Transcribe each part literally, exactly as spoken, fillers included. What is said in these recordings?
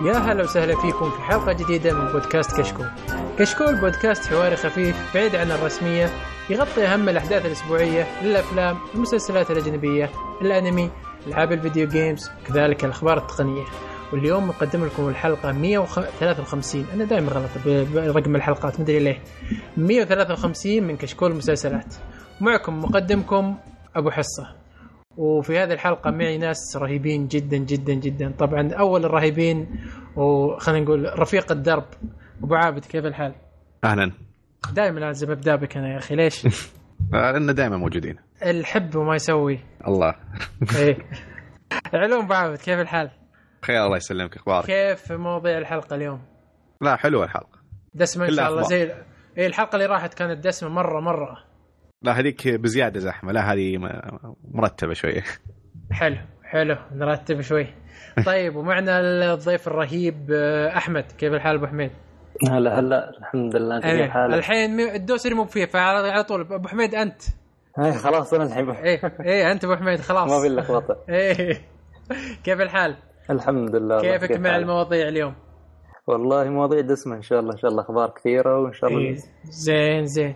يا هلا وسهلا فيكم في حلقة جديدة من بودكاست كشكول. كشكول بودكاست حواري خفيف بعيد عن الرسمية، يغطي أهم الأحداث الأسبوعية للأفلام، المسلسلات الأجنبية، الأنمي، ألعاب الفيديو جيمز، وكذلك الأخبار التقنية. واليوم نقدم لكم الحلقة مية وثلاثة وخمسين، أنا دائما غلط برقم الحلقات مدري ليه، مية وثلاثة وخمسين من كشكول مسلسلات. معكم مقدمكم أبو حصة، وفي هذه الحلقة معي ناس رهيبين جدا جدا جدا. طبعا أول الرهيبين وخلينا نقول رفيق الدرب أبو عابد، كيف الحال؟ أهلا. دائما لازم أبدأ بك أنا يا أخي، ليش؟ لأننا دائما موجودين. الحب وما يسوي الله. إيه. علوم أبو عابد، كيف الحال؟ خير الله يسلمك، أخبارك؟ كيف موضوع الحلقة اليوم؟ لا حلوة الحلقة، دسمة إن شاء الله. زي إيه الحلقة اللي راحت كانت دسمة مرة مرة. لا هذيك بزيادة زحمة، لا هذه مرتبة شوية. حلو حلو نرتب شوي. طيب ومعنا الضيف الرهيب أحمد، كيف الحال أبو حميد؟ هلا هلا الحمد لله. كيف حالك؟ الحين الدوسري مو فيه، فعلى طول أبو حميد أنت. ايه خلاص انا الحين. ايه ايه انت ابو حميد خلاص، ما بيلك وطن. ايه كيف الحال؟ الحمد لله. كيفك كيف مع حالك؟ المواضيع اليوم؟ والله مواضيع دسمة ان شاء الله، ان شاء الله اخبار كثيره وان شاء الله. إيه زين زين.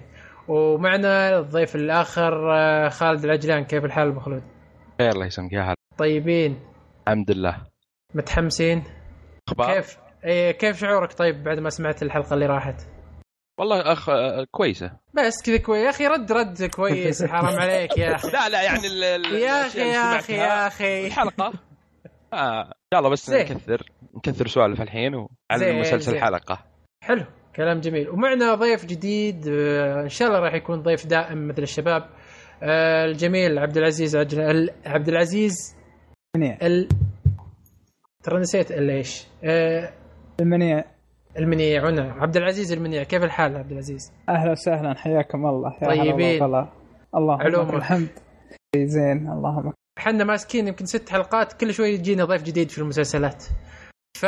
ومعنا الضيف الاخر خالد العجلان، كيف الحال ابو خلود؟ خير الله يسلمك. يا هلا. طيبين الحمد لله. متحمسين؟ اخبار كيف ايه كيف شعورك طيب بعد ما سمعت الحلقه اللي راحت؟ والله اخ كويسه بس كذا كويس يا اخي، رد رد كويس. حرام عليك يا اخي. لا لا يعني ال ال يا اخي يا اخي يا اخي الحلقه اه ان شاء الله بس نكثر نكثر سوالف الحين وعلى المسلسل الحلقه. حلو كلام جميل. ومعنا ضيف جديد ان شاء الله راح يكون ضيف دائم مثل الشباب الجميل عبد العزيز عجل عبد العزيز منيع ال... ترى نسيت ليش آه... المنيع المنيع هنا عبد العزيز المنيع. كيف الحال عبد العزيز؟ اهلا وسهلا، حياكم الله. يا طيبين الله الله علوم الحمد زين. اللهم احنا ماسكين يمكن ست حلقات، كل شوي يجينا ضيف جديد في المسلسلات، ف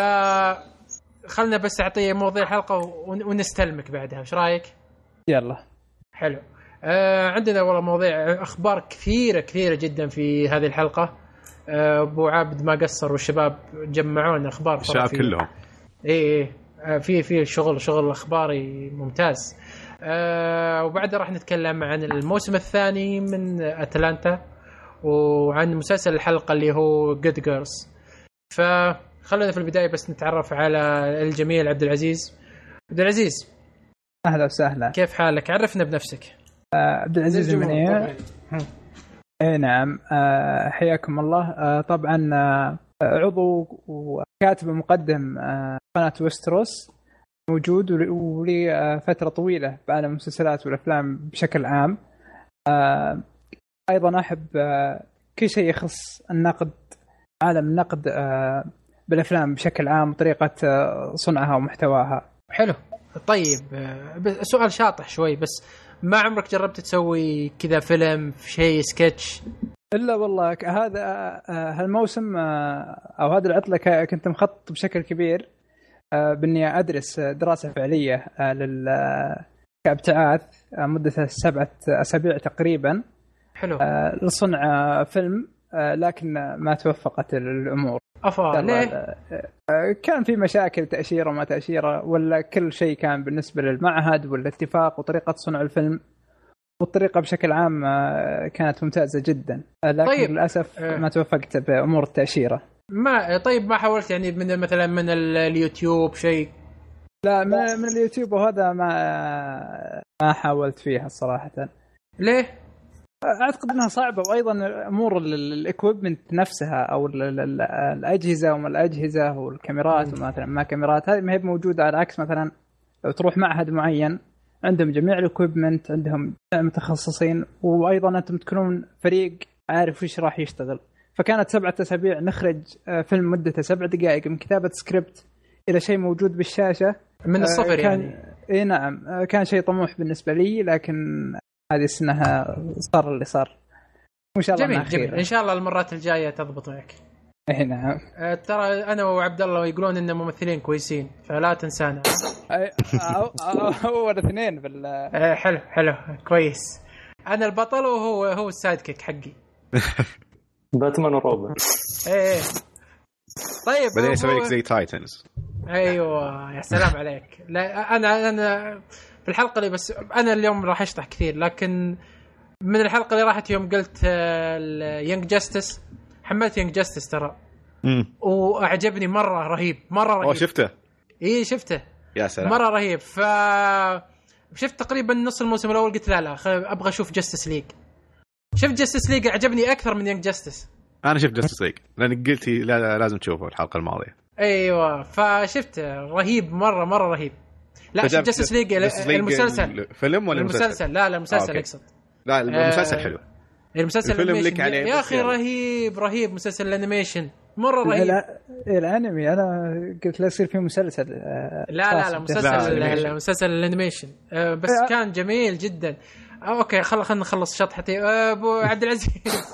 خلنا بس اعطيه موضوع الحلقه ونستلمك بعدها. ايش رايك؟ يلا حلو. آه عندنا والله مواضيع اخبار كثيره كثيره جدا في هذه الحلقه. آه ابو عابد ما قصر والشباب جمعونا اخبار الشباب كلهم. ايه ايه في في شغل شغل اخباري ممتاز. آه وبعدها راح نتكلم عن الموسم الثاني من أتلانتا، وعن مسلسل الحلقه اللي هو جود جيرلز. فخلينا في البدايه بس نتعرف على الجميل عبد العزيز. عبد العزيز اهلا وسهلا، كيف حالك؟ عرفنا بنفسك. آه عبد العزيز المنيع. اي نعم. آه حياكم الله. آه طبعا آه عضو وكاتب مقدم آه قناه ويستروس، موجود ولي فتره طويله بعالم المسلسلات والافلام بشكل عام. آه ايضا احب آه كل شيء يخص النقد، عالم النقد آه بالافلام بشكل عام وطريقه آه صنعها ومحتواها. حلو. طيب سؤال شاطح شوي، بس ما عمرك جربت تسوي كذا فيلم في شيء سكتش؟ إلا والله هذا هالموسم أو هذا العطلة كنت مخطط بشكل كبير بإني أدرس دراسة فعلية كابتعاث مدة سبعة أسابيع تقريبا. حلو. لصنع فيلم، لكن ما توفقت الأمور. أفا ليه؟ كان في مشاكل، تأشيرة ما تأشيرة، ولا كل شيء كان بالنسبة للمعهد والاتفاق وطريقة صنع الفيلم والطريقة بشكل عام كانت ممتازة جدا، لكن طيب. للأسف ما توفقت بأمور التأشيرة. ما طيب ما حاولت يعني من مثلا من اليوتيوب شيء؟ لا من, من اليوتيوب، وهذا ما ما حاولت فيها الصراحة. ليه؟ أعتقد أنها صعبة، وأيضا أمور الإكويبمنت نفسها أو الأجهزة وما الأجهزة والكاميرات ومثلا ما كاميرات، هذه ما هي موجودة. على عكس مثلا لو تروح معهد معين عندهم جميع الإكويبمنت، عندهم متخصصين، وأيضا أنتم تكونون فريق عارف وش راح يشتغل. فكانت سبعة أسابيع نخرج فيلم مدته سبع دقائق من كتابة سكريبت إلى شيء موجود بالشاشة من الصفر يعني. إيه نعم، كان شيء طموح بالنسبة لي، لكن هذه سنها صار اللي صار. إن شاء الله جميل جميل. إن شاء الله المرات الجاية تضبط معك. إيه نعم. أه ترى أنا وعبد الله يقولون إن ممثلين كويسين، فلا تنسانا. هو الاثنين بال. أه حلو حلو كويس. أنا البطل وهو هو السايد كيك حقي. باتمان وروبن. إيه طيب بعدين يسوي لك زي تايتنز. ايوه يا سلام عليك. لا انا انا في الحلقه اللي بس انا اليوم راح اشطح كثير، لكن من الحلقه اللي راحت يوم قلت اليونج جاستس حملت يونج جاستس ترى امم واعجبني مره رهيب مره رهيب. او شفته ايه شفته يا سلام مره رهيب. ف شفت تقريبا نص الموسم الاول قلت لا لا ابغى اشوف جاستس ليج. شفت جاستس ليج عجبني اكثر من يونج جاستس. انا شفت جاستس ليج لانك قلتي لا لازم تشوفه الحلقه الماضيه. ايوه فشفت رهيب مره مره رهيب. لا شفت جاستس ليج المسلسل فيلم ولا المسلسل؟ لا لا المسلسل اقصد. لا المسلسل حلو. المسلسل الانيميشن يا اخي رهيب رهيب. مسلسل الانيميشن مره رهيب. لا الانمي انا قلت لا يصير فيه مسلسل. لا لا لا مسلسل المسلسل الانيميشن بس كان جميل جدا. اوكي خل خلينا نخلص شطحتي. ابو عبد العزيز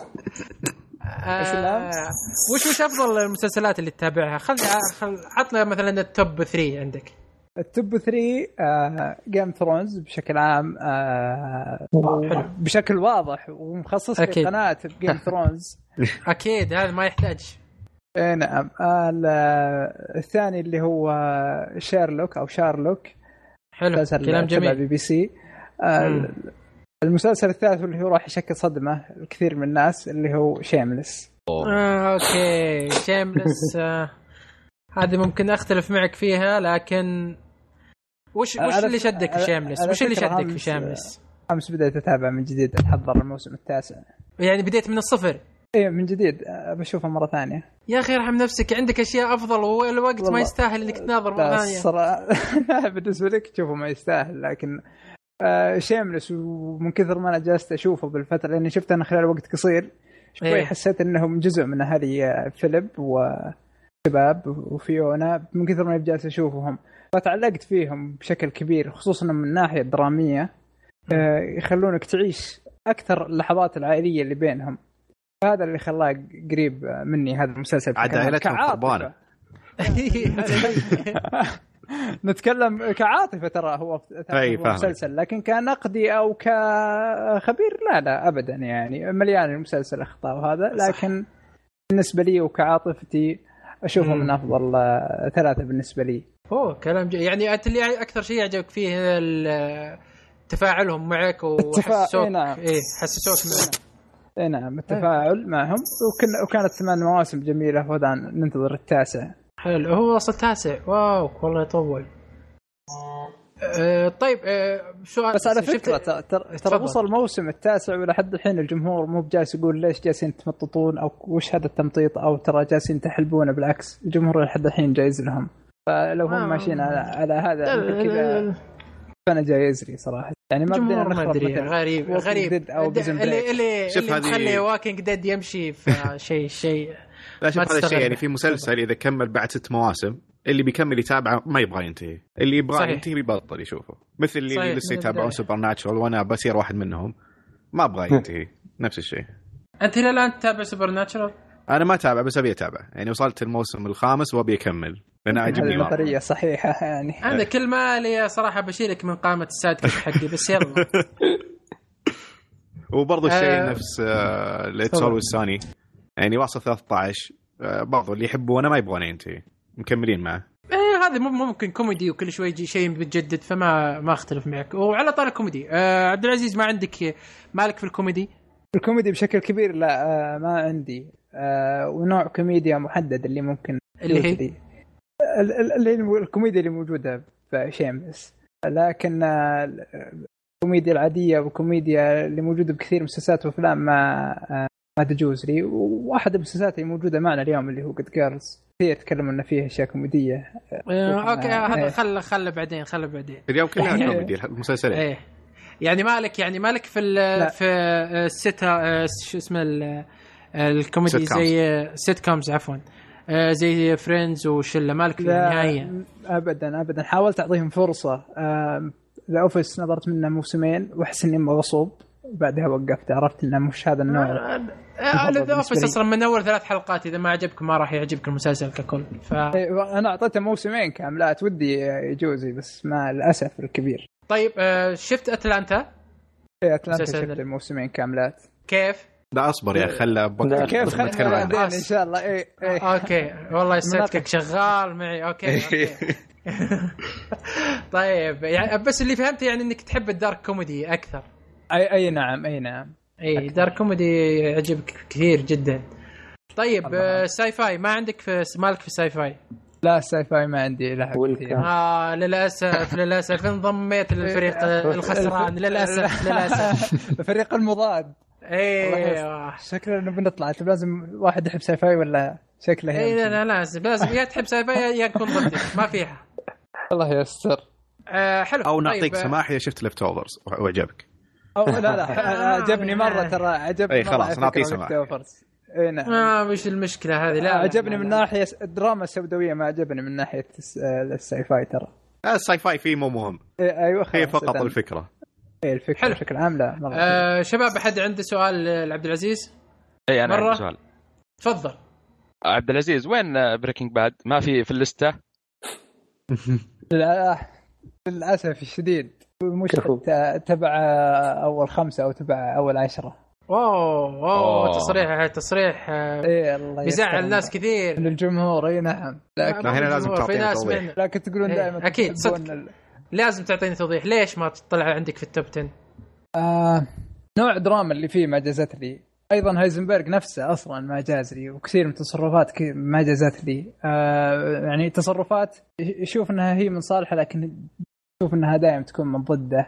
وش وش افضل المسلسلات اللي تتابعها؟ خلي خل عطنا مثلا التوب ثلاثة عندك. التوب ثلاثة جيم ثرونز بشكل عام آه بشكل واضح ومخصص في قناة جيم ثرونز. أكيد هذا ما يحتاج. إيه نعم. الثاني اللي هو شيرلوك أو شارلوك حلو كلام جميل بي بي سي. المسلسل الثالث اللي هو راح يشكل صدمة الكثير من الناس اللي هو شيملس. آه، أوكي شيملس آه. هذه ممكن أختلف معك فيها لكن وش وش اللي شدك في شيملس؟ وش اللي شدك في شيملس؟ أمس بديت أتابع من جديد أحضر الموسم التاسع. يعني بديت من الصفر؟ إيه من جديد بشوفها مرة ثانية. يا أخي ارحم نفسك عندك أشياء أفضل والوقت ما يستاهل إنك تناظر مرة ثانية. الصراحة بالنسبة لك تشوفه ما يستاهل لكن آه شيملس ومن كثر ما أنا جالس أشوفه بالفترة لأني شفته أنا خلال وقت قصير شوي إيه. حسيت إنهم جزء من هذه فيليب وشباب وفيونا من كثر ما جالس أشوفهم فتعلقت فيهم بشكل كبير خصوصا من الناحية الدرامية. آه يخلونك تعيش أكثر اللحظات العائلية اللي بينهم. هذا اللي خلاه قريب مني هذا المسلسل. عائلتهم قربانة. نتكلم كعاطفة ترى هو مسلسل لكن كنقدي أو كخبير لا لا أبدا يعني مليان المسلسل أخطاء وهذا لكن بالنسبة لي وكعاطفتي أشوفه من أفضل ثلاثة بالنسبة لي. أوه كلام جي. يعني أنت اللي أكثر شيء يعجبك فيه تفاعلهم معك وحسسوك نعم. إيه حسسوك معك. إيه نعم التفاعل معهم وكن وكانت ثمان مواسم جميلة وهذا ننتظر التاسع. حلو هو وصل التاسع واو والله يطول. أه طيب أه سؤال بس على فكرة ترى ترى وصل الموسم التاسع ولحد الحين الجمهور مو بجالس يقول ليش جالسين تمططون أو وش هذا التمطيط أو ترى جالسين تحلبونه بالعكس الجمهور لحد الحين جايز لهم. فلو هم آه ماشيين على, على هذا كذا فأنا جايز لي صراحة يعني ما بدنا نخرب غريب غريب أو اللي اللي اللي مخلي واكينج ديد يمشي في شيء شيء. لا شوف هذا الشيء يعني في مسلسل إذا كمل بعد ست مواسم اللي بيكمل يتابعه ما يبغى ينتهي اللي يبغى ينتهي بيبطل يشوفه مثل اللي, اللي لسه يتابعون سوبر ناتشورال وأنا بصير واحد منهم ما أبغى ينتهي نفس الشيء. أنت إلى الآن تتابع سوبر ناتشورال؟ أنا ما أتابع بس أبي أتابع يعني وصلت الموسم الخامس وأبي أكمل لأن عجبني مرة. النظرية صحيحة يعني. أنا كل ما لي صراحة بشيلك من قائمة السادك حقي بس يلا. وبرضو الشيء آه نفس اللي تصور الثاني يعني واصل ثلاثة عشر آه برضو اللي يحبونه ما يبغونه ينتهي مكملين معه. إيه هذا ممكن كوميدي وكل شوي يجي شيء بتجدد فما ما اختلف معك. وعلى طار الكوميدي آه عبد العزيز ما عندك مالك في الكوميدي؟ الكوميدي بشكل كبير لا آه ما عندي آه ونوع كوميديا محدد اللي ممكن اللي هي اللي الكوميديا اللي موجودة في شيمس لكن الكوميديا العادية والكوميديا اللي موجودة بكثير من مسلسلات وأفلام ما ما تجوز لي. وواحد المسلسلات اللي موجودة معنا اليوم اللي هو قد جيرلز كثير تكلموا إن فيه أشياء كوميدية. أوكي هذا خل خل بعدين خل بعدين اليوم كلها كوميدي المسلسلات. إيه يعني مالك يعني مالك في في الستة شو اسمه الكوميدي زي سيت كومز عفوا آه زي فريندز وشلة مالك نهائيا؟ أبدا أبدا حاولت أعطيهم فرصة. ذا أوفيس نظرت منه موسمين وأحس إني مغصوب بعدها وقفت عرفت إنه مش هذا النوع. ذا أوفيس أصلا من أول ثلاث حلقات إذا ما عجبكم ما راح يعجبك المسلسل ككل. ف... أنا أعطيته موسمين كاملات ودي يجوزي بس مع الأسف الكبير. طيب آه شفت أتلانتا؟ إيه أتلانتا شفت الموسمين كاملات. كيف؟ لا اصبر يا خلى كيف خلينا بعدين ان شاء الله. اي اي اوكي والله استاذك شغال معي. اوكي, أوكي. طيب يعني بس اللي فهمت يعني انك تحب الدارك كوميدي اكثر. اي اي نعم اي نعم اي دارك كوميدي يعجبك كثير جدا. طيب آه ساي فاي ما عندك في مالك في ساي فاي؟ لا ساي فاي ما عندي لحق كثير. اه للاسف للاسف انضميت للفريق الخسران للاسف للاسف الفريق المضاد. ايوه شكله انه بنطلع. لازم واحد يحب ساي فاي ولا شكله اي لا لا لازم لازم يا تحب ساي فاي يا تكون ضدي ما فيها. الله يستر. آه حلو. او نعطيك طيب. سماح يا شفت ليفت اوفرز وعجبك؟ او لا لا عجبني مره ترى عجبني. اي خلاص نعطيه سماح. اي نعم. آه مش المشكله هذه. لا عجبني لا من لا. ناحيه الدراما السوداويه ما عجبني من ناحيه الساي فاي ترى. الساي فاي فيه مو مهم. إيه ايوه هي فقط الفكره. ايه الفكره بشكل عام. لا مرة آه شباب احد عنده سؤال لعبد العزيز؟ اي انا عندي سؤال. تفضل عبد العزيز. وين بريكنج باد؟ ما في في الليسته؟ لا للاسف الشديد مش تبع اول خمسة او تبع اول عشرة. واو واو تصريح تصريح ايه الله بيزعل ناس كثير من الجمهور. اي نعم لكن هنا لازم تعطينا توضيح. لكن تقولون إيه. دائما اكيد صدق ال... لازم تعطيني توضيح. ليش ما تطلع عندك في التوب عشرة؟ آه نوع دراما اللي فيه ما جازت لي. ايضا هايزنبرغ نفسه اصلا ما جاز لي وكثير من تصرفات ما جازت لي. آه يعني تصرفات يشوف انها هي من صالحه لكن يشوف انها دائما تكون من ضده.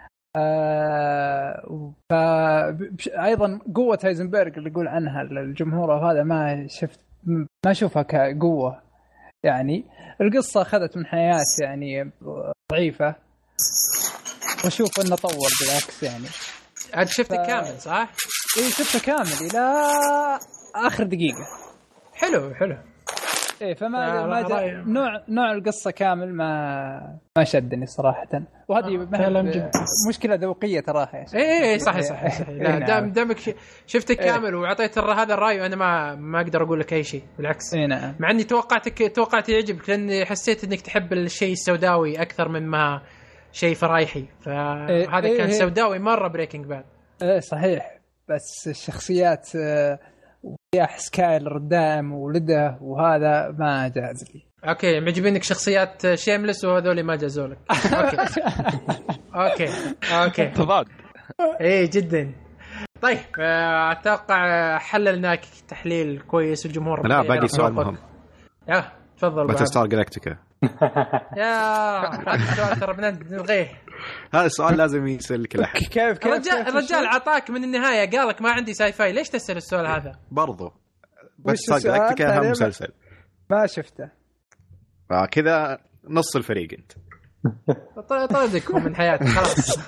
آه فأيضا قوة هايزنبرغ اللي يقول عنها الجمهور وهذا ما شفت ما أشوفها كقوة. يعني القصة أخذت من حياة يعني ضعيفة وأشوف إنه طول بالعكس. يعني أنت شفته ف... كامل صح؟ إيه شفته كامل إلى آخر دقيقة. حلو حلو. إيه فما ما جا... نوع نوع القصة كامل ما ما شدني صراحة. وهذه آه مشكلة ذوقية تراها. إيه إيه صحيح صحيح صحيح. لا دام دامك شفته كامل وعطيت هذا الرأي وأنا ما ما أقدر أقول لك أي شيء بالعكس. إيه نعم. مع إني توقعتك توقعت يعجبك لأني حسيت إنك تحب الشيء السوداوي أكثر مما شيء فرايحي. فهذا إيه كان إيه سوداوي مرة بريكنج باد. إيه صحيح. بس الشخصيات وياح سكايلر الدائم ولده وهذا ما جاز لي. اوكي معجبينك شخصيات شيملس وهذول ما جازوا لك. اوكي اوكي اوكي تضاد. ايه جدا. طيب اتوقع حللناك تحليل كويس الجمهور. لا باقي سؤال مهم. اه تفضل. باتلستار جالاكتيكا. يا ترى بنلغيه. هذا السؤال لازم يسأل كل أحد. كيف كيف الرجال الرجال عطاك من النهاية قالك ما عندي ساي فاي. ليش تسأل السؤال هذا؟ برضو باتلستار جالاكتيكا هم مسلسل ما شفته. كذا نص الفريق انت. طردكم من حياتي خلاص.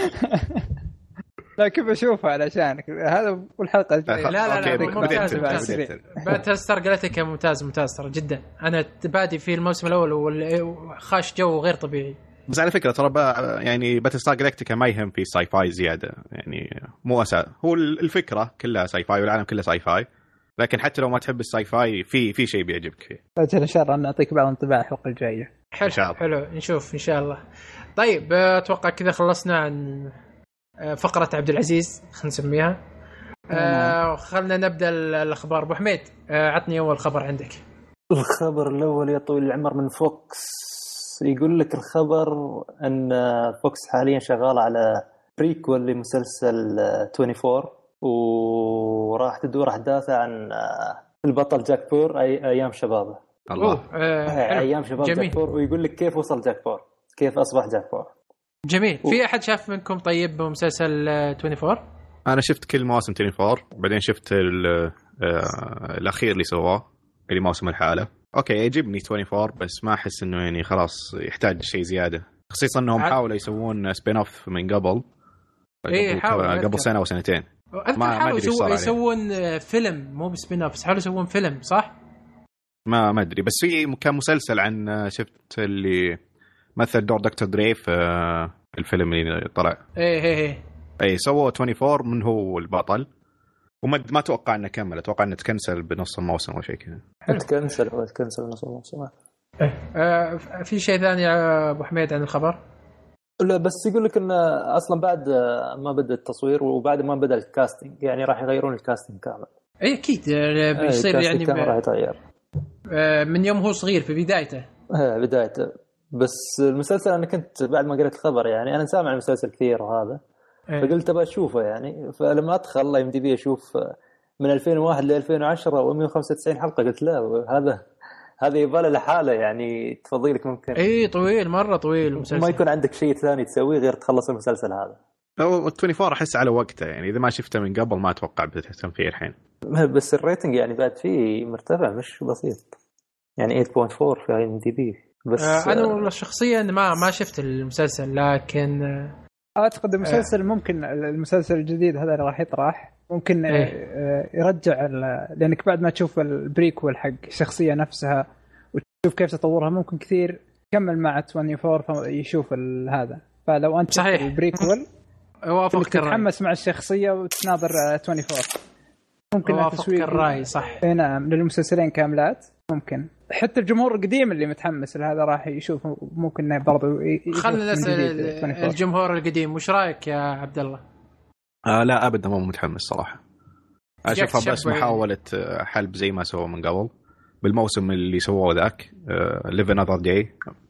لا كيف اشوفه علشانك هذا والحلقه الجايه. لا لا لا ممتاز ممتاز. باتلستار جالاكتيكا ممتاز ممتاز ترى جدا. انا بادي في الموسم الاول وخاش جو غير طبيعي. بس على فكره ترى يعني باتلستار جالاكتيكا ما يهم في ساي فاي زياده. يعني مو اساس هو الفكره كلها ساي فاي والعالم كله ساي فاي. لكن حتى لو ما تحب الساي فاي في في شيء بيعجبك فيه. اجل ان شاء الله نعطيك بعض انطباع الحلقه الجايه. حلو حلو نشوف ان شاء الله. طيب اتوقع كذا خلصنا عن فقره عبد العزيز خلينا نسميها. آه خلنا نبدا الاخبار. ابو حميد آه عطني اول خبر عندك. الخبر الاول يا طويل العمر من فوكس. يقول لك الخبر ان فوكس حاليا شغال على بريكول لمسلسل أربعة وعشرين وراح تدور احداثه عن البطل جاك بور اي ايام شبابه. الله آه ايام شباب جميل. جاك بور. ويقول لك كيف وصل جاك بور كيف اصبح جاك بور. جميل. و... في احد شاف منكم طيب بمسلسل أربعة وعشرين؟ انا شفت كل مواسم أربعة وعشرين بعدين شفت الاخير اللي سواه اللي موسم الحالة. اوكي يعجبني أربعة وعشرين بس ما احس انه يعني خلاص يحتاج شيء زياده خصيصا انهم عد... حاولوا يسوون سبين اوف من قبل إيه قبل, قبل سنه او سنتين. ما ما ادري يسو... يسوون فيلم مو بسبين اوف بس حاولوا يسوون فيلم صح. ما ما ادري بس في كان مسلسل عن شفت اللي مثل دور دكتور دريف الفيلم اللي طلع. ايه ايه ايه اي سووا أربعة وعشرين من هو البطل وما ما اتوقع انه كمل. اتوقع انه تكنسل بنص الموسم او شيء كذا. تكنسل او تكنسل نص الموسم. آه في شيء ثاني يا ابو حميد عن الخبر؟ لا بس يقول لك انه اصلا بعد ما بدا التصوير وبعد ما بدا الكاستنج يعني راح يغيرون الكاستنج كامل. اي اكيد بيصير أي يعني راح يتغير من يوم هو صغير في بدايته. ايه بدايته. بس المسلسل انا كنت بعد ما قريت الخبر يعني انا سامع المسلسل كثير وهذا أيه. فقلت ابى اشوفه يعني. فلما ادخل الله يمدي بي اشوف من ألفين وواحد ل ألفين وعشرة ومئة وخمسة وتسعين حلقه قلت لا هذا هذا يباله لحاله يعني تفضيلك ممكن اي طويل مره طويل المسلسل ما يكون عندك شيء ثاني تسويه غير تخلص المسلسل هذا. هو أربعة وعشرين احس على وقته يعني اذا ما شفته من قبل ما اتوقع بتهتم فيه الحين. بس الريتنج يعني بعد فيه مرتفع مش بسيط يعني ثمانية فاصلة أربعة في ام دي بي. بس آه انا والله شخصيا ما ما شفت المسلسل لكن اعتقد المسلسل آه ممكن المسلسل الجديد هذا اللي راح يطرح ممكن إيه؟ يرجع لانك بعد ما تشوف البريكول حق الشخصيه نفسها وتشوف كيف تطورها ممكن كثير كمل مع أربعة وعشرين يشوف هذا. فلو انت صحيح البريكول وافقك تتحمس مع الشخصيه وتناظر أربعة وعشرين ممكن تسويق الراي صح. نعم للمسلسلين كاملات ممكن حتى الجمهور القديم اللي متحمس لهذا راح يشوف ممكن برضه. خلينا نسال الجمهور القديم وش رايك يا عبد الله؟ آه لا ابدا مو متحمس صراحه. اشوفها بس محاوله حلب زي ما سووا من قبل بالموسم اللي سووه ذاك live another day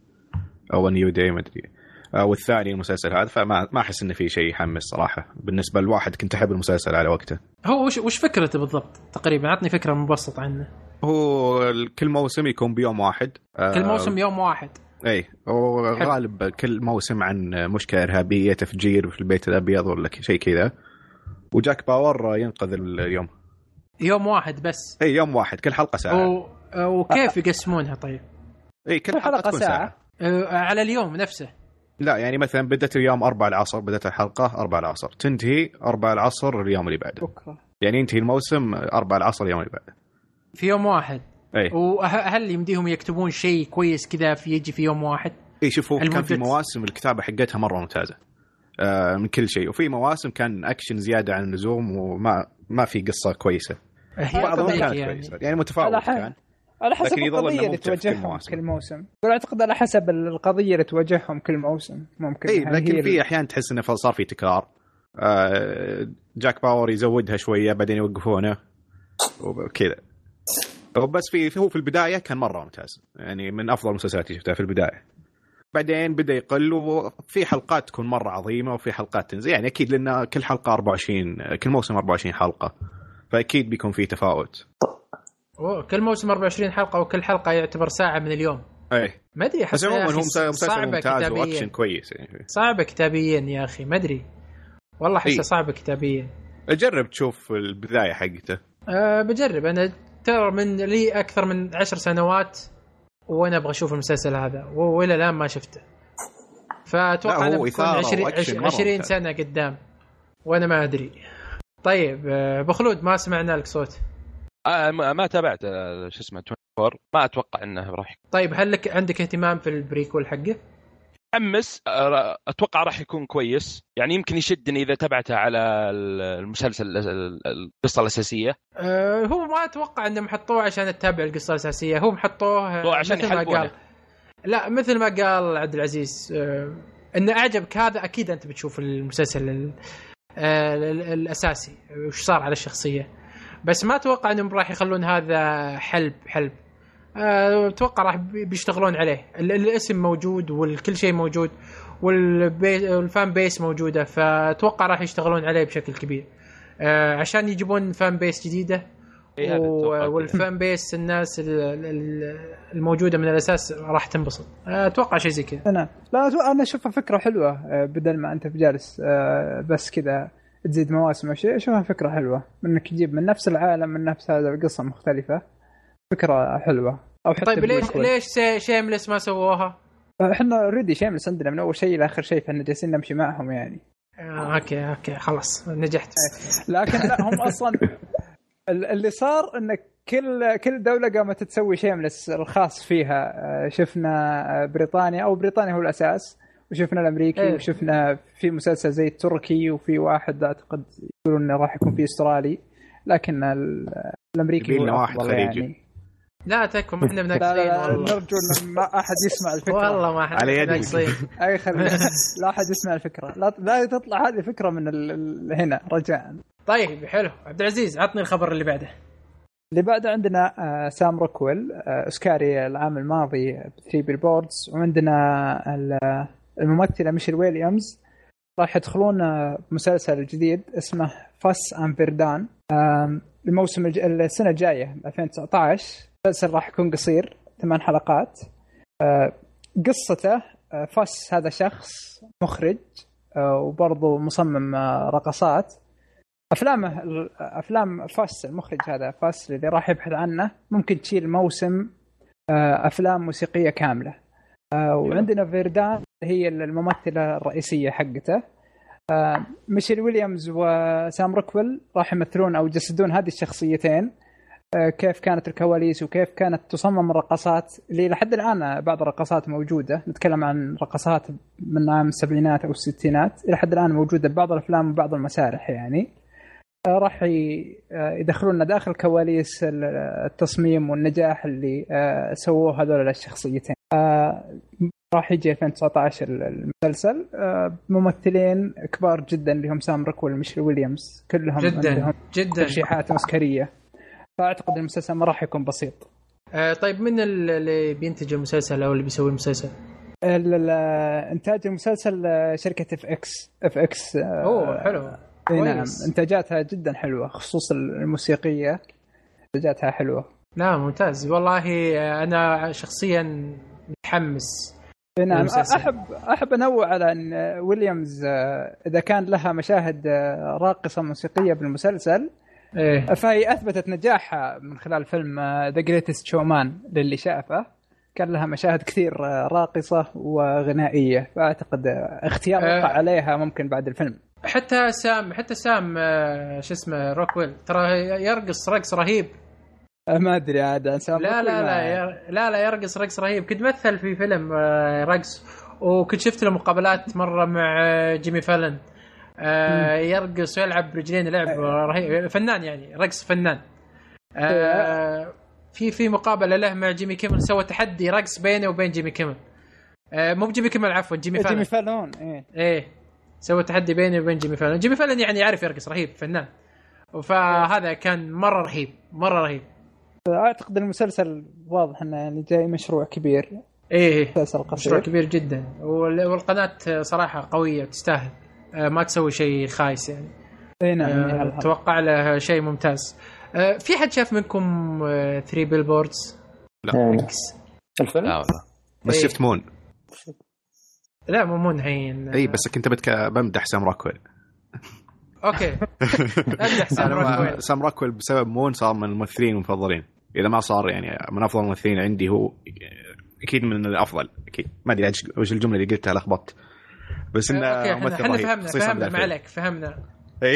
او a new day ما ادري والثاني المسلسل هذا. فما ما احس انه في شيء يحمس صراحه بالنسبه لواحد كنت احب المسلسل على وقته. هو وش وش فكرته بالضبط تقريبا؟ عطني فكره مبسطه عنه. هو كل موسم يكون بيوم واحد. كل موسم يوم واحد. اي وغالب كل موسم عن مشكله ارهابيه تفجير في البيت الابيض ولا شيء كذا وجاك باور ينقذ اليوم. يوم واحد بس؟ اي يوم واحد كل حلقه ساعه. و... وكيف يقسمونها طيب؟ اي كل حلقه, حلقة ساعه, ساعة. على اليوم نفسه. لا يعني مثلا بدت اليوم أربعة العصر بدت الحلقه أربعة العصر تنتهي أربعة العصر اليوم اللي بعده بكره يعني ينتهي الموسم أربعة العصر اليوم اللي بعده في يوم واحد. أي. وهل يمديهم يكتبون شيء كويس كذا في يجي في يوم واحد؟ اي شوفوا كان في مواسم الكتابه حقتها مره ممتازه آه من كل شيء وفي مواسم كان اكشن زياده عن اللزوم وما ما في قصه كويسه. بعضهم كانت يعني. كويسه يعني متفاوت كان على حسب القضيه اللي تواجههم كل موسم. اعتقد على حسب القضيه اللي تواجههم كل موسم ممكن. اي لكن في احيان تحس انه صار في تكرار. آه جاك باور يزودها شويه بعدين يوقفونه وكذا. بس في هو في البدايه كان مره ممتاز يعني من افضل المسلسلات اللي شفتها في البدايه. بعدين بدا يقل وفي حلقات تكون مره عظيمه وفي حلقات تنزل يعني اكيد لان كل حلقه أربعة وعشرين كل موسم أربعة وعشرين حلقه فاكيد بيكون في تفاوت. اوه كل موسم أربعة وعشرين حلقه وكل حلقه يعتبر ساعه من اليوم. اي ما ادري بس عموما هو مسلسل ممتاز واكشن كويس يعني. صعبه كتابيا يا اخي ما ادري والله احسه صعبه كتابيا. اجرب تشوف البدايه حقته. أه بجرب انا ترى من لي اكثر من عشر سنوات وانا ابغى اشوف المسلسل هذا والى الان ما شفته. فاتوقع انه بيكون عشرين سنه قدام وانا ما ادري. طيب بخلود ما سمعنا لك صوت. آه ما تابعت شو اسمه أربعة وعشرين ما اتوقع انه راح. طيب هل لك عندك اهتمام في البريكول حقه؟ حمس اتوقع راح يكون كويس يعني يمكن يشدني اذا تبعته على المسلسل القصه الاساسيه. أه هو ما اتوقع انهم حطوه عشان تتابع القصه الاساسيه. هم حطوه عشان مثل ما قال. لا مثل ما قال عبد العزيز أه ان اعجبك هذا اكيد انت بتشوف المسلسل الاساسي وش صار على الشخصيه. بس ما اتوقع انهم راح يخلون هذا حلب حلب. اتوقع راح بيشتغلون عليه. الاسم موجود والكل شيء موجود والفان بيس موجوده فاتوقع راح يشتغلون عليه بشكل كبير عشان يجيبون فان بيس جديده والفان بيس الناس الموجوده من الاساس راح تنبسط. اتوقع شيء زي كذا. انا لا أتوقع انا اشوفها فكره حلوه بدل ما انت بجالس بس كذا تزيد مواسم او شيء. اشوفها فكره حلوه انك تجيب من نفس العالم من نفس هذا القصه مختلفه. فكره حلوه. او حتى طيب ليش ليش شيمليس ما سووها؟ احنا اوريدي شيمليس عندنا من اول شيء لاخر شيء فاحنا جالسين نمشي معهم يعني. آه، اوكي اوكي خلاص نجحت. لكن لا هم اصلا اللي صار ان كل كل دوله قامت تسوي شيمليس الخاص فيها. شفنا بريطانيا او بريطانيا هو الاساس وشفنا الامريكي ايه. وشفنا في مسلسل زي التركي وفي واحد اعتقد يقولون انه راح يكون في استرالي لكن الامريكي هو الافضل يعني. لا تكفى ما احنا بناقصين والله. نرجو ان ما احد يسمع الفكره والله ما احد بناقصين. اي خلي لا احد يسمع الفكره، لا لا تطلع هذه فكره من ال... هنا رجاء. طيب حلو عبد العزيز عطني الخبر اللي بعده. اللي بعده عندنا سام روكويل اوسكاري العام الماضي بثري بيلبوردز، وعندنا الممثله ميشيل ويليامز راح يدخلون مسلسل جديد اسمه فاس أم فيردان الموسم السنة الجاية ألفين وتسعة عشر. المسلسل راح يكون قصير ثمان حلقات. قصته فاس هذا شخص مخرج وبرضه مصمم رقصات. أفلامه أفلام فاس المخرج هذا فاس اللي راح يبحث عنه ممكن تشيل موسم أفلام موسيقية كاملة. وعندنا فيردان هي الممثلة الرئيسية حقته. ميشيل ويليامز وسام روكويل راح يمثلون أو يجسدون هذه الشخصيتين، كيف كانت الكواليس وكيف كانت تصمم الرقصات اللي لحد الآن بعض الرقصات موجودة. نتكلم عن رقصات من عام السبعينات أو الستينات إلى حد الآن موجودة ببعض الأفلام وبعض المسارح يعني. راح يدخلون داخل كواليس التصميم والنجاح اللي سووه هذول الشخصيتين. راح يجي ألفين وتسعة عشر المسلسل. ممثلين كبار جدا اللي هم سام روكويل وميشيل ويليامز كلهم جدا جدا ترشيحات أوسكارية، فأعتقد المسلسل ما راح يكون بسيط. آه طيب من اللي بينتج المسلسل أو اللي بيسوي المسلسل؟ إنتاج المسلسل شركة اف اكس اف اكس. أوه حلو. نعم إنتاجاتها جدا حلوة خصوصا الموسيقية إنتاجاتها حلوة. لا ممتاز والله. أنا شخصيا متحمس. نعم أحب أحب أنوع على أن ويليامز إذا كان لها مشاهد راقصة موسيقية بالمسلسل إيه. فهي أثبتت نجاحها من خلال فيلم The Greatest Showman للي شافه، كان لها مشاهد كثير راقصة وغنائية، فأعتقد اختيار وقع أه عليها ممكن بعد الفيلم. حتى سام حتى سام شو اسمه روكويل ترى يرقص رقص رهيب. ما ادري عاد لا لا لا لا لا يرقص رقص رهيب. كنت مثل في فيلم رقص وكنت شفت له مقابلات مره مع جيمي فالن. يرقص ويلعب رجلين لعب رهيب، فنان يعني رقص فنان. في في مقابله له مع جيمي كيمل سوى تحدي رقص بينه وبين جيمي كيمل. مو بجيمي كيمل عفوا جيمي فالن. جيمي فالون ايه ايه سوى تحدي بينه وبين جيمي فالن. جيمي فالن يعني يعرف يرقص رهيب فنان، فهذا كان مره رهيب مره رهيب. أعتقد المسلسل واضح أنه يعني جاي مشروع كبير. إيه مشروع كبير جدا، والقناة صراحة قوية تستاهل، ما تسوي شيء خايس يعني. إيه نعم. أتوقع له شيء ممتاز. في حد شاف منكم ثري بيلبوردز؟ لا الفيلم لا والله بس إيه. شفت مون. لا مو مون هين. أي بس كنت بتك بمدح سام روكويل. أوكي أمدح سام روكويل. سام روكويل بسبب مون صار من الممثلين المفضلين، إذا ما صار يعني من أفضل الممثلين عندي، هو أكيد من الأفضل أكيد. ما أدري وش الجملة اللي قلتها لخبطت، بس إنه ممثل رهيب. فهمنا فهمنا ما عليك فهمنا. إيه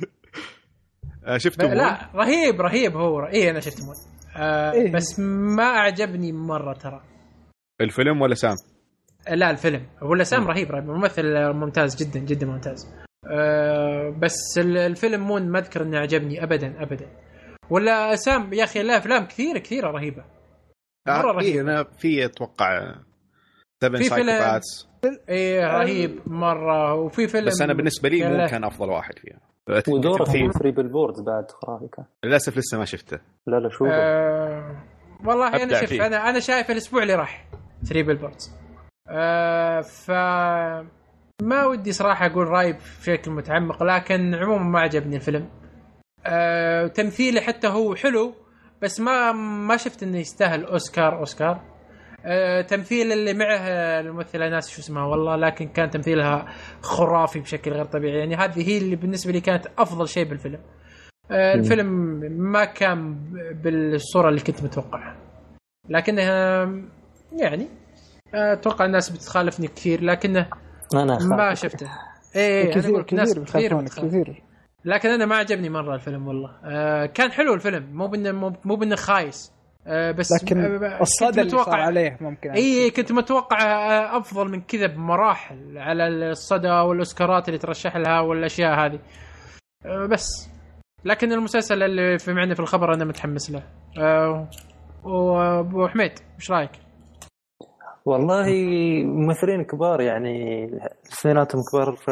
شفته لا رهيب رهيب هو. إيه أنا شفت مون آه إيه؟ بس ما أعجبني مرة ترى. الفيلم ولا سام؟ لا الفيلم ولا سام رهيب رهيب ممثل ممتاز جدا جدا ممتاز. أه بس الفيلم مون ما أذكر إنه عجبني أبدا أبدا. ولا سام يا أخي لا أفلام كثيرة كثيرة رهيبة مرة رهيبة. أنا في أتوقع سبن سايكوباتس إيه رهيب مرة. وفي فيلم بس أنا بالنسبة لي مو كان أفضل واحد فيها. ودوره في ثري بيلبوردز بعد خرافي كان. للأسف لسه ما شفته. لا لا شوفه. أه والله أنا شفت أنا أنا شايف الأسبوع اللي راح ثري بيلبوردز. أه ف ما ودي صراحة أقول رأي بشكل متعمق، لكن عموما ما عجبني الفيلم. أه تمثيله حتى هو حلو، بس ما ما شفت إنه يستاهل أوسكار أوسكار. أه تمثيل اللي معه الممثلة ناس شو اسمها والله، لكن كان تمثيلها خرافي بشكل غير طبيعي يعني. هذه هي اللي بالنسبة لي كانت أفضل شيء بالفيلم. أه الفيلم ما كان بالصورة اللي كنت متوقعها، لكنه يعني أتوقع الناس بتخالفني كثير، لكنه أنا ما شفته. إيه كثير أنا كثير كثير, كثير لكن أنا ما عجبني مرة الفيلم والله. آه كان حلو الفيلم، مو بإنه مو بإنه خايس، آه بس لكن آه الصدى اللي صار عليه ممكن. إيه كنت متوقع آه أفضل من كذا بمراحل على الصدى والأوسكارات اللي ترشح لها والأشياء هذه. آه بس لكن المسلسل اللي في معنا في الخبر أنا متحمس له. آه وابو حميد ايش رايك؟ والله ممثلين كبار يعني سنيناتهم كبار، ف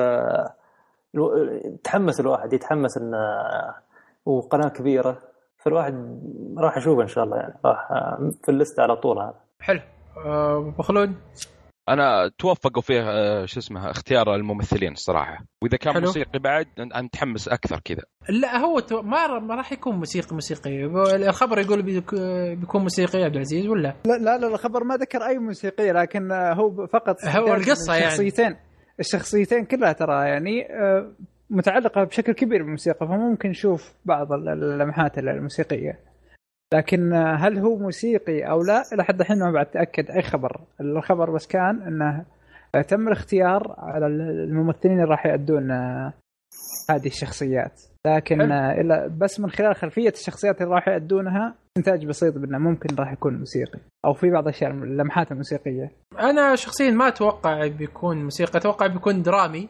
تحمس الواحد يتحمس انه وقناه كبيره، فالواحد راح اشوفه ان شاء الله يعني راح في الليست على طول. هذا حلو. ابو خلود انا توفقوا فيه شو اسمه اختيار الممثلين الصراحه، واذا كان حلو. موسيقي بعد انا متحمس اكثر كذا. لا هو ما ما راح يكون موسيقي موسيقي الخبر يقول بيكون موسيقي عبد العزيز ولا لا لا لا الخبر ما ذكر اي موسيقي، لكن هو فقط هو القصه يعني الشخصيتين الشخصيتين كلها ترى يعني متعلقه بشكل كبير بالموسيقى، فممكن نشوف بعض اللمحات الموسيقيه، لكن هل هو موسيقي او لا لحد الحين ما بعد تاكد اي خبر. الخبر بس كان انه تم الاختيار على الممثلين اللي راح يؤدون هذه الشخصيات، لكن الا بس من خلال خلفيه الشخصيات اللي راح يؤدونها انتاج بسيط بانه ممكن راح يكون موسيقي او في بعض الاشياء اللمحات الموسيقيه. انا شخصيا ما اتوقع بيكون موسيقى، اتوقع بيكون درامي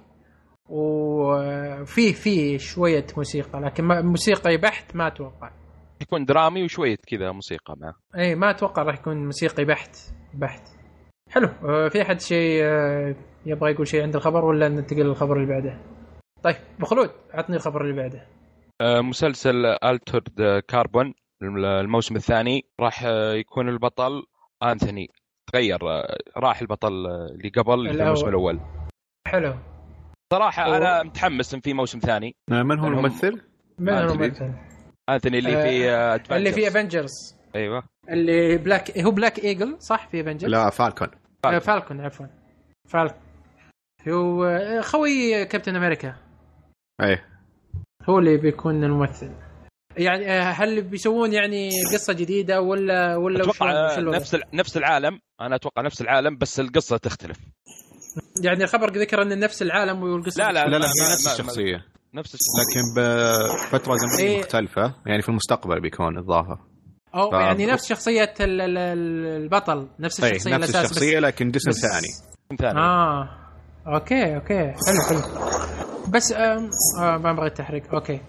وفيه فيه شويه موسيقى، لكن موسيقى بحت ما اتوقع. يكون درامي وشويه كذا موسيقى معه. اي ما اتوقع راح يكون موسيقي بحت بحت. حلو. في احد شيء يبغى يقول شيء عند الخبر ولا ننتقل للخبر اللي بعده؟ طيب بخلود عطني الخبر اللي بعده. مسلسل ألترد كاربون الموسم الثاني راح يكون البطل أنثوني، تغير راح البطل اللي قبل في الموسم الأول. حلو صراحة أوه. أنا متحمس في موسم ثاني. من هو الممثل؟ من هو الممثل؟ أنثوني اللي في آه اللي في أفنجرز. أيوة اللي بلاك هو بلاك إيجل صح في أفنجرز؟ لا فالكون. فالكون, فالكون عفوا فالكون هو خوي كابتن أمريكا. أيه هو اللي بيكون الممثل. يعني هل بيسوون يعني قصة جديدة ولا ولا أتوقع نفس نفس العالم؟ أنا أتوقع نفس العالم بس القصة تختلف. يعني الخبر ذكر أن نفس العالم والقصة لا لا لا, لا, لا نفس الشخصية نفس الشخصية لكن بفترة زمنية إيه؟ مختلفة يعني في المستقبل بيكون الظاهر. أو ف... يعني نفس شخصية البطل نفس الشخصية أيه نفس الشخصية بس... لكن جسم بس... ثاني. آه أوكي أوكي حلو حلو بس آه ما بغيت تحرق. أوكي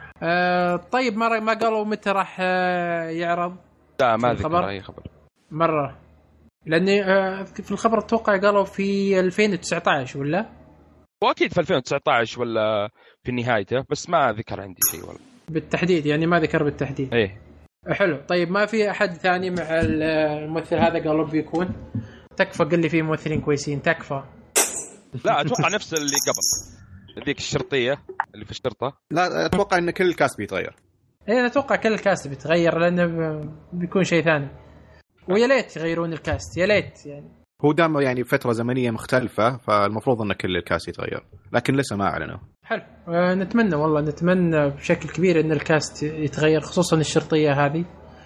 آه طيب مرة ما قالوا متى راح آه يعرض؟ لا ما ذكر أي خبر مرة، لأني آه في الخبر أتوقع قالوا في ألفين وتسعة عشر ولا؟ وأكيد في ألفين وتسعة عشر ولا في نهايته، بس ما ذكر عندي شيء والله بالتحديد، يعني ما ذكر بالتحديد. إيه حلو. طيب ما في أحد ثاني مع الممثل هذا قالوا بيكون؟ تكفى قل لي فيه ممثلين كويسين تكفى. لا أتوقع نفس اللي قبل ذيك الشرطية اللي في الشرطة. لا أتوقع إن كل الكاست بيتغير. إيه أنا أتوقع كل الكاست بيتغير لأنه بيكون شيء ثاني، ويا ليت يغيرون الكاست يا ليت يعني. هو دام يعني فترة زمنية مختلفة فالمفروض إن كل الكاست يتغير، لكن لسه ما أعلنوا. حلو. أه نتمنى والله نتمنى بشكل كبير إن الكاست يتغير، خصوصا الشرطية هذه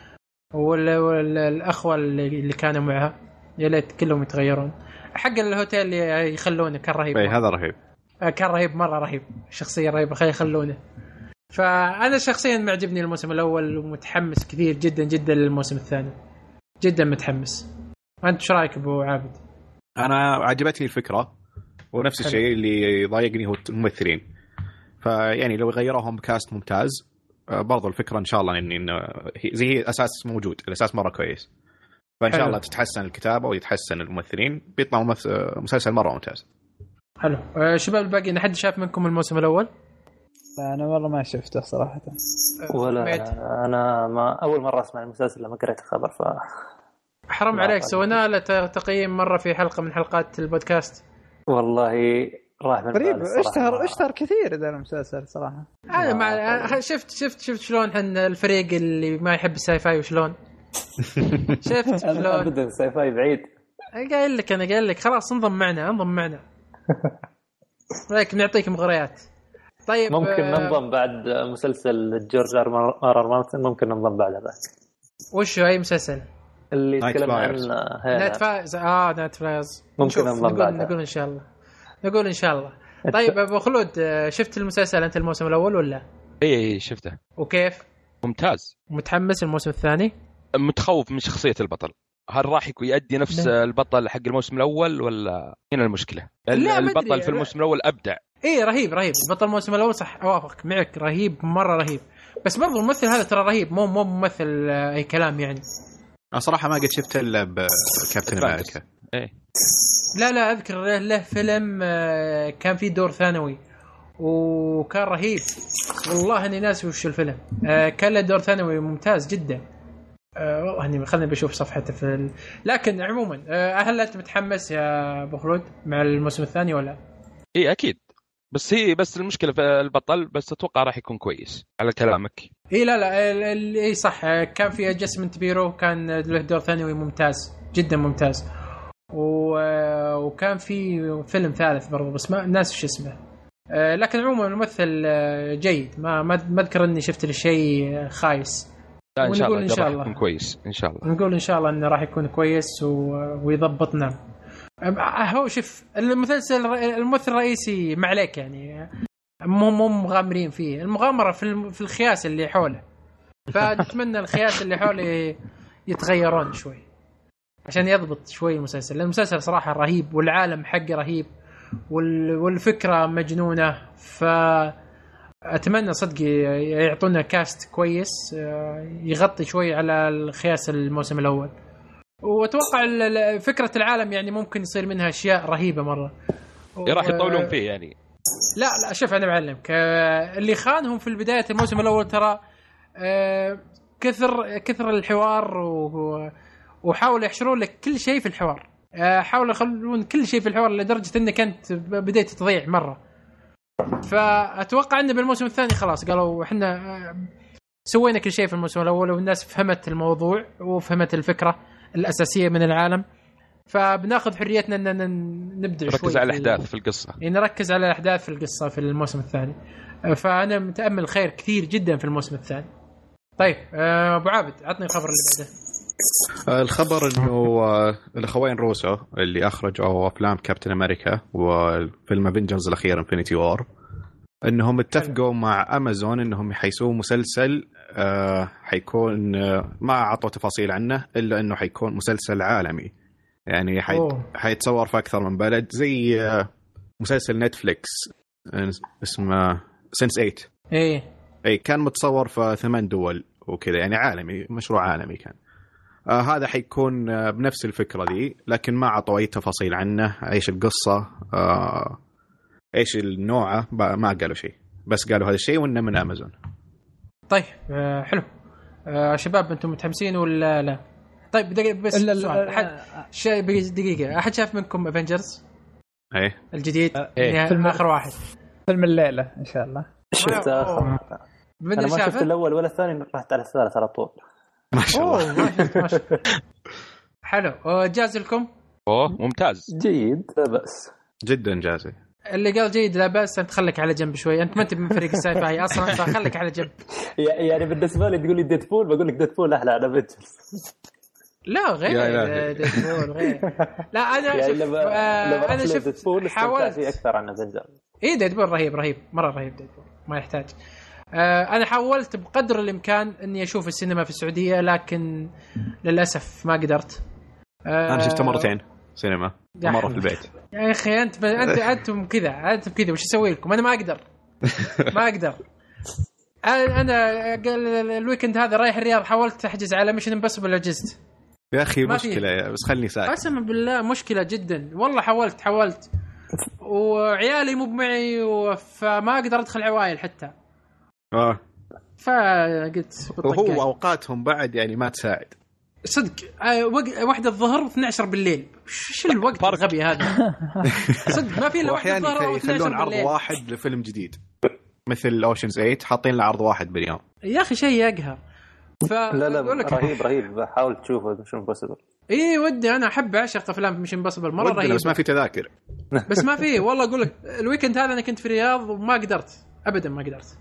والأخوة اللي كانوا معها يا ليت كلهم يتغيرون. حق الهوتيل اللي يخلونه كان رهيب. أي هذا رهيب. كان رهيب مرة رهيب، شخصية رهيبة خلي يخلونه. فأنا شخصيا معجبني الموسم الأول ومتحمس كثير جدا جدا للموسم الثاني، جدا متحمس. أنت شو رأيك أبو عابد؟ أنا عجبتني الفكرة ونفس الشيء اللي يضايقني هو الممثلين، فيعني لو غيروهم بكاست ممتاز برضو الفكرة إن شاء الله إن إنه زي هي أساس موجود، الأساس مرة كويس، فإن شاء الله تتحسن الكتابة ويتحسن الممثلين بيطلع مسلسل مرة ممتاز. حلو. شباب الباقي حد شاف منكم الموسم الأول؟ لا أنا والله ما شفته صراحة. ولا أنا ما أول مرة أسمع المسلسل لما قرأت الخبر ف حرام عليك سوينا له تقييم مرة في حلقة من حلقات البودكاست. والله راح من قريب اشتهر اشتهر كثير هذا المسلسل صراحة. أنا مع شفت شفت شفت شلون حن الفريق اللي ما يحب الساي فاي وشلون شفت شلون أبدا الساي فاي بعيد. قايل لك أنا قايل لك خلاص انضم معنا انضم معنا رايك نعطيك مغريات. طيب ممكن ننضم بعد مسلسل جورج ار ار مارتن، ممكن ننضم بعد هذا. وش أي مسلسل اللي يتكلم عن نايت فايز؟ اه نايت فايز ممكن ننضم نقول, بعد نقول ان شاء الله نقول ان شاء الله. طيب ابو خلود شفت المسلسل انت الموسم الاول ولا؟ اي شفته. وكيف؟ ممتاز. متحمس الموسم الثاني؟ متخوف من شخصية البطل، هل راح يؤدي نفس لا. البطل حق الموسم الأول ولا هنا المشكلة؟ البطل في الموسم الأول أبدع. إيه رهيب رهيب البطل الموسم الأول صح، أوافقك معك رهيب مرة رهيب، بس برضو الممثل هذا ترى رهيب، مو مو ممثل أي كلام يعني. صراحه ما قد شفت الا بكابتن امريكا. ايه لا لا اذكر له فيلم كان فيه دور ثانوي وكان رهيب والله اني ناسي وش الفيلم. كان له دور ثانوي ممتاز جدا. هني خلينا بشوف صفحته في ال... لكن عموما هل انت متحمس يا ابو خلود مع الموسم الثاني ولا؟ ايه اكيد، بس هي بس المشكله في البطل، بس اتوقع راح يكون كويس على كلامك. اي لا لا اي صح، كان في ادجستمنت بيرو كان له دور ثانوي ممتاز جدا ممتاز، و... وكان في فيلم ثالث برضه بس ما الناس ايش اسمه. لكن عموما الممثل جيد، ما ما اذكر اني شفت له شيء خايس. لا ان شاء الله إن شاء الله يكون كويس ان شاء الله. نقول ان شاء الله انه راح يكون كويس و... ويضبطنا. هو شوف المسلسل الممثل الرئيسي ما عليك يعني مو مو مغامرين فيه، المغامره في في الخياس اللي حوله، فنتمنى الخياس اللي حوله يتغيرون شوي عشان يضبط شوي المسلسل، لأن المسلسل صراحه رهيب والعالم حقه رهيب وال... والفكره مجنونه، فاتمنى صدق يعطونا كاست كويس يغطي شوي على الخياس الموسم الاول، واتوقع فكره العالم يعني ممكن يصير منها اشياء رهيبه مره راح يطولون فيه يعني. لا لا شوف انا بعلمك اللي خانهم في البدايه الموسم الاول ترى كثر كثر الحوار وحاولوا يحشرون لك كل شيء في الحوار، حاولوا يخلون كل شيء في الحوار لدرجه انك انت بديت تضيع مره. فاتوقع ان بالموسم الثاني خلاص قالوا احنا سوينا كل شيء في الموسم الاول والناس فهمت الموضوع وفهمت الفكره الأساسية من العالم، فبناخذ حريتنا أن نبدع شوي، نركز على الأحداث في القصة، يعني نركز على الأحداث في القصة في الموسم الثاني. فأنا متأمل خير كثير جدا في الموسم الثاني. طيب أبو عابد عطني الخبر اللي بعده. الخبر إنه الأخوين روسو اللي أخرجوا أفلام كابتن أمريكا وفيلم افنجرز الأخير انفينيتي وار إنهم اتفقوا مع أمازون إنهم يحيسون مسلسل آه حيكون آه ما عطوا تفاصيل عنه إلا إنه حيكون مسلسل عالمي، يعني حي... حيتصور في أكثر من بلد زي آه مسلسل نتفليكس اسمه سنس ايت. إيه إيه كان متصور في ثمان دول وكذا، يعني عالمي، مشروع عالمي كان. آه هذا حيكون آه بنفس الفكرة دي، لكن ما عطوا أي تفاصيل عنه، إيش القصة آه إيش النوع، ما قالوا شيء، بس قالوا هذا الشيء وإنه من أمازون. طيب آه حلو. آه شباب انتم متحمسين ولا لا؟ طيب دقيقة بس سؤال، احد شيء دقيقة احد شاف منكم افنجرز ايه الجديد؟ ايه فيلم اخر واحد فيلم الليلة ان شاء الله شفت اخر. انا ما شفت الاول ولا الثاني، رحت على الثالث على طول. ما شاء الله. ما شفت ما شفت. حلو. جاز لكم؟ اوه ممتاز جيد لا بأس جدا جازي. اللي قال جيد لا بأس انت خليك على جنب شوي، انت ما انت من فريق الساي فاي اصلا، فخليك على جنب. يعني بالنسبه لي تقول لي ديدبول بقول لك ديدبول احلى على افنجرز. لا غير ديدبول غير. لا انا يعني شوف آه انا شفت حاولت اكثر عن افنجرز. ايه ديدبول رهيب رهيب مره رهيب ديدبول ما يحتاج. آه انا حاولت بقدر الامكان اني اشوف السينما في السعوديه لكن للاسف ما قدرت. آه انا شفته مرتين سينما ومره في البيت. يا اخي انت انت انتم كذا انتم كذا وش اسوي لكم؟ انا ما اقدر ما اقدر. انا الويكند هذا رايح الرياض حاولت احجز على ميشن امبوسيبل وجزت يا اخي مشكله يا بس خلني ساكت. قسما بالله مشكله جدا والله. حاولت حاولت وعيالي مو بمعي فما اقدر ادخل عوائل حتى. اه فقلت وهو اوقاتهم بعد يعني ما تساعد صدق. واحدة الظهر واثني عشر بالليل، شو الوقت الغبي هذا؟ صدق ما في الا واحدة الظهر واثني عشر يخلون عرض واحد لفيلم جديد مثل اوشنز ثمانية حاطين له عرض واحد باليوم. يا اخي شيء يقهر. ف لا لا رهيب رهيب، حاول تشوفه مش امبوسيبل. اي ودي انا احب اعشق افلام مش امبوسيبل مره رهيب، بس ما في تذاكر. بس ما في والله اقول لك الويكند هذا انا كنت في الرياض وما قدرت ابدا ما قدرت.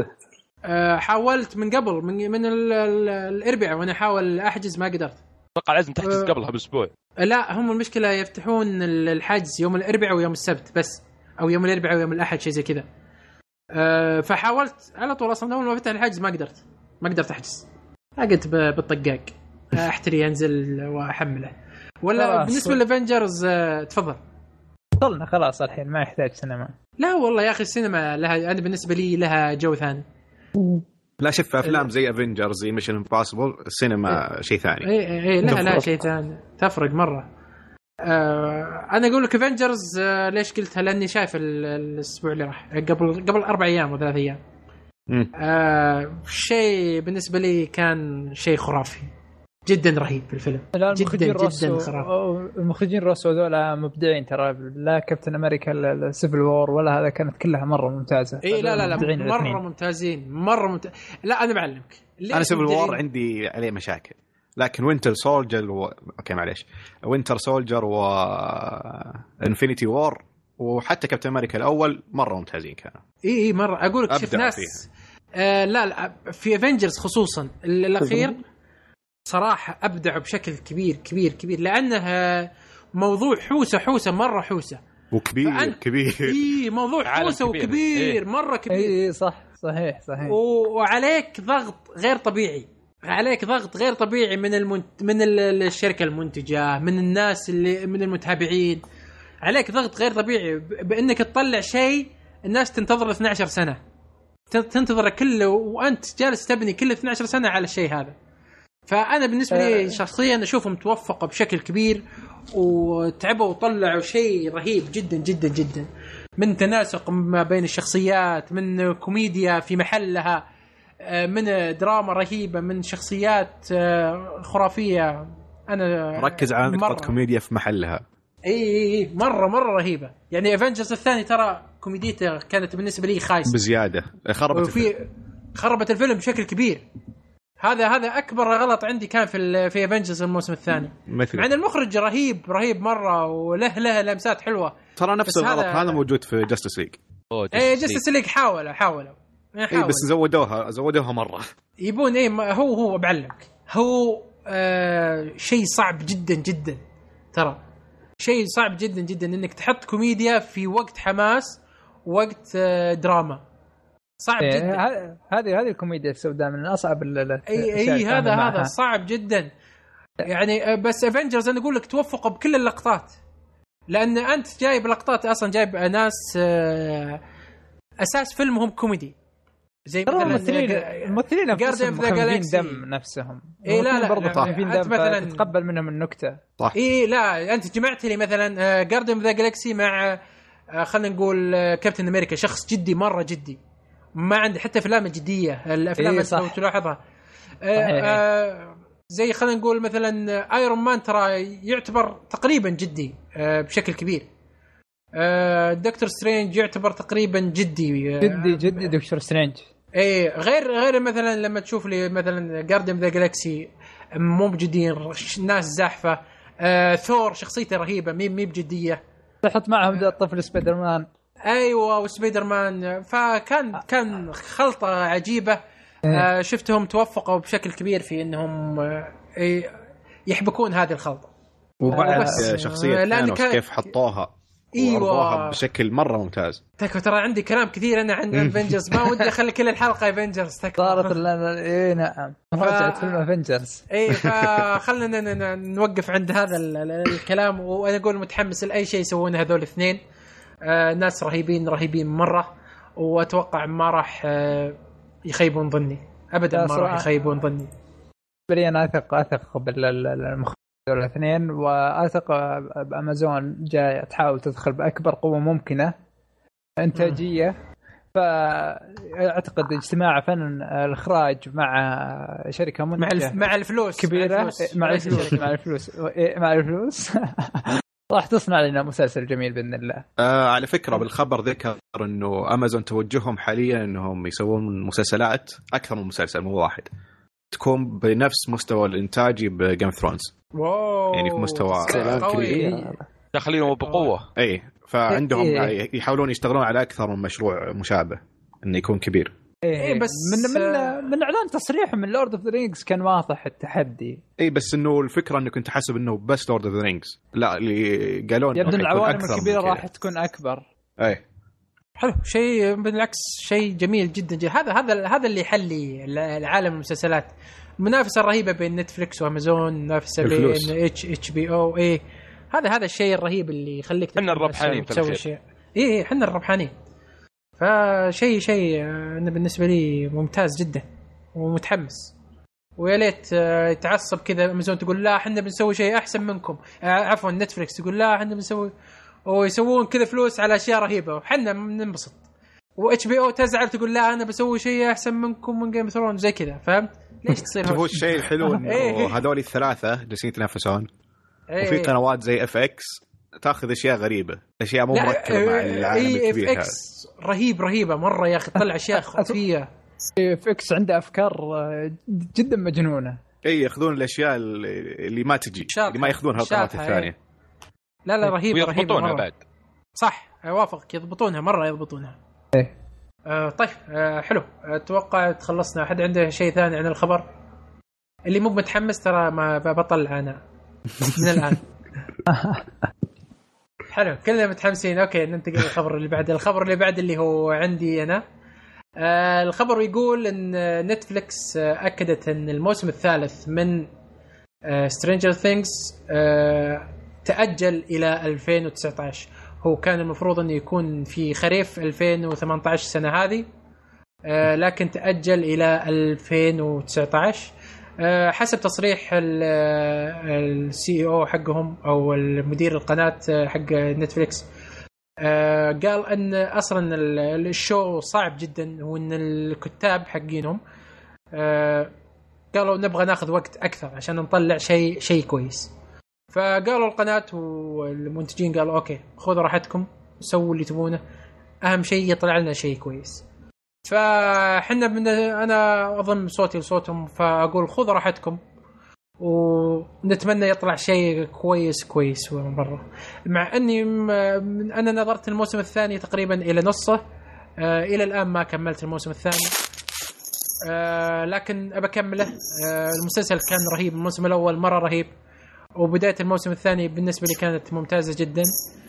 حاولت من قبل من من الاربعاء وانا احاول احجز ما قدرت. اتوقع لازم تحجز قبلها باسبوع. لا هم المشكله يفتحون الحجز يوم الاربعاء ويوم السبت بس، او يوم الاربعاء ويوم الاحد شيء زي كذا. أه فحاولت على طول اصلا اول ما فتح الحجز ما قدرت ما قدرت احجز. قلت بالطقاق احتري انزل واحمله. ولا بالنسبه للافنجرز أه تفضل. وصلنا خلاص الحين ما يحتاج سينما. لا والله يا اخي السينما لها، انا بالنسبه لي لها جو ثاني. لا شوف افلام زي افنجرز زي ميشن امبوسيبل السينما إيه. شيء ثاني. اي اي لا لا شيء ثاني تفرق مره. آه انا اقول لك افنجرز آه ليش قلتها لاني شايف الاسبوع اللي راح قبل قبل اربع ايام وثلاث ايام. آه شيء بالنسبه لي كان شيء خرافي جدا رهيب في الفيلم. جدا جدا خرافي. المخرجين روسو هذول مبدعين ترى. لا كابتن امريكا السيفل وور ولا هذا كانت كلها مره ممتازه. اي لا لا لا مره الاثنين. ممتازين مره ممتاز. لا انا بعلمك انا سيفل وور عندي عليه مشاكل لكن وينتر سولجر و... اوكي معليش وينتر سولجر و انفينيتي وور وحتى كابتن امريكا الاول مره ممتازين كانوا. اي اي مره اقول لك شفت ناس آه لا لا في افنجرز خصوصا الاخير صراحه ابدعوا بشكل كبير كبير كبير لانها موضوع حوسه حوسه مره حوسه وكبير فأنت... كبير اي موضوع حوسه وكبير إيه؟ مره كبير. اي صح صحيح صحيح. و... وعليك ضغط غير طبيعي عليك ضغط غير طبيعي من المنت... من الشركه المنتجه من الناس اللي من المتابعين. عليك ضغط غير طبيعي بانك تطلع شيء الناس تنتظر اثنتي عشرة سنه تنتظر كله وانت جالس تبني كل اثنتي عشرة سنه على الشيء هذا. فانا بالنسبه لي شخصيا اشوفهم توفقوا بشكل كبير وتعبوا وطلعوا شيء رهيب جدا جدا جدا من تناسق ما بين الشخصيات من كوميديا في محلها من دراما رهيبه من شخصيات خرافيه. انا ركز على نقطه كوميديا في محلها. اي اي مره مره رهيبه يعني افنجرز الثاني ترى كوميديته كانت بالنسبه لي خايسه بزياده خربت وفي خربت الفيلم بشكل كبير. هذا هذا اكبر غلط عندي كان في في افنجرز الموسم الثاني مع ان المخرج رهيب رهيب مره وله له لمسات حلوه ترى نفس الغلط هذا, هذا موجود في جاستس ليج. اي جاستس ليج حاولوا حاولوا اي بس زودوها زودوها مره يبون ايه هو هو بعلمك هو آه شيء صعب جدا جدا ترى شيء صعب جدا جدا انك تحط كوميديا في وقت حماس وقت آه دراما صعب إيه جدا. هذه هذه الكوميديا السوداء من اصعب ال اي اي هذا هذا صعب جدا يعني. بس افنجرز انا اقول لك توفقوا بكل اللقطات لان انت جايب لقطات اصلا جايب ناس آه اساس فيلمهم كوميدي زي مثلا الممثلين الممثلين نفسهم دم نفسهم. اي لا لا برضه خفيفين دم مثلا تتقبل منهم النكته. اي لا انت جمعت لي مثلا جاردن اوف ذا جالاكسي مع خلينا نقول كابتن امريكا شخص جدي مره جدي ما عندي حتى افلام جديه الافلام إيه اللي تلاحظها آه زي خلينا نقول مثلا ايرون مان ترى يعتبر تقريبا جدي آه بشكل كبير. آه دكتور سترينج يعتبر تقريبا جدي آه جدي جدي دكتور سترينج. ايه غير غير مثلا لما تشوف لي مثلا جاردن ذا جالاكسي مو بجديين ناس زاحفه. آه ثور شخصيته رهيبه مي مي بجديه تحط معهم الطفل سبايدر مان. ايوه وسبايدر مان فكان كان خلطه عجيبه. آه شفتهم توفقوا بشكل كبير في انهم آه يحبكون هذه الخلطه. وبعد آه شخصيه ثانوس كان... كيف حطوها ايوه بشكل مره ممتاز. تكفى ترى عندي كلام كثير انا عن افنجرز ما ودي اخلي كل الحلقه افنجرز صارت اي نعم رجعت فيلم افنجرز. اي فخلنا نوقف عند هذا الكلام وانا اقول متحمس لاي شيء يسوونه هذول الاثنين. آه ناس رهيبين رهيبين مرة وأتوقع ما راح آه يخيبون ظني أبدا ما راح يخيبون ظني. بري أنا أثق أثق بالمخرجين الاثنين وأثق بأمازون جاي تحاول تدخل بأكبر قوة ممكنة إنتاجية. فأعتقد اجتماع فن الإخراج مع شركة منتجة مع الفلوس كبيرة مع الفلوس مع الفلوس مع الفلوس راح تصنع لنا مسلسل جميل بإذن الله. آه على فكرة بالخبر ذكر إنه أمازون توجههم حاليا إنهم يسوون مسلسلات أكثر من مسلسل مو واحد تكون بنفس مستوى الإنتاجي بجيم ثرونز. يعني في مستوى كبير داخلينهم بقوة. أي فعندهم إيه. يحاولون يشتغلون على أكثر من مشروع مشابه إنه يكون كبير. إيه بس من من من إعلان تصريح من لورد اوف ذا رينجز كان واضح التحدي. اي بس انه الفكره انه كنت حاسب انه بس لورد اوف ذا رينجز لا اللي قالون يبدو العوالم الكبيره راح تكون اكبر. اي حلو شيء بالعكس شيء جميل جدا, جدا. هذا هذا هذا اللي يحلي العالم المسلسلات. المنافسه الرهيبه بين نتفليكس وامازون منافسه بين اتش اتش بي او اي هذا هذا الشيء الرهيب اللي يخليك احنا الربحانين تسوي شيء. اي اي احنا الربحانين. فشيء شيء أنا بالنسبة لي ممتاز جدا ومتحمس، ويا ليت يتعصب كذا امازون تقول لا احنا بنسوي شيء احسن منكم، عفوا نتفليكس تقول لا احنا بنسوي، ويسوون كذا فلوس على اشياء رهيبه وحنا ننبسط، واتش بي او تزعل تقول لا انا بسوي شيء احسن منكم من جيم ثرون زي كذا. فهمت ليش تصير هو الشيء الحلو انه هذول الثلاثه جالسين يتنافسون، وفي قنوات زي اف اكس تاخذ اشياء غريبه، اشياء مو مركبه مع العالم الكبير هذا. رهيب رهيبه مره يا اخي، تطلع اشياء خفيه. اف اكس عنده افكار جدا مجنونه. اي ياخذون الاشياء اللي ما تجي اللي ما ياخذونها القنوات الثانيه. لا لا رهيبه رهيبه يضبطونها بعد. صح اوافقك، يضبطونها مره يضبطونها. ايه آه طيب آه حلو. اتوقع تخلصنا. حد عنده شيء ثاني عن الخبر؟ اللي مو متحمس ترى ما بطلع انا من الان. حلو كلنا متحمسين. اوكي ننتقل للخبر اللي بعد. الخبر اللي بعد اللي هو عندي انا. آه الخبر يقول ان نتفليكس آه اكدت ان الموسم الثالث من سترينجر ثينجز تأجل إلى ألفين وتسعة عشر. هو كان المفروض أنه يكون في خريف ألفين وثمانية عشر سنة هذه، آه لكن تأجل إلى ألفين وتسعة عشر آه حسب تصريح السي او حقهم أو المدير القناة حق نتفليكس. آه قال أن أصلا الشو صعب جدا، وأن الكتاب حقينهم آه قالوا نبغى ناخذ وقت أكثر عشان نطلع شيء شيء كويس. فقالوا القناة والمنتجين قالوا أوكي خذوا راحتكم سووا اللي تبونه، أهم شيء يطلع لنا شيء كويس. فحنا من أنا أضم صوتي لصوتهم، فأقول خذوا راحتكم ونتمنى يطلع شيء كويس كويس مرة. مع أني أنا نظرت الموسم الثاني تقريبا إلى نصه، آه إلى الآن ما كملت الموسم الثاني، آه لكن أبى أكمله. آه المسلسل كان رهيب، الموسم الأول مرة رهيب، وبداية الموسم الثاني بالنسبة لي كانت ممتازة جدا،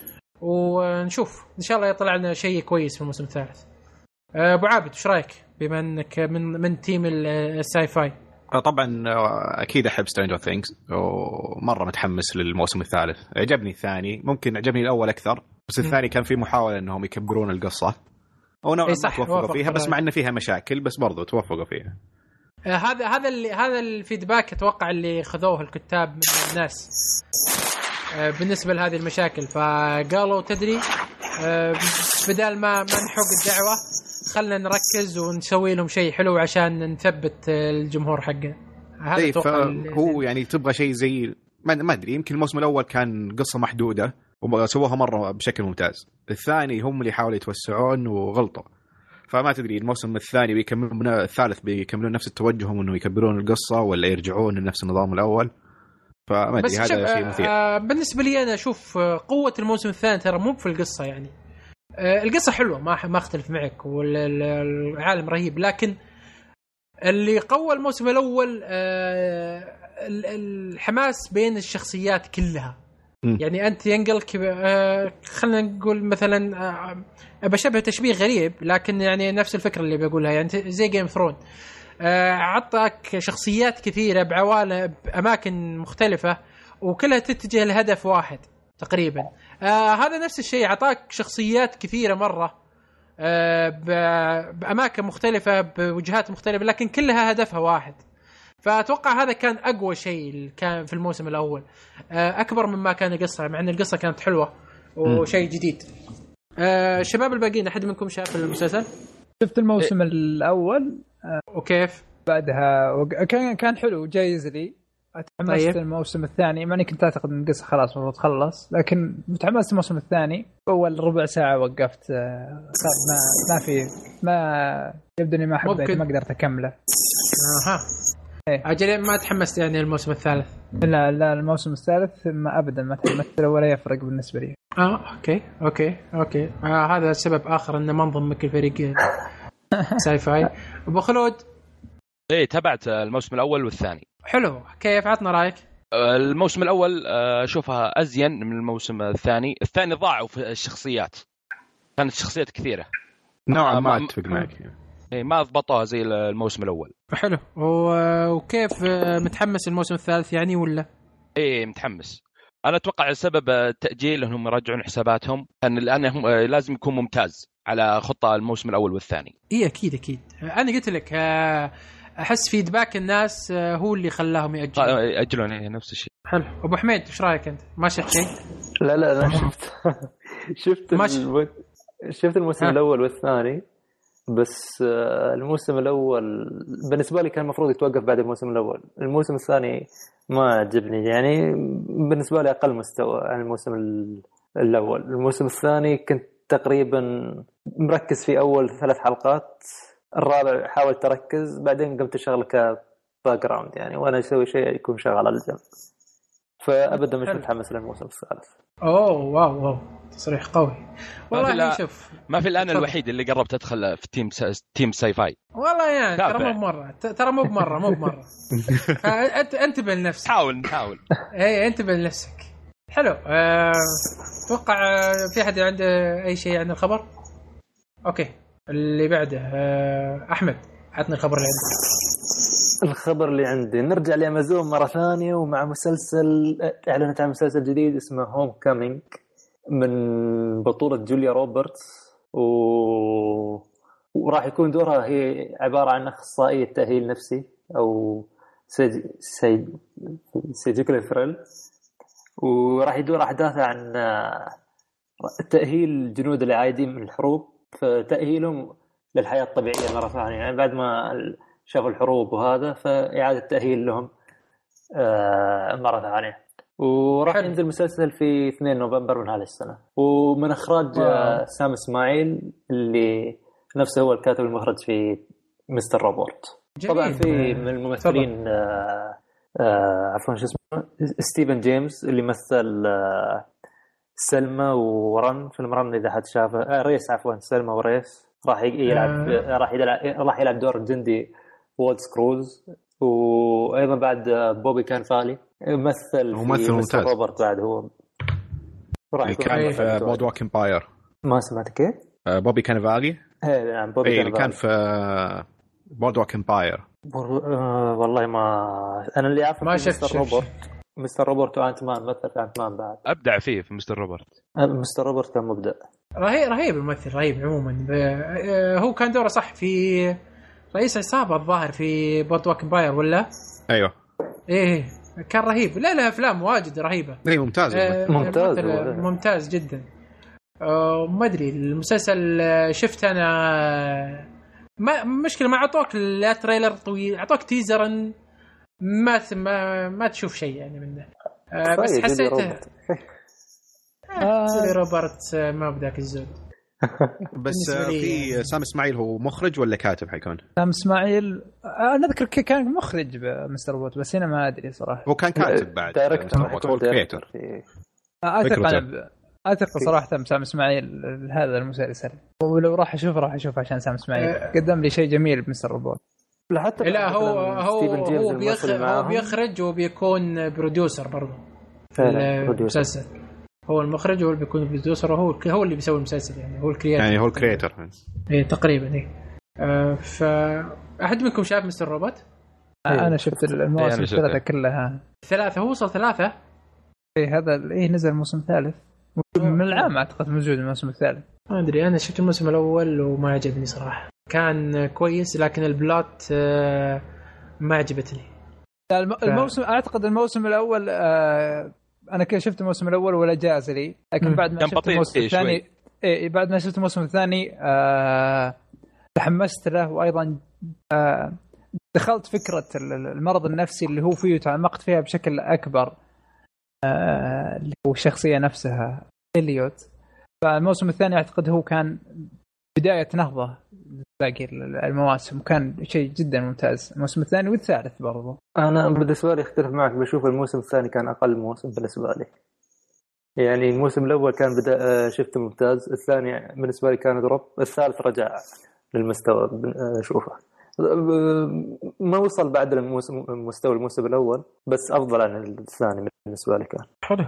ونشوف إن شاء الله يطلع لنا شيء كويس في الموسم الثالث. أبو عابد إيش رأيك بما أنك من من تيم الساي فاي؟ طبعا أكيد أحب سترينجر ثينجز ومرة متحمس للموسم الثالث. عجبني الثاني، ممكن عجبني الأول أكثر، بس الثاني كان في محاولة أنهم يكبرون القصة ونوعا ما توفقوا فيها، بس مع أن فيها مشاكل بس برضو توفقوا فيها. آه هذا هذا اللي هذا الفيدباك اتوقع اللي خذوه الكتاب من الناس آه بالنسبه لهذه المشاكل. فقالوا تدري آه بدال ما ما نحوق الدعوه خلنا نركز ونسوي لهم شيء حلو عشان نثبت الجمهور حقنا. هذا اتوقع هو يعني تبغى شيء زي ما ادري، يمكن الموسم الاول كان قصه محدوده وسووها مره بشكل ممتاز، الثاني هم اللي حاولوا يتوسعون وغلطوا، فما تدري الموسم الثاني بيكملون الثالث بيكملون نفس التوجههم انه يكبرون القصه ولا يرجعون لنفس النظام الاول. فما ادري هذا شيء مثير. آه بالنسبه لي انا اشوف قوه الموسم الثاني ترى مو في القصه، يعني آه القصه حلوه ما ما اختلف معك والعالم رهيب، لكن اللي قوى الموسم الاول آه الحماس بين الشخصيات كلها. م. يعني انت ينقلك آه خلينا نقول مثلا آه بشبه تشبيه غريب لكن يعني نفس الفكره اللي بقولها، يعني زي جيم ثرون آه عطاك شخصيات كثيره بعوالم باماكن مختلفه وكلها تتجه لهدف واحد تقريبا. آه هذا نفس الشيء، عطاك شخصيات كثيره مره آه باماكن مختلفه بوجهات مختلفه لكن كلها هدفها واحد. فأتوقع هذا كان أقوى شيء كان في الموسم الأول أكبر مما كان قصة، مع أن القصة كانت حلوة وشيء جديد. أه شباب الباقيين أحد منكم شاف المسلسل؟ شفت الموسم إيه؟ الأول وكيف؟ بعدها كان كان حلو جايز لي. تحمست طيب. الموسم الثاني ماني كنت أعتقد أن القصة خلاص المفروض تخلص، لكن متحمست الموسم الثاني. أول ربع ساعة وقفت ما ما في ما يبدو إني ما حبيت ما قدرت أكمله. أها إيه؟ أجل ما تحمست يعني الموسم الثالث؟ لا لا الموسم الثالث ما أبدا ما تحمست ولا يفرق بالنسبة لي. آه أوكي أوكي أوكي آه هذا سبب آخر إن ما انضمك الفريق ساي فاي. أبو خلود إيه تابعت الموسم الأول والثاني. حلو، كيف عطنا رأيك؟ الموسم الأول أشوفها أزين من الموسم الثاني. الثاني ضاعوا في الشخصيات، كانت شخصيات كثيرة نوعا ما أتفق معك، إيه ما أضبطوها زي الموسم الأول. حلو. وكيف متحمس الموسم الثالث يعني ولا؟ إيه متحمس. أنا أتوقع السبب التأجيل أنهم يرجعون حساباتهم، أن الآن لازم يكون ممتاز على خطة الموسم الأول والثاني. إيه أكيد أكيد. أنا قلت لك احس فيدباك الناس هو اللي خلاهم ياجلون ياجلون نفس الشيء. حلو. ابو حميد ايش رايك انت؟ ما شفت شيء؟ لا لا انا شفت شفت الم... شفت الموسم ها. الاول والثاني بس. الموسم الاول بالنسبه لي كان المفروض يتوقف بعد الموسم الاول. الموسم الثاني ما عجبني يعني بالنسبه لي اقل مستوى عن الموسم الاول. الموسم الثاني كنت تقريبا مركز في اول ثلاث حلقات، الرابع حاولت اركز بعدين قمت اشغل كباك جراوند يعني وانا اسوي شيء يكون شغال على الجنب، فابدا مش متحمس للموسم الثالث. اوه واو واو تصريح قوي والله. شوف ما في الان الوحيد اللي قربت ادخل في تيم س... تيم ساي فاي والله يعني ترى مو بمره ترى مو بمره مو بمره انت انتبه لنفسك. حاول نحاول اي انتبه لنفسك. حلو. اتوقع أه... في حد عنده اي شيء عن الخبر؟ اوكي اللي بعده أه... احمد عطني الخبر اللي عندك. الخبر اللي عندي نرجع لأمازون مرة ثانية ومع مسلسل اعلنت عن مسلسل جديد اسمه هوم كامينج من بطولة جوليا روبرتس و... وراح يكون دورها هي عبارة عن أخصائية تأهيل نفسي أو سيج... سيج... سيجيكال ثريل، وراح يدور أحداثها عن تأهيل جنود العايدين من الحروب، فتأهيلهم للحياة الطبيعية مرة ثانية يعني بعد ما شافوا الحروب وهذا فإعادة تأهيل لهم مرة ثانية. وراح ينزل مسلسل في اثنين نوفمبر من هذه السنة ومن إخراج واو. سام إسماعيل اللي نفسه هو الكاتب المخرج في مستر روبوت. طبعا في من الممثلين عفوا شو اسمه ستيفن جيمس اللي مثل سلمى ورن فيلم رن إذا حد شافه، ريس عفوا سلمى وريس. راح يلعب راح يلعب راح يلعب دور الجندي وولد سكروز. وايضا بعد بوبي كانفالي مثل ممثل ممتاز روبرت بعد هو راح كان في بورد واك امباير. ما سمعت كيف بوبي كانفالي؟ ايه نعم بوبي كانفالي كان في بورد واك امباير. والله ما انا اللي اعرف ما شفت روبرت مستر روبرت وانت مان مثل انت مان بعد ابدع فيه في مستر روبرت. مستر روبرت كان مبدع رهيب رهيب الممثل رهيب عموما. هو كان دوره صح في رئيس عصابة الظاهر في بورد واك امباير ولا؟ ايوه ايه كان رهيب. لا لا افلام واجد رهيبة. اي ممتاز آه ممتاز ممتاز جدا. آه ما ادري المسلسل شفت انا ما مشكلة ما عطوك لا تريلر طويل عطوك تيزرا ما ما ما تشوف شيء يعني منه. آه بس حسيته آه روبرت ما بداك الزود. بس في سام اسماعيل هو مخرج ولا كاتب حيكون؟ سام اسماعيل انا اذكر كان مخرج بمستر روبوت بس انا ما ادري صراحه. هو كان كاتب بعد دايركتور كريتور. اعتقد اثق صراحه سام اسماعيل هذا المسلسل ولو راح اشوف راح اشوف عشان سام اسماعيل قدم لي شيء جميل بمستر روبوت. لا حتى لا هو هو هو بيخرج هو بيخرج وبيكون بروديوسر برضه في المسلسل. هو المخرج هو اللي بيكون بروديوسر وهو هو اللي بيسوي المسلسل يعني هو الكرياتور يعني هو الكرياتور ايه تقريبا ايه. آه ف احد منكم شاف مستر روبوت؟ أيه. انا شفت المواسم الثلاثه كلها. ثلاثه هو وصل ثلاثه ايه هذا ايه نزل الموسم الثالث من العام اعتقد موجود الموسم الثالث. ما ادري انا شفت الموسم الاول وما عجبني صراحه. كان كويس لكن البلوت آه ما عجبتني. الموسم ف... اعتقد الموسم الاول آه انا كنت شفت الموسم الاول ولا جاز لي لكن بعد ما شفت الموسم الثاني إيه بعد ما شفت الموسم الثاني آه تحمست له وايضا آه دخلت فكره المرض النفسي اللي هو فيه وتعمقت فيها بشكل اكبر آه اللي هو الشخصيه نفسها إليوت. فالموسم الثاني اعتقد هو كان بدايه نهضه باقي المواسم وكان شيء جدا ممتاز. الموسم الثاني والثالث برضو انا بالنسبه لي اختلف معك بشوف الموسم الثاني كان اقل موسم بالنسبه لي. يعني الموسم الاول كان بدا شفته ممتاز الثاني بالنسبه لي كان دروب الثالث رجع للمستوى اشوفه ما وصل بعد الموسم مستوى الموسم الاول بس افضل عن الثاني بالنسبه لي كان حلو.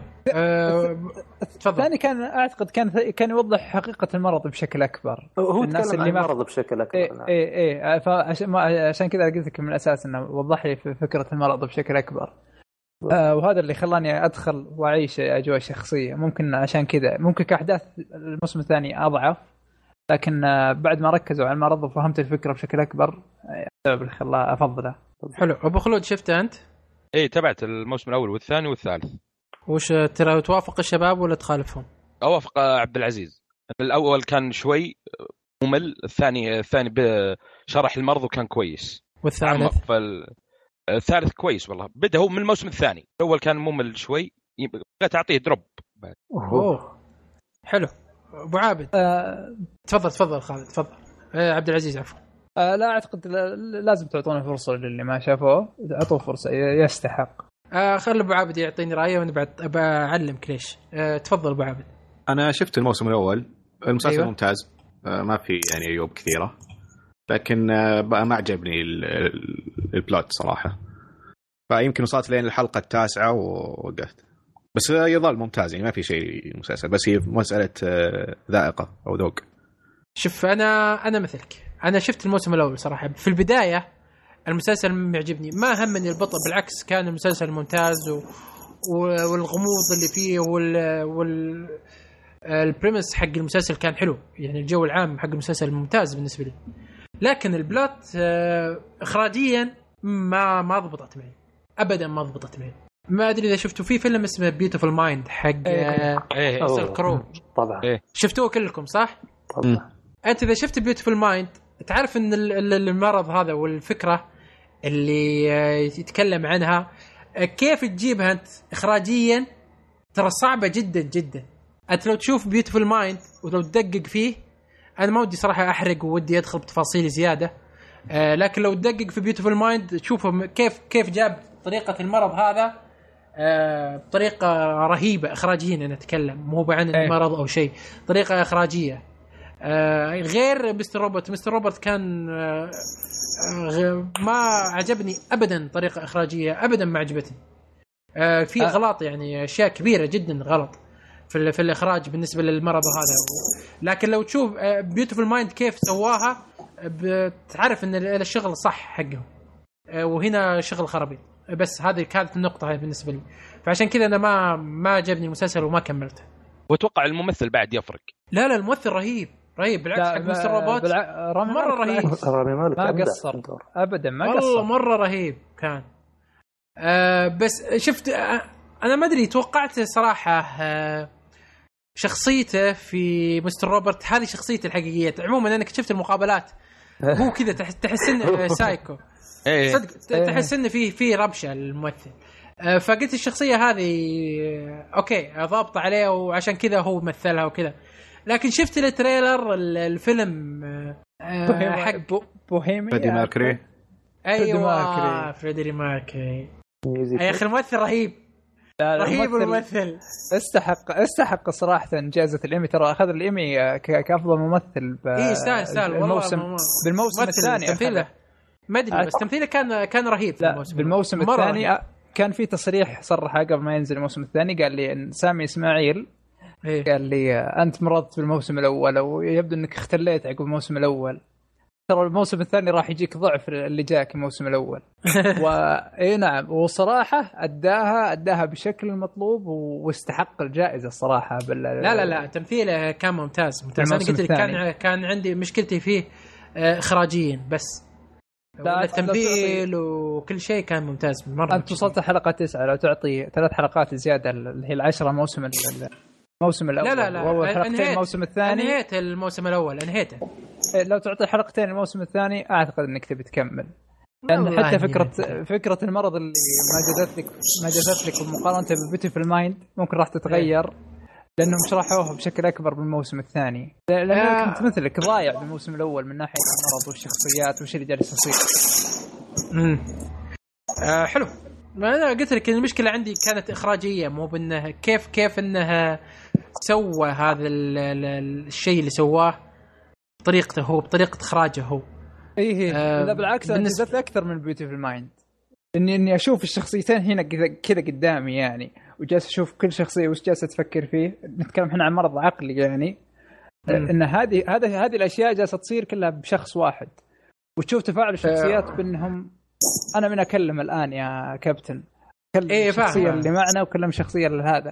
الثاني كان اعتقد كان كان يوضح حقيقه المرض بشكل اكبر. هو الناس اللي مرض بشكل اكبر. اي نعم. اي اي فعشان عشان كذا قلت لك من الاساس انه وضح لي فكره المرض بشكل اكبر. آه وهذا اللي خلاني ادخل واعيش اجواء شخصيه. ممكن عشان كذا ممكن كاحداث الموسم الثاني اضعف لكن بعد ما ركزوا على المرض وفهمت الفكره بشكل اكبر السبب اللي خلاه افضله. حلو. ابو خلود شفته انت؟ ايه تابعت الموسم الاول والثاني والثالث. وش ترى توافق الشباب ولا تخالفهم؟ اوافق عبد العزيز. الاول كان شوي ممل، الثاني الثاني بشرح المرض وكان كويس. والثالث؟ الثالث كويس والله، بدا هو من الموسم الثاني. الاول كان ممل شوي، يبغى تعطيه دروب. اوه حلو. ابو عابد أه... تفضل تفضل خالد تفضل. أه عبد العزيز عفوا. أه لا اعتقد لازم تعطونا فرصه للي ما شافوه، اعطوه فرصه يستحق. أه خلي ابو عابد يعطيني رايه وانا بعد بعلمك ليش. أه تفضل ابو عابد. انا شفت الموسم الاول، المسلسل أيوة. ممتاز، أه ما في يعني عيوب كثيره، لكن أه ما عجبني البلوت صراحه، فيمكن وصلت لين الحلقه التاسعه ووقفت. بس يظل ممتاز يعني، ما في شيء مسلسل، بس هي مساله ذائقه او ذوق. شوف انا انا مثلك، انا شفت الموسم الاول صراحه. في البدايه المسلسل معجبني، ما همني البطل، بالعكس كان المسلسل ممتاز و... والغموض اللي فيه وال وال البريمس حق المسلسل كان حلو، يعني الجو العام حق المسلسل ممتاز بالنسبه لي. لكن البلوت اخراجيا ما ما ضبطت معي ابدا، ما ضبطت معي. ما ادري اذا شفتوا في فيلم اسمه بيوتيفول مايند حق راسل كرو. طبعا شفتوه كلكم صح؟ طبعا. انت اذا شفت بيوتيفول مايند تعرف ان المرض هذا والفكره اللي يتكلم عنها كيف تجيبها انت اخراجيا ترى صعبه جدا جدا. انت لو تشوف بيوتيفول مايند ولو تدقق فيه، انا ما ودي صراحه احرق وودي ادخل بتفاصيل زياده، لكن لو تدقق في بيوتيفول مايند تشوفه كيف كيف جاب طريقه المرض هذا بطريقه رهيبه اخراجيا. انا اتكلم مو عن المرض او شيء، طريقه اخراجيه غير مستر روبوت. مستر روبوت كان ما عجبني ابدا، طريقه اخراجيه ابدا ما عجبتني. في غلط يعني، اشياء كبيره جدا غلط في في الاخراج بالنسبه للمرض هذا. لكن لو تشوف بيوتيفول مايند كيف سواها بتعرف ان الشغل صح حقهم، وهنا شغل خرابيط. بس هذه كانت النقطه هاي بالنسبه لي، فعشان كذا انا ما ما عجبني المسلسل وما كملته. واتوقع الممثل بعد يفرق. لا لا الممثل رهيب رهيب بالعكس حق مستر روبوت بالع... مره رهيب، ما قصر ابدا، ما قصر والله مره رهيب كان. آه بس شفت آه انا ما ادري، توقعت صراحه آه شخصيته في مستر روبوت هذه شخصيته الحقيقيه. عموما انا شفت المقابلات هو كذا تحس انه سايكو صدق، تحس انه في في ربشه الممثل. فقلت الشخصيه هذه اوكي ضابطه عليه وعشان كذا هو مثلها وكذا. لكن شفت التريلر الفيلم حق بوهيمي فريدي ماركري. ايوه فريدي ماركري يا اخي الممثل رهيب رهيب الممثل، استحق استحق صراحه جائزه الايمي. ترى اخذ الايمي كافضل ممثل ب اي استاهل استاهل بالموسم بالموسم الثاني. تمثيله ما ادري بس تمثيله كان كان رهيب في الموسم. بالموسم الثاني كان في تصريح صرح قبل ما ينزل الموسم الثاني، قال لي ان سامي اسماعيل إيه؟ قال لي انت مرضت بالموسم الاول ويبدو انك اختليت عقب الموسم الاول، ترى الموسم الثاني راح يجيك ضعف اللي جاك الموسم الاول. واي نعم، وصراحه اداها اداها بشكل المطلوب واستحق الجائزه الصراحه. بال... لا لا لا تمثيله كان ممتاز ممتاز. انا قلت لك كان كان عندي مشكلتي فيه اخراجيا بس، التمثيل وكل شيء كان ممتاز مرة. أنت وصلت حلقة تسعة، لو تعطي ثلاث حلقات زيادة اللي هي العشرة موسم الموسم الأول. لا لا لا وأول حلقتين الموسم الثاني. انهيت الموسم الأول انهيته. لو تعطي حلقتين الموسم الثاني أعتقد إنك تبي تكمل، لأن حتى فكرة يعني. فكرة المرض اللي ما جازت لك ما جازت لك مقارنة ببيوتيفول مايند ممكن راح تتغير لأنهم شرحوها بشكل أكبر بالموسم الثاني، لأنك آه. كنت مثلك ضايع بالموسم الأول من ناحية المرض والشخصيات وش اللي جالس يصير. امم آه حلو. ما أنا قلت لك المشكلة عندي كانت إخراجية، مو بأنها كيف كيف أنها سوى هذا الشيء اللي سواه بطريقته هو، بطريقة إخراجه هو. إيه آه لا بالعكس أنا بالنسبة أكثر من بيوتيفول مايند، إني إني أشوف الشخصيتين هنا كذا قدامي يعني، وجالس أشوف كل شخصية وش جالسة تفكر فيه. نتكلم إحنا عن مرض عقلي يعني، م. إن هذه هذه هذه الأشياء جالسة تصير كلها بشخص واحد، وتشوف تفاعل الشخصيات أه. بينهم. أنا من أكلم الآن يا كابتن، كلم إيه الشخصية اللي معنا وكلم شخصية لهذا.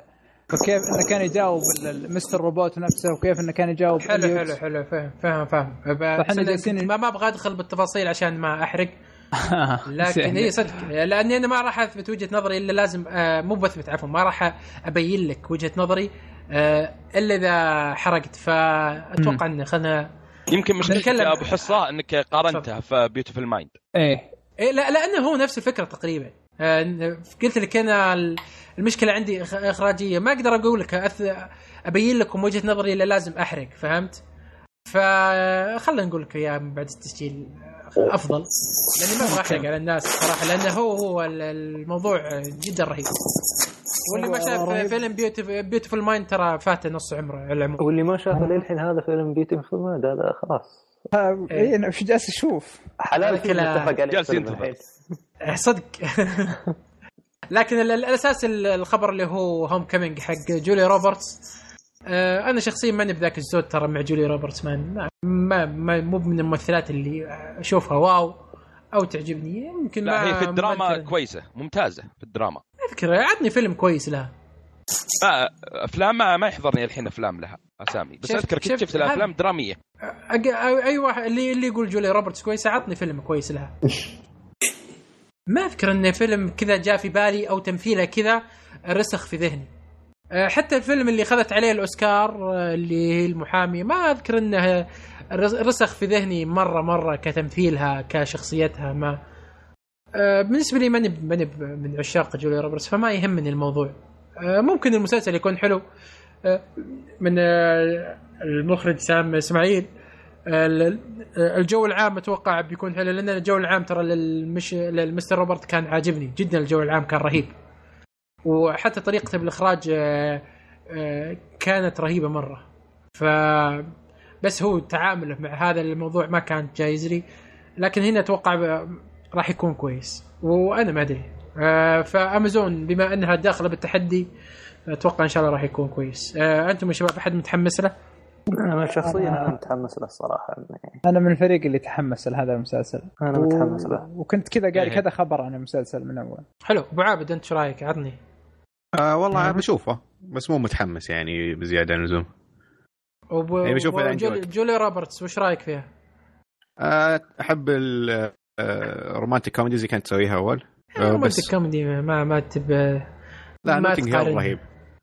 وكيف انه كان يجاوب مستر روبوت نفسه وكيف انه كان يجاوب. حلو حلو حلو فاهم فاهم فاهم ما ما ابغى ادخل بالتفاصيل عشان ما احرق. لكن هي صدق لاني انا ما راح اثبت وجهه نظري الا لازم آه مو بثبت عفوا ما راح ابين لك وجهه نظري آه الا اذا حرقت. فاتوقع ان خلنا يمكن مش نتكلم ابو حصه انك قارنتها في بيوتيفل مايند. ايه إيه لا لانه هو نفس الفكره تقريبا. آه قلت لك انا المشكله عندي اخراجيه ما اقدر اقول لك ابين لكم وجهه نظري الا لازم احرق فهمت. فخلنا نقول لك اياه بعد التسجيل افضل لاني ما ابغى احرق على الناس صراحه لانه هو هو الموضوع جدا رهيب. واللي ما شاف فيلم بيوتيفول مايند ترى فات نص عمره على العموم. واللي ما شافه للحين هذا فيلم بيوتيفول مايند هذا خلاص اي انا ايش جالس اشوف حلال كله متفق عليه جالس ينتظر صدق. لكن الاساس الخبر اللي هو هوم كامينج حق جولي روبرتس. انا شخصيا ماني بذاك الزود ترى مع جولي روبرتس مان ما, ما مو من الممثلات اللي اشوفها واو او تعجبني. يمكن لا هي في الدراما كويسه ممتازه في الدراما. اذكر عطني فيلم كويس لها. ما افلام ما, ما يحضرني الحين افلام لها اسامي بس اذكر كنت شفت الافلام دراميه. اي واحد اللي اللي يقول جولي روبرتس كويسه عطني فيلم كويس لها. ما اذكر ان فيلم كذا جاء في بالي او تمثيله كذا رسخ في ذهني. حتى الفيلم اللي خذت عليه الأوسكار اللي هي المحامي ما أذكر أنه رسخ في ذهني مرة مرة كتمثيلها كشخصيتها. ما بالنسبة لي ماني ماني من عشاق جولي روبرتس فما يهمني الموضوع. ممكن المسلسل يكون حلو من المخرج سام إسماعيل. الجو العام أتوقع بيكون حلو لأن الجو العام ترى للمش للمستر روبرت كان عاجبني جدا. الجو العام كان رهيب وحتى طريقته بالإخراج كانت رهيبة مرة. فبس هو تعامله مع هذا الموضوع ما كان جايز لي. لكن هنا أتوقع راح يكون كويس وأنا ما أدري. فأمازون بما أنها داخلة بالتحدي أتوقع إن شاء الله راح يكون كويس. أنتم يا شباب أحد متحمس له؟ أنا شخصيا أنا متحمس له الصراحة. أنا من الفريق اللي تحمس لهذا المسلسل. أنا و... متحمس له وكنت كذا قاري كذا خبر عن المسلسل من أول. حلو. أبو عابد أنت شو رأيك؟ عطني. آه والله بشوفه بس مو متحمس يعني بزيادة عن اللزوم. وب... يعني بشوف جولي... جولي روبرتس وش رأيك فيها؟ آه أحب الرومانتيك كوميديز اللي كانت تسويها أول. رومانتيك بس... كوميدي ما ما تب لا نوتنج هيل رهيب.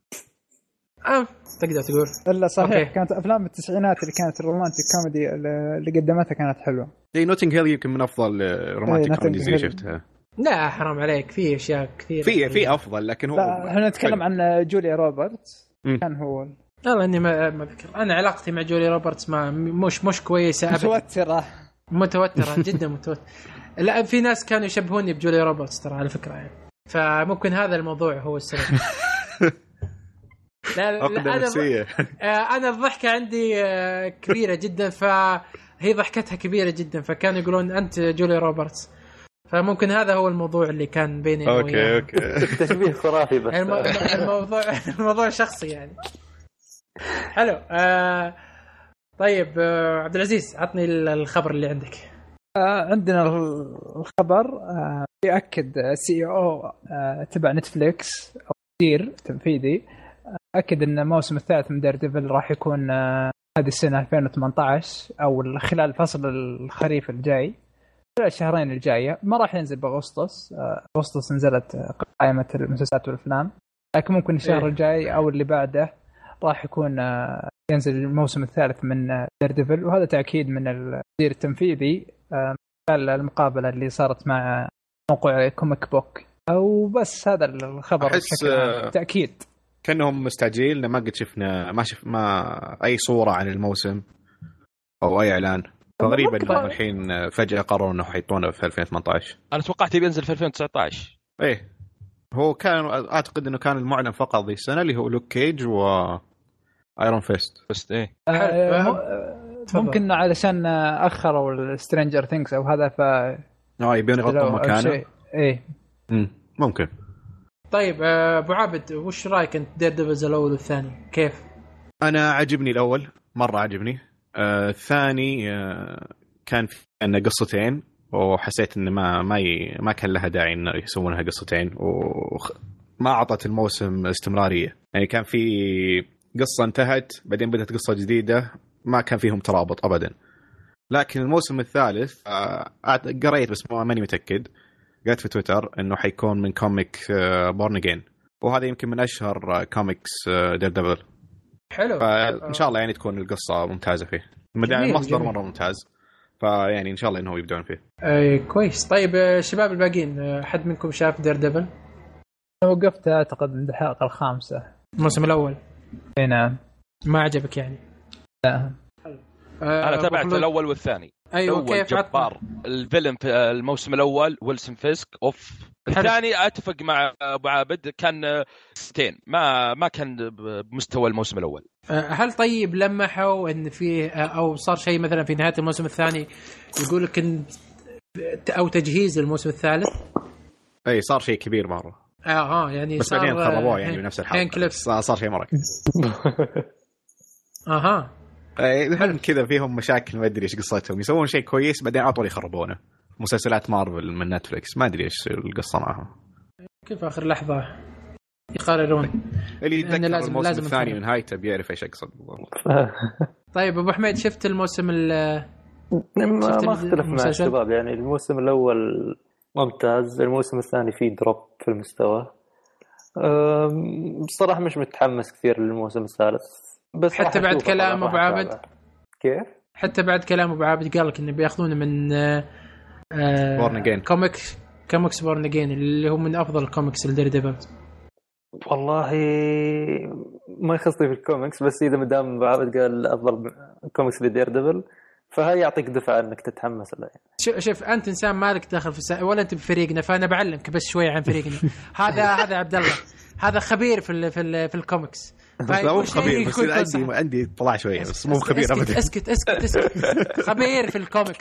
آه تقدر تقول إلا صحيح. أوكي. كانت أفلام التسعينات اللي كانت الرومانتيك كوميدي اللي قدمتها كانت حلوة. دي نوتنج هيل يمكن من أفضل رومانتيك كوميديز اللي شفتها. لا حرام عليك في اشياء كثير في في افضل لكن هو لا احنا نتكلم عن جولي روبرتس م. كان هو والله اني ما ما اذكر. انا علاقتي مع جولي روبرتس ما مش مش كويسه ابدا. متوتره متوتره جدا متوتره. لا في ناس كانوا يشبهوني بجولي روبرتس ترى على فكره يعني. فممكن هذا الموضوع هو السبب. لا, لا انا انا الضحكه عندي كبيره جدا فهي ضحكتها كبيره جدا فكانوا يقولون انت جولي روبرتس. فممكن هذا هو الموضوع اللي كان بيني وياه. اوكي اوكي تشبيه خرافي بس الموضوع الموضوع شخصي يعني. حلو. آه طيب آه عبد العزيز عطني الخبر اللي عندك. آه عندنا الخبر آه يأكد سي او آه تبع نتفليكس او مدير تنفيذي أكد ان الموسم الثالث من ديرديفل راح يكون آه هذه السنه ألفين وثمانية عشر او خلال فصل الخريف الجاي الشهرين الجاية. ما راح ينزل بأغسطس. أغسطس نزلت قائمة المسلسلات والأفلام لكن ممكن الشهر إيه؟ الجاي أو اللي بعده راح يكون ينزل الموسم الثالث من ديرديفل. وهذا تأكيد من المدير التنفيذي قال المقابلة اللي صارت مع موقع كوميك بوك. أو بس هذا الخبر بشكل تأكيد. كأنهم مستعجلين لما قد شفنا ما شف ما أي صورة عن الموسم أو أي إعلان. غريبة إنهم الحين فجأة قرروا إنه حيطونه في ألفين وثمانية عشر. أنا توقعت بينزل في ألفين وتسعة عشر. إيه هو كان أعتقد إنه كان المعلن فقط ذي السنة اللي هو لوك كيج و ايرون فيست. بس إيه آه ممكن علشان أخروا السترينجر ثينكس أو هذا ف آه يبين يغطوا مكانه. إيه مم. ممكن. طيب أبو عابد وش رأيك أنت ديرديفل الأول والثاني كيف؟ أنا عجبني الأول مرة عجبني. آه الثاني آه كان في أنه قصتين وحسيت إنه ما ما ي... ما كان لها داعي إنه يسوونها قصتين وما ما أعطت الموسم استمرارية. يعني كان في قصة انتهت بعدين بدأت قصة جديدة ما كان فيهم ترابط أبدا. لكن الموسم الثالث قريت بس ما ماني متأكد، قلت في تويتر إنه حيكون من كوميك بورن أجين، وهذا يمكن من أشهر كوميكس دير ديفل. حلو. فإن شاء الله يعني تكون القصة ممتازة فيه، المصدر مرة ممتاز، فيعني إن شاء الله إنه يبدون فيه. أي كويس. طيب الشباب الباقين حد منكم شاف دير ديفل؟ أنا وقفت أعتقد عند الحلقة الخامسة الموسم الأول. اي نعم. ما عجبك يعني؟ لا أه أنا تابعت الأول والثاني. أيوة كيف جبار الفيلم في الموسم الأول ويلسون فيسك أوف. الثاني أتفق مع أبو عابد كان ستين ما ما كان بمستوى الموسم الأول. هل طيب لمحوا إن فيه أو صار شيء مثلا في نهاية الموسم الثاني يقول لك إن أو تجهيز للموسم الثالث؟ أي صار شيء كبير مرة. آه آه يعني بس بعدين خربوه يعني بنفس الحلقة صار, صار شيء مرة. أها. هل كذا فيهم مشاكل ما أدري إيش قصتهم، يسوون شيء كويس بعدين عطوا يخربونه. مسلسلات مارفل من نتفليكس ما أدري إيش القصة معهم. كيف آخر لحظة يقررون اللي يتذكر الموسم لازم الثاني من نهايته بيعرف إيش أقصد بالضبط. طيب أبو حميد شفت الموسم ال ما ما اختلف مع الشباب، يعني الموسم الأول ممتاز، الموسم الثاني فيه دروب في المستوى. بصراحة مش متحمس كثير للموسم الثالث، بس حتى بعد كلام أبو عابد. كيف؟ حتى بعد كلام أبو عابد قال لك إنه بيأخذونه من بورن أجين كوميكس كوميكس بورن أجين اللي هو من أفضل الكوميكس الدير ديفل. والله ما يخصني في الكوميكس، بس إذا مدام أبو عابد قال أفضل كوميكس لدير ديفل فهي يعطيك دفعة إنك تتحمس له. شوف شوف أنت إنسان مالك داخل في السا... ولا أنت بفريقنا، فأنا بعلمك بس شوية عن فريقنا. هذا هذا عبد الله هذا خبير في ال... في ال... في الكوميكس. مو خبير بس عندي عندي طلع شوية بس مو خبير أبدا. اسكت اسكت اسكت خبير في الكوميكس،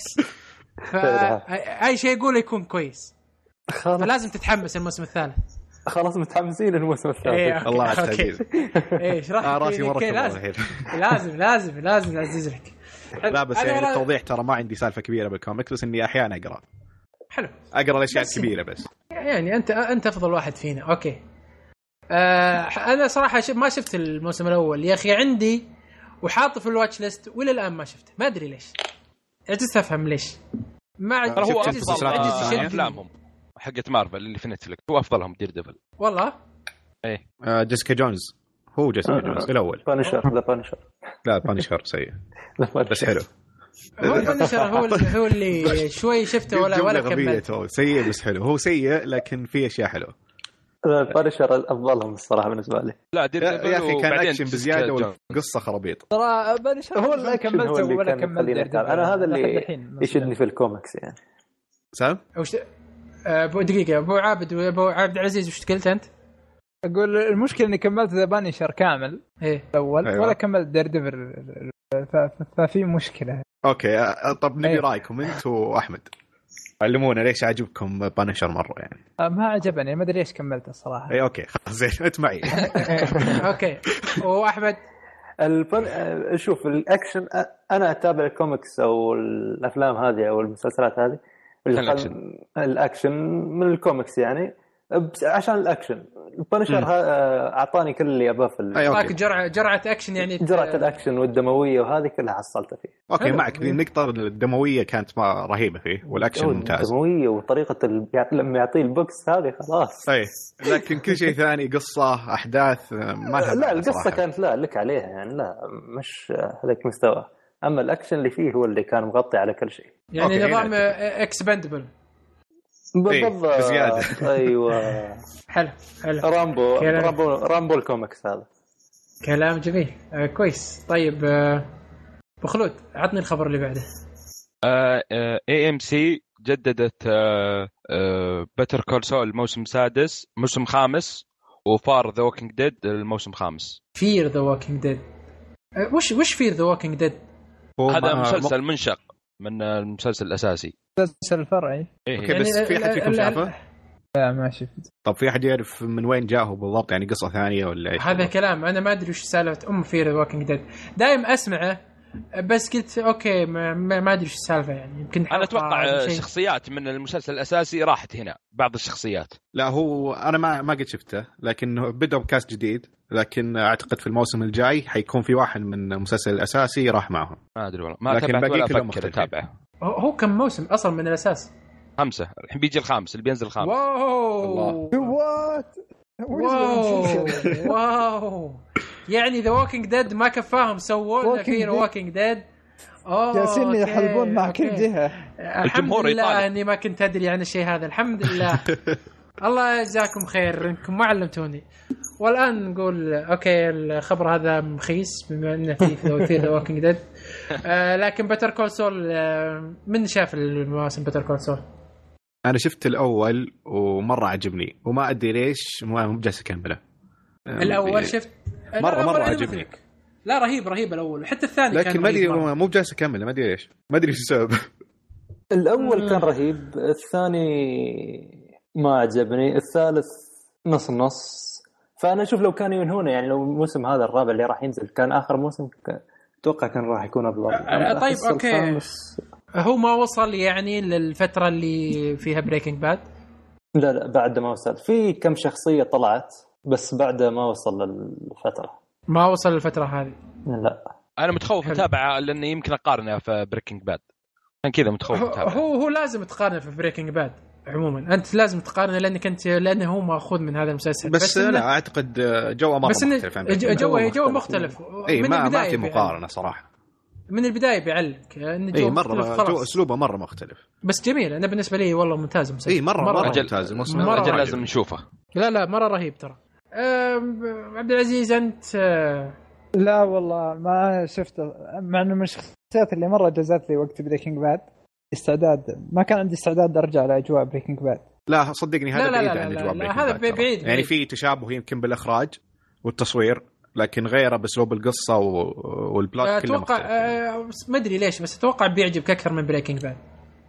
فأي شيء يقوله يكون كويس. فلازم تتحمس الموسم الثالث. خلاص متحمسين الموسم الثالث. إيه الله عزيز. إيش راح راسي مرة لازم لازم لازم لازم أعزز لك. لا بس يعني التوضيح ترى ما عندي سالفة كبيرة بالكوميكس، بس إني أحيانا أقرأ. حلو. أقرأ الأشياء الكبيرة بس. يعني أنت أنت أفضل واحد فينا. أوكي. آه أنا صراحة ما شفت الموسم الأول يا أخي عندي وحاطه في الواتش ليست ولا الآن ما شفته، ما أدري ليش. عجزت أفهم ليش. ما عجزت. هو أفضل أفلامهم حقت مارفل اللي في نتفلكس، هو أفضلهم دير ديفل. والله. إيه. آه جيسيكا جونز هو جيسيكا جونز الأول. بانشر لا بانشر. لا بانشر سيء. بس حلو. هو بانشر هو هو اللي شوي شفته ولا ولا كملت. سيء بس حلو، هو سيء لكن في أشياء حلوة. بانشر أفضلهم الصراحة بالنسبة لي. لا دير ديفل يا أخي كان أكشن بزيادة والقصة خرابيط. ترى بانشر هو اللي كملته ولا كملت. أنا هذا اللي يشدني في الكوميكس يعني. سام؟ وش أبو دقيقة أبو عابد وأبو عبد العزيز وش قلت أنت؟ أقول المشكلة إني كملت ذا بانشر كامل إيه الأول أيوة. ولا كملت دير ديفل، ففي مشكلة. أوكي طب نبي أيوة. رأيكم أنت وأحمد، علمونا ليش عجبكم بانشر مرة يعني. ما عجبني ما أدري ليش كملته الصراحة. أي أوكي زين أنت معي. أوكي وأحمد الفن شوف الأكشن، أنا أتابع الكوميكس أو الأفلام هذه أو المسلسلات هذه الأكشن الأكشن من الكوميكس يعني عشان الأكشن. البانشر أعطاني كل اللي أباه في أعطاك جرعة جرعة أكشن يعني جرعة الأكشن والدموية وهذه كلها حصلتها فيه. أوكي معك النقطة الدموية كانت ما رهيبة فيه والأكشن ممتاز. الدموية وطريقة لما يعطيه البوكس هذه خلاص. أي لكن كل شيء ثاني قصة أحداث ما لها. لا القصة صراحة كانت لا لك عليها يعني لا مش هذاك مستوى، أما الأكشن اللي فيه هو اللي كان مغطي على كل شيء. يعني نظام اكسبندبل بالضبط بزيادة. أيوة حلو حلو. رامبو رامبو رامبو الكوميكس هذا كلام جميل. آه كويس. طيب آه بخلود عطني الخبر اللي بعده. اي ام سي جددت بيتر كول سول الموسم السادس موسم خامس، وفار ذا ووكينج ديد الموسم الخامس. فير ذا ووكينج ديد وش وش فير ذا ووكينج ديد؟ هذا مسلسل منشق من المسلسل الأساسي، المسلسل الفرعي. إيه أوكي بس يعني في أحد فيكم شافه؟ لا ما شفت. طب في أحد يعرف من وين جاءه بالضبط يعني قصة ثانية ولا إيش؟ هذا كلام أنا ما أدري وش سالفة أم فير ذا ووكينج ديد. دائم أسمعه بس قلت اوكي ما, ما ادري ايش السالفه يعني. يمكن انا اتوقع شخصيات من المسلسل الاساسي راحت هنا، بعض الشخصيات. لا هو انا ما ما قد شفته، لكن بدأوا بكاست جديد، لكن اعتقد في الموسم الجاي حيكون في واحد من المسلسل الاساسي راح معهم. ما ادري والله، ما تابعت ولا افكر اتابعه. هو كم موسم اصلا من الاساس؟ خمسة. الحين بيجي الخامس اللي بينزل الخامس. واو وات واو واو يعني ذا ووكينج ديد ما كفاهم سووا في ووكينج ديد. اه جالسين يحلبون مع كل جهه. الحمد لله اني ما كنت ادري عن الشيء هذا، الحمد لله. الله يجزاكم خير انكم ما علمتوني. والان نقول اوكي الخبر هذا مخيس بما انه في في ذا ووكينج ديد. لكن بيتر كول سول آه من شاف المواسم بيتر كول سول؟ انا شفت الاول ومره عجبني وما ادري ليش مو جالس اكمله. الاول شفت مره مره عجبني. لا رهيب رهيب الاول، حتى الثاني لكن كان ما ادري مو جالس اكمله، ما ادري ليش، ما ادري ايش السبب. الاول كان رهيب، الثاني ما عجبني، الثالث نص نص. فانا اشوف لو كانوا ينهونه يعني لو الموسم هذا الرابع اللي راح ينزل كان اخر موسم اتوقع كان راح يكون افضل. طيب اوكي هو ما وصل يعني للفتره اللي فيها بريكنج باد؟ لا لا بعد ما وصل، في كم شخصيه طلعت بس بعد ما وصل للفتره، ما وصل للفتره هذه. لا انا متخوف اتابعه لانه يمكن اقارنه في بريكنج باد، كان كذا متخوف اتابعه. هو هو لازم تقارنه في بريكنج باد عموما، انت لازم تقارنه لانك انت لانه هو ماخوذ من هذا المسلسل. بس, بس لا اعتقد جوه مره مختلف، جوه جوه مختلف. اي ما ما في مقارنه صراحه. من البدايه بيعلق ان جو مره جو اسلوبه مره مختلف، بس جميل. انا بالنسبه لي والله ممتاز مسلسل. اي مره مره, مرة ممتاز، مرة لازم نشوفه. لا لا مره رهيب ترى. عبد العزيز انت؟ لا والله ما شفته، مع انه من الشخصيات اللي مره جازت لي وقت بريكنج باد. استعداد ما كان عندي استعداد ارجع لاجواء بريكنج باد. لا صدقني هذا بعيد عن اجواء بريكنج باد. هذا بعيد يعني في تشابه يمكن بالاخراج والتصوير، لكن غيره باسلوب القصه والبلوت كله مختلف. أه ما ادري ليش بس اتوقع بيعجبك اكثر من بريكنج باد.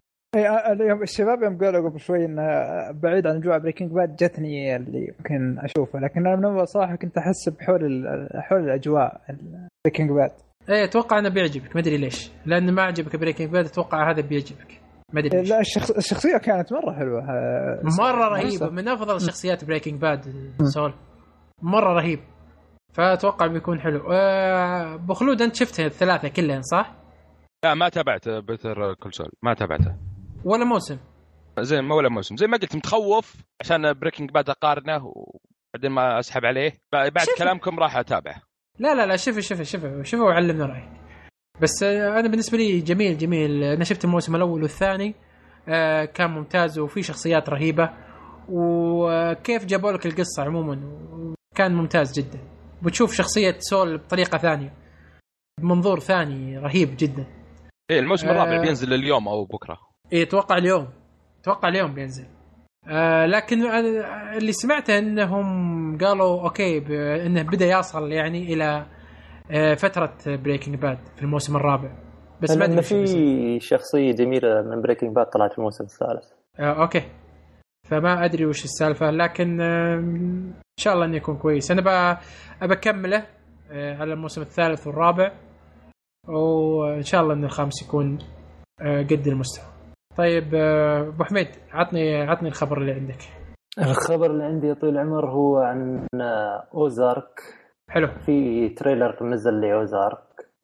اي الشباب يوم قالوا قبل شوي انه بعيد عن اجواء بريكنج باد جتني اللي يمكن اشوفه، لكن انا من اول صراحه كنت احس بحول حول الاجواء بريكنج باد. ايه اتوقع انه بيعجبك ما ادري ليش، لان ما عجبك بريكنج باد اتوقع هذا بيعجبك ما ادري ليش. لا الشخص... الشخصيه كانت مره حلوه، مره رهيبه، من افضل شخصيات بريكنج باد سول، مره رهيب. فاتوقع بيكون حلو. أه بخلود انت شفتها الثلاثه كلها صح؟ لا ما تابعت بيتر كول سول، ما تابعته ولا موسم. زي ما ولا موسم زي ما قلت متخوف عشان بريكنج باد اقارنه وبعدين ما اسحب عليه بعد شفه. كلامكم راح اتابعه. لا لا لا شوف شوف شوف شوف وعلمنا رايك. بس انا بالنسبه لي جميل جميل. انا شفت الموسم الاول والثاني أه كان ممتاز وفي شخصيات رهيبه وكيف جابوا لك القصه عموما كان ممتاز جدا. بتشوف شخصيه سول بطريقه ثانيه بمنظور ثاني رهيب جدا. ايه الموسم الرابع أه بينزل اليوم او بكره. ايه اتوقع اليوم اتوقع اليوم بينزل. آه لكن اللي سمعته انهم قالوا اوكي انه بدا يصل يعني الى آه فتره بريكنج باد في الموسم الرابع. بس ما ادري في شخصيه جميله من بريكنج باد طلعت في الموسم الثالث. آه اوكي فما ادري وش السالفه، لكن آه ان شاء الله انه يكون كويس. انا بكمله آه على الموسم الثالث والرابع وان شاء الله ان الخامس يكون آه قد المستوى. طيب ابو حميد عطني عطني الخبر اللي عندك. الخبر اللي عندي يا طويل العمر هو عن اوزارك. حلو. في تريلر نزل لاوزارك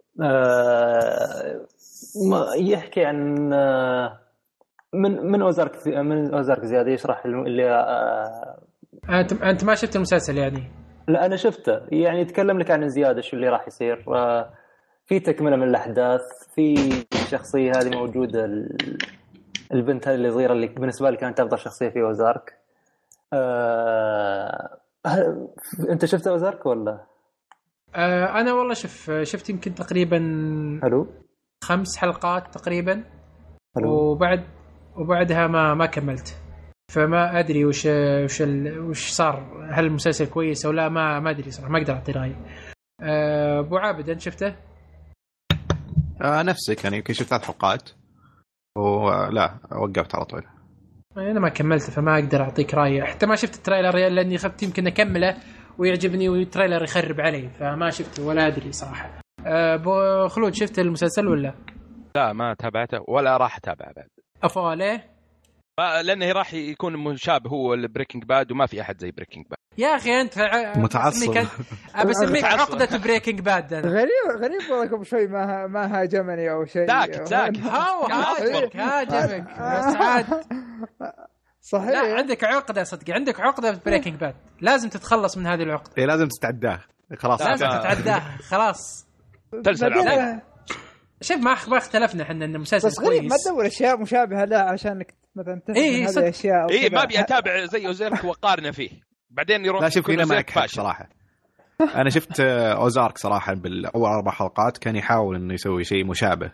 آه يحكي عن آه من من اوزارك من اوزارك زياده يشرح اللي آه انت انت ما شفت المسلسل يعني؟ لا انا شفته، يعني يتكلم لك عن زياده شو اللي راح يصير. آه في تكمله من الاحداث، في الشخصيه هذه موجوده ال... البنت هذه اللي صغيرة اللي بالنسبة لي كانت أفضل شخصية في أوزارك. أه... أنت شفت أوزارك ولا؟ أه أنا والله شف شفت يمكن تقريبا حلو خمس حلقات تقريبا. حلو. وبعد وبعدها ما ما كملت، فما أدري وش وش ال... وش صار، هل المسلسل كويس أو لا ما ما أدري صراحة، ما أقدر أعطي رأي. أه أبو عابد أنت شفته؟ آه نفسك يعني يمكن شفت ثلاث حلقات ولا وقفت على طول. انا ما كملت فما اقدر اعطيك راي، حتى ما شفت التريلر لاني خفت يمكن اكمله ويعجبني والتريلر يخرب علي، فما شفته ولا ادري صراحه. ابو خلود شفت المسلسل ولا لا؟ ما تابعته ولا راح اتابعه بعد. افو عليه لانه راح يكون مشابه هو البريكنج باد وما في احد زي بريكنج باد. يا اخي انت متعصب. ابى اسميك عقده بريكنج باد. انا غريب غريب والله قبل شوي ما ما هاجمني او شيء. ساكت ساكت. هاو هاجمك هاجمك بس عاد صحيح. لا عندك عقده صدقي، عندك عقده بريكنج باد، لازم تتخلص من هذه العقده. إيه لازم تتعداه خلاص. لازم تتعداها خلاص. مسلسل عظيم. شوف ما ما اختلفنا احنا ان المسلسل بس غريب ما تدور اشياء مشابهه لا عشانك مثلا تفهم إيه هذه الاشياء. اي ما ابي اتابع زي اوزارك وقارنه فيه بعدين يروح. لا شوف هنا معك حق صراحه. انا شفت اوزارك صراحه بالاول اربع حلقات كان يحاول انه يسوي شيء مشابه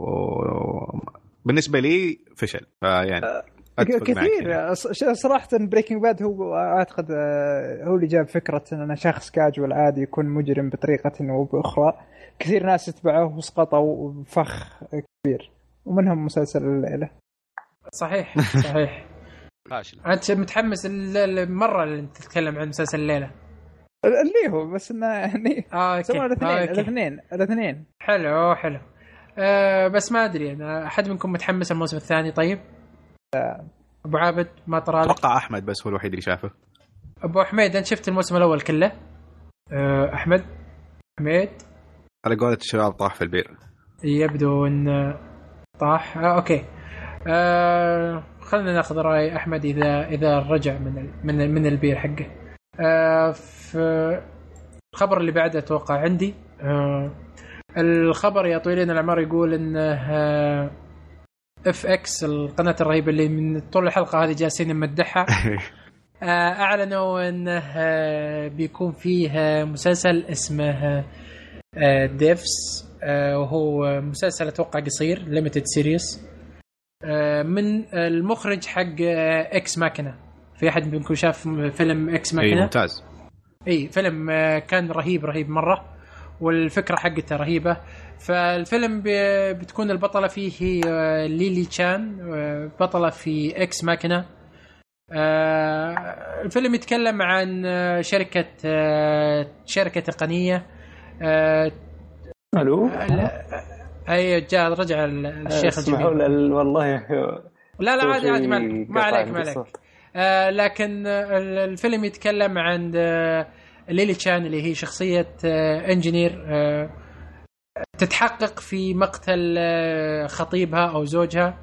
وبالنسبه لي فشل. فيعني كثير صراحه بريكنج باد هو اعتقد هو اللي جاب فكره ان انا شخص كاجوال عادي يكون مجرم بطريقه او باخرى. كثير ناس اتبعوه وسقطوا فخ كبير ومنهم مسلسل الليلة. صحيح صحيح. فاشل. أنت متحمس المرة اللي تتكلم عن مسلسل الليلة اللي هو بس إنه يعني آه سمعوا الاثنين الاثنين الاثنين حلو حلو. أه بس ما أدري أنا أحد منكم متحمس الموسم الثاني؟ طيب آه. أبو عابد ما طرالك؟ أتوقع أحمد بس هو الوحيد اللي شافه. أبو حميد أنت شفت الموسم الأول كله؟ أه أحمد حميد على قولة الشباب طاح في البير. يبدو ان طاح. آه، اوكي آه، خلينا ناخذ راي احمد اذا اذا رجع من من من البير حقه. آه، في الخبر اللي بعده اتوقع عندي. آه، الخبر يا طويلين العمر يقول ان آه، اف اكس القناه الرهيبه اللي من طول الحلقه هذه جالسين نمدحها آه، اعلنوا انه آه، بيكون فيه مسلسل اسمه ديفس، وهو مسلسل اتوقع قصير ليميتد سيريس من المخرج حق اكس ماكينه. في احد منكم شاف فيلم اكس ماكينه؟ اي ممتاز. اي فيلم كان رهيب رهيب مره والفكره حقته رهيبه. فالفيلم بتكون البطله فيه ليلي تشان بطله في اكس ماكينه. الفيلم يتكلم عن شركه شركه تقنيه. الو اي جاء رجع الشيخ الجميل. والله لا لا عادي عادي ما عليك ما عليك. آه لكن الفيلم يتكلم عن ليلي تشان اللي هي شخصيه آه انجينير آه تتحقق في مقتل آه خطيبها او زوجها.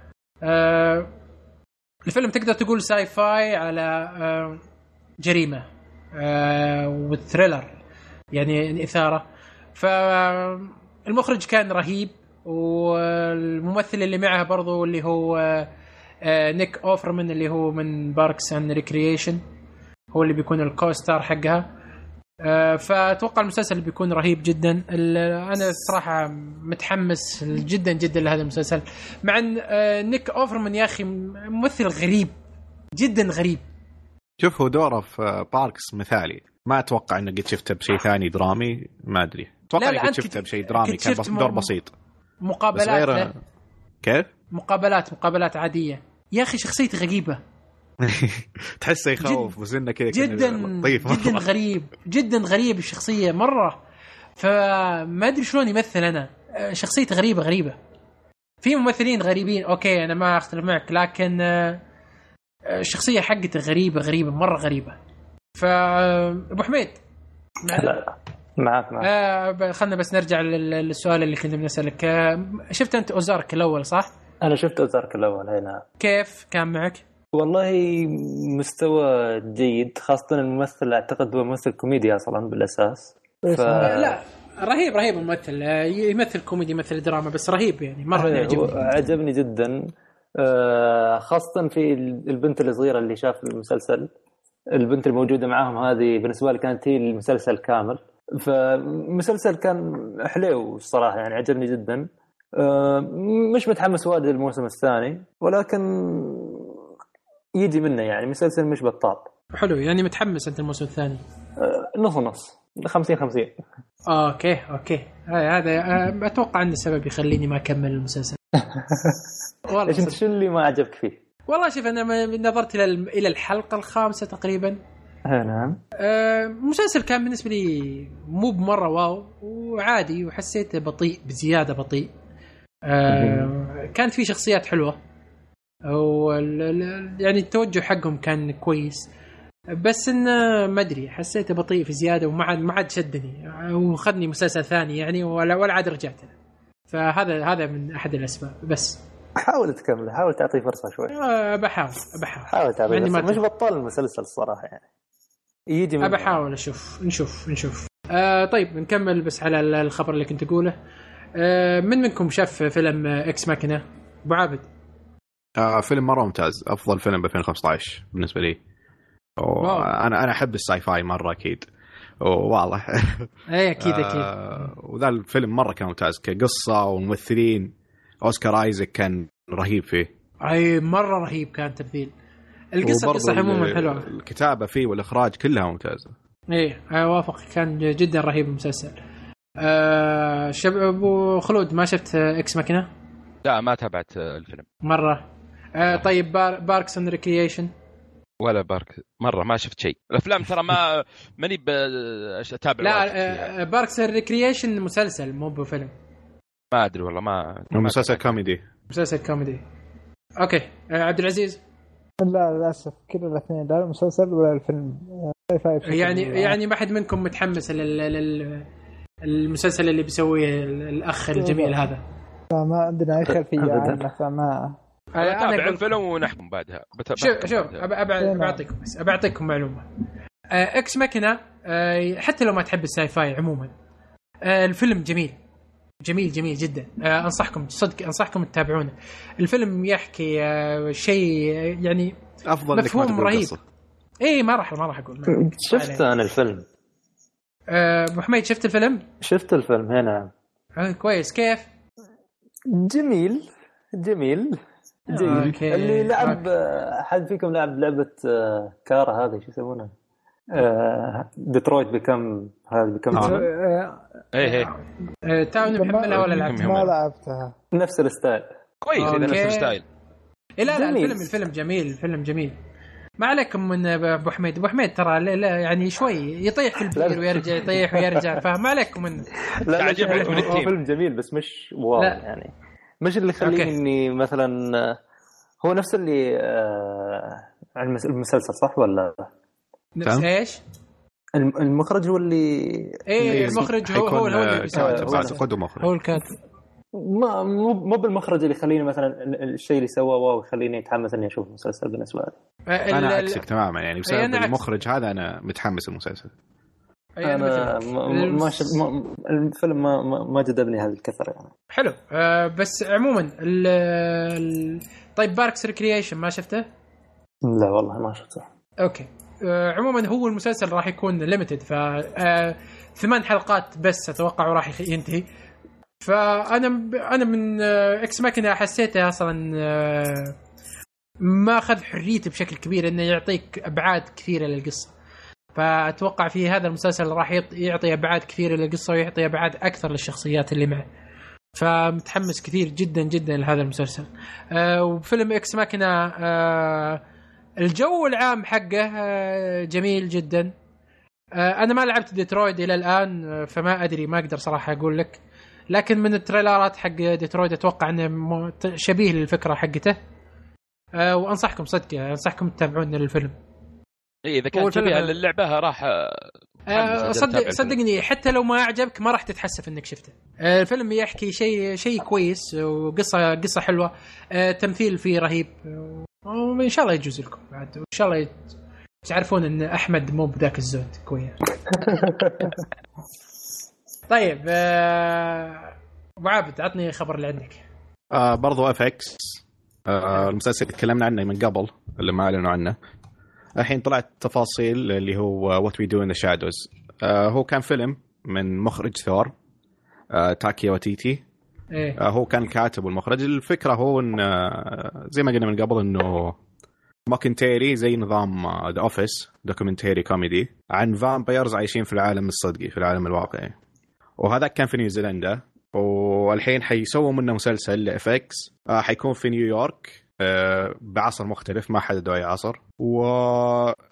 آه الفيلم تقدر تقول ساي فاي على آه جريمه آه والثريلر يعني إثارة. فالمخرج كان رهيب والممثل اللي معه برضو اللي هو نيك أوفرمان اللي هو من باركس أند ريكرييشن هو اللي بيكون الكوستار حقها. فأتوقع المسلسل بيكون رهيب جدا. أنا صراحة متحمس جدا جدا لهذا المسلسل مع أن نيك أوفرمان يا أخي ممثل غريب جدا غريب. شوف هو دوره في باركس مثالي. ما أتوقع أنه قد شفته بشيء ثاني درامي. ما أدري أتوقع أنه قد شفته بشيء درامي كان بس دور بسيط. مقابلات غير... كيف؟ مقابلات مقابلات عادية يا أخي شخصيته غريبة تحسه يخوف بس إنه كذا جدا جدا غريب جدا غريب الشخصية مرة. فما أدري شلون يمثل. أنا شخصيته غريبة غريبة. في ممثلين غريبين أوكي أنا ما أختلف معك لكن الشخصية حقته غريبة غريبة مرة غريبة. فأبو حميد لا معك معك آه خلنا بس نرجع للسؤال اللي كنا بنسألك. آه شفت أنت أوزارك الأول صح؟ أنا شفت أوزارك الأول هنا. كيف كان معك؟ والله مستوى جيد خاصة الممثل أعتقد هو ممثل كوميديا أصلا بالأساس. ف... لا رهيب رهيب الممثل يمثل كوميدي يمثل دراما بس رهيب يعني مرة يعجبني عجبني جدا خاصة في البنت الصغيرة اللي شاف المسلسل. البنت الموجودة معهم هذه بالنسبة لي كانت هي المسلسل كامل. فمسلسل كان حلو الصراحة يعني عجبني جدا. مش متحمس وايد للموسم الثاني ولكن يجي منه يعني مسلسل مش بطال. حلو يعني متحمس أنت الموسم الثاني؟ نص نص خمسين خمسين. أوكي أوكي هذا أتوقع عنده سبب يخليني ما أكمل المسلسل. والله إيش اللي ما عجبك فيه؟ والله شوف أنا نظرت إلى إلى الحلقة الخامسة تقريبا نعم. آه مسلسل كان بالنسبه لي مو بمره واو وعادي، وحسيته بطيء بزياده بطيء. آه كان في شخصيات حلوه يعني التوجه حقهم كان كويس، بس انه ما ادري حسيته بطيء في زياده وما عاد ما عاد شدني وخذني مسلسل ثاني يعني ولا ولا عاد رجعت له. فهذا هذا من احد الاسباب. بس حاول تكمل، حاول تعطيه فرصه شوي. أه بحاول بحاول حاول تعطيه يعني مش بطل المسلسل الصراحه يعني يجي من... بحاول اشوف نشوف نشوف آه طيب نكمل بس على الخبر اللي كنت اقوله. آه من منكم شاف فيلم اكس ماكينه؟ ابو عابد. آه فيلم مره ممتاز، افضل فيلم ب ألفين وخمسة عشر بالنسبه لي. انا انا احب الساي فاي مره اكيد وواضح. اي اكيد اكيد. آه وذا الفيلم مره كان ممتاز كقصه وممثلين. اوسكار ايزاك كان رهيب فيه. اي مره رهيب كان تمثيل. القصه قصه عموما حلوه، الكتابه فيه والاخراج كلها ممتازه. ايه اوافق، كان جدا رهيب المسلسل. آه شب ابو خلود ما شفت اكس ماكينه؟ لا ما تابعت الفيلم مره. آه طيب بار باركس اند ريكرييشن؟ ولا بارك مره ما شفت شيء. الافلام ترى ما ماني اتابع. لا باركس اند ريكرييشن مسلسل مو بفيلم. ما ادري والله. ما مسلسل كوميدي. مسلسل كوميدي. اوكي آه عبد العزيز. لا للاسف كل الاثنين، لا المسلسل ولا الفيلم. يعني يعني ما حد منكم متحمس لل المسلسل اللي بيسويه الاخ الجميل هذا؟ ما عندنا اي خلفيه عنه فما انا اتابع الفيلم ونحكم بعدها. شوف شوف بعطيكم بس بعطيكم معلومه. اكس ماكينه حتى لو ما تحب الساي فاي عموما الفيلم جميل جميل جميل جدا. انصحكم صدق انصحكم تتابعونه. الفيلم يحكي شيء يعني افضل مفهوم رهيب. اي ما راح ما راح اقول. شفت انا الفيلم. ابو حميد شفت الفيلم؟ شفت الفيلم هنا. آه كويس. كيف؟ جميل جميل جميل. آه اللي لعب حد فيكم لعب لعبة كارا هذه شو يسمونها؟ آه ديترويت بكم هذا بكم ايه ايه تاون محملها ولا لعبتها؟ ما لعبتها. نفس الستايل كويس اذا نفس الستايل. لا لا الفيلم الفيلم جميل الفيلم جميل. ما عليكم من ابو حميد. ابو حميد ترى لا, لا يعني شوي يطيح في البير ويرجع يطيح ويرجع فاهم عليكم من. لا لا هو فيلم جميل بس مش واو يعني مش اللي يخليني اني مثلا هو نفس اللي آه المسلسل صح ولا نفس ايش؟ المخرج هو اللي ايه المخرج هو هو اللي بيساعد مخرج هو الكاتب. ما مو مو بالمخرج اللي يخليني مثلا الشيء اللي سواه واو يخليني اتحمس اني اشوف المسلسل بالنسبه لي. انا عكسك تماما يعني بسبب المخرج هذا انا متحمس المسلسل. انا ما ما شف ما الفيلم ما ما, ما جذبني هذه الكثره يعني. حلو أه بس عموما ال ال طيب باركس ريكرييشن ما شفته؟ لا والله ما شفته. اوكي أه عموما هو المسلسل راح يكون ليميتد ف أه ثمان حلقات بس اتوقع وراح ينتهي. فانا انا من اكس ماكينه حسيته اصلا ما اخذ حريته بشكل كبير انه يعطيك ابعاد كثيره للقصه. فاتوقع في هذا المسلسل راح يعطي ابعاد كثيره للقصه ويعطي ابعاد اكثر للشخصيات اللي معه. فمتحمس كثير جدا جدا لهذا المسلسل. أه وفيلم اكس ماكينه أه الجو العام حقه أه جميل جدا. أه انا ما لعبت ديترويد الى الان فما ادري ما اقدر صراحه اقول لك، لكن من التريلرات حق ديترويد اتوقع انه شبيه للفكره حقته. أه وانصحكم صدق انصحكم تتابعون الفيلم. اي اذا كان شبيه للعبه راح أه صدق صدقني حتى لو ما اعجبك ما راح تتحسف انك شفته. أه الفيلم يحكي شيء شيء كويس وقصه قصه حلوه. أه تمثيل فيه رهيب وان شاء الله يجوز لكم بعد وان شاء الله تعرفون ان احمد مو بذاك الزود كويس. طيب ابو عابد عطني خبر اللي عندك. آه برضو اف اكس. آه المسلسل اللي تكلمنا عنه من قبل اللي ما اعلنوا عنه الحين طلعت تفاصيل اللي هو What We Do in the Shadows. آه هو كان فيلم من مخرج ثور آه تاكي واتيتي. إيه؟ آه هو كان الكاتب والمخرج. الفكرة هو إن آه زي ما قلنا من قبل إنه موكنتيري زي نظام ذا اوفيس دوكيومنتري كوميدي عن فامبايرز عايشين في العالم الصدقي في العالم الواقعي. وهذا كان في نيوزيلندا والحين حيسووا منه مسلسل لإف إكس. آه حيكون في نيويورك آه بعصر مختلف ما حددوا أي عصر. و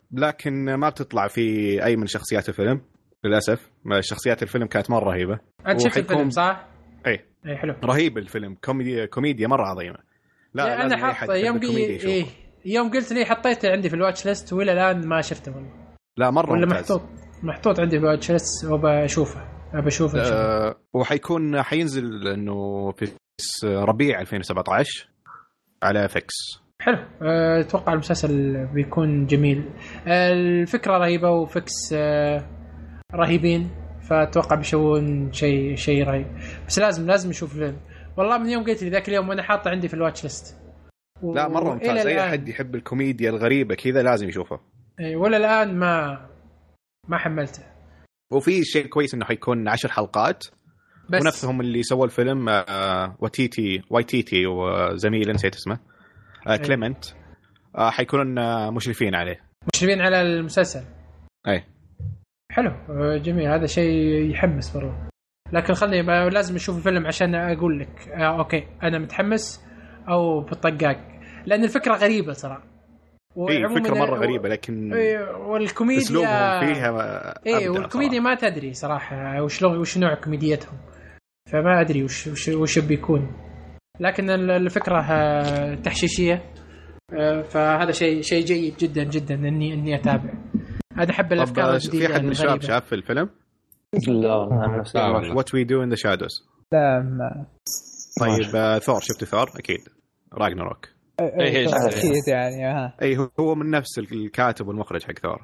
لكن ما بتطلع في اي من شخصيات الفيلم للاسف. شخصيات الفيلم كانت مره رهيبه. انت شفت الفيلم صح؟ اي اي حلو رهيب الفيلم، كوميديا كوميديا مره عظيمه. لا انا حاط يوم قي... إيه يوم قلت لي حطيته عندي في الواتش ليست والى الان ما شفته والله. لا مره ولا ممتاز. محطوط محطوط عندي في الواتش ليست وبشوفه بشوفه ان شاء الله. أه وحيكون حينزل انه في ربيع ألفين وسبعة عشر على فيكس. حلو. اتوقع المسلسل بيكون جميل. الفكره رهيبه وفيكس رهيبين، فاتوقع بيسوون شيء شيء رهيب. بس لازم لازم نشوف الفيلم. والله من يوم قلت لي ذاك اليوم وانا حاطه عندي في الواتش ليست. و... لا مره ممتاز. اي احد يحب الكوميديا الغريبه كذا لازم يشوفه. اي ولا الان ما ما حملته. وفي شيء كويس انه حيكون عشر حلقات بس. ونفسهم اللي سووا الفيلم آه وتيتي واي تيتي وزميل نسيت اسمه آه كليمنت آه حيكونون آه مشرفين عليه، مشرفين على المسلسل. اي حلو جميل. هذا شيء يحمس والله. لكن خلني لازم اشوف الفيلم عشان اقول لك آه اوكي انا متحمس او بالطقاق، لان الفكره غريبه صراحه. اي فكره مره غريبه لكن إيه والكوميديا اسلوبهم فيها اي والكوميديا ما تدري صراحه وش لغ وش نوع كوميديتهم، فما ادري وش وش, وش بيكون. لكن الفكره تحشيشيه، فهذا شيء شيء جيد جدا جدا اني اني اتابع. انا احب الافكار الجديده. في حد من الشباب شاف في الفيلم؟ لا انا نفسي وات وي دو ان ذا شادوز. لا ما طيب آه ثور شفت ثور اكيد راجناروك. اي اكيد يعني ها اي هو من نفس الكاتب والمخرج حق ثور.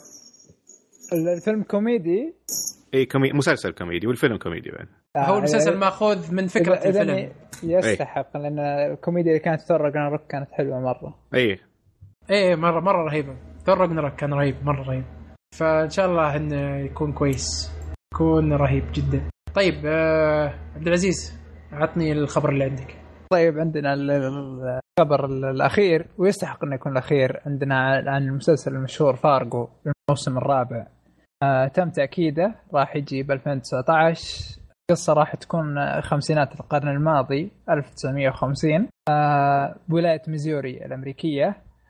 الفيلم كوميدي اي كومي... مسلسل كوميدي والفيلم كوميدي بين. هو المسلسل ماخوذ من فكره إذا الفيلم يستحق. لان الكوميديا اللي كانت ثور راجناروك كانت حلوه مره. اي اي مره مره رهيبه. ثور راجناروك كان رهيب مره رهيب، فان شاء الله انه يكون كويس، يكون رهيب جدا. طيب آه عبد العزيز عطني الخبر اللي عندك. طيب عندنا الخبر الأخير ويستحق أن يكون الأخير. عندنا عن المسلسل المشهور فارغو الموسم الرابع. آه تم تأكيده راح يجي ب ألفين وتسعة عشر. قصة راح تكون خمسينات القرن الماضي ألف وتسعمية وخمسين آه بولاية ميزوري الأمريكية.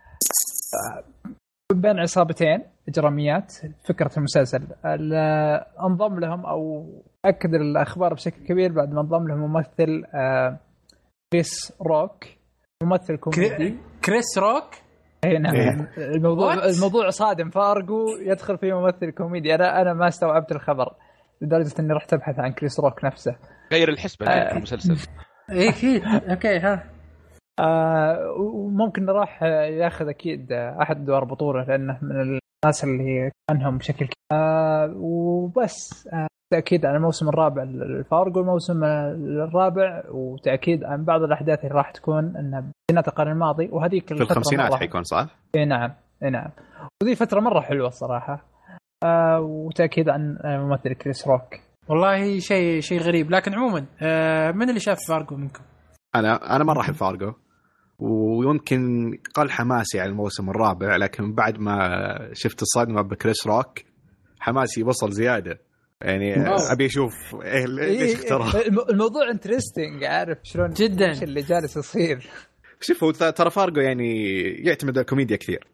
آه بين عصابتين إجراميات. فكرة المسلسل انضم لهم أو أكد الأخبار بشكل كبير بعد ما انضم لهم ممثل آه كريس روك، ممثل كوميدي. كريس روك اي نعم. الموضوع What? الموضوع صادم. فارغو يدخل فيه ممثل كوميدي. انا انا ما استوعبت الخبر لدرجه اني رحت ابحث عن كريس روك نفسه. غير الحسبه آه. في المسلسل. اي اكيد اوكي ها آه وممكن راح ياخذ اكيد احد ادوار بطوله لانه من الناس اللي كانهم بشكل آه وبس. آه تأكيد عن الموسم الرابع الفارغو الموسم الرابع، وتأكيد عن بعض الأحداث اللي راح تكون أنها بسنة القرن الماضي وهذيك في الخمسينات حيكون صح؟ إيه نعم إيه نعم. وذي فترة مرة حلوة الصراحة. آه وتأكيد عن ممثل كريس روك. والله شيء شيء غريب. لكن عموما آه من اللي شاف فارغو منكم؟ أنا أنا مرة أحب فارغو ويمكن قل حماسي على الموسم الرابع، لكن بعد ما شفت الصدمة بكريس روك حماسي وصل زيادة. يعني أوه. أبي أشوف إيه ليش اختاره. الموضوع انترستينج عارف شلون جدا إيش اللي جالس يصير. شوفوا ترى فارغو يعني يعتمد على الكوميديا كثير،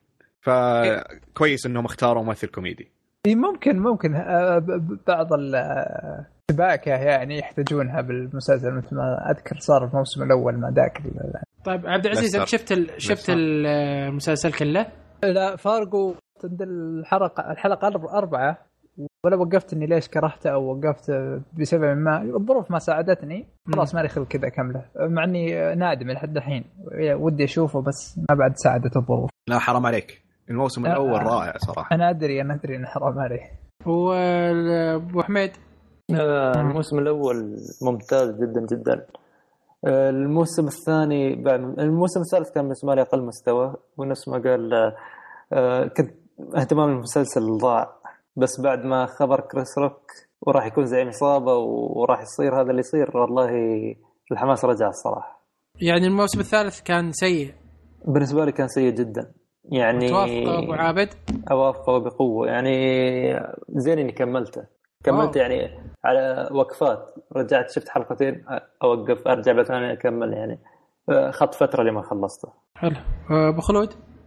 فكويس إنهم اختاروا ممثل كوميدي. ممكن ممكن بعض السباكة يعني يحتاجونها بالمسلسل مثل ما أذكر صار في الموسم الأول مع ذاك. طيب عبد العزيز أنت شفت ال... شفت المسلسل كله؟ لا فارغو عند الحلقة الحلقة أربعة ولا وقفت اني ليش كرهته او وقفت بسبب ما الظروف ما ساعدتني خلاص ما لي خلق كذا كامله، مع اني نادم لحد الحين ودي اشوفه بس ما بعد ساعدت الظروف. لا حرام عليك الموسم أه الاول رائع صراحه. انا ادري انا ادري ان حرام عليه. وابو حميد الموسم الاول ممتاز جدا جدا. الموسم الثاني بعد الموسم الثالث كان بالنسبه لي اقل مستوى، ونفس ما قال كنت اهتمام المسلسل ضاع، بس بعد ما خبر كريس روك وراح يكون زعيم عصابة وراح يصير هذا اللي يصير والله الحماس رجع الصراحة. يعني الموسم الثالث كان سيء بالنسبة لي، كان سيء جدا يعني. توافق أبو عابد؟ أوافقه بقوة يعني. زين إني كملته كملت أوه. يعني على وقفات، رجعت شفت حلقتين أوقف أرجع بثاني أكمل يعني، خط فترة لما خلصته. حلو. أبو خلود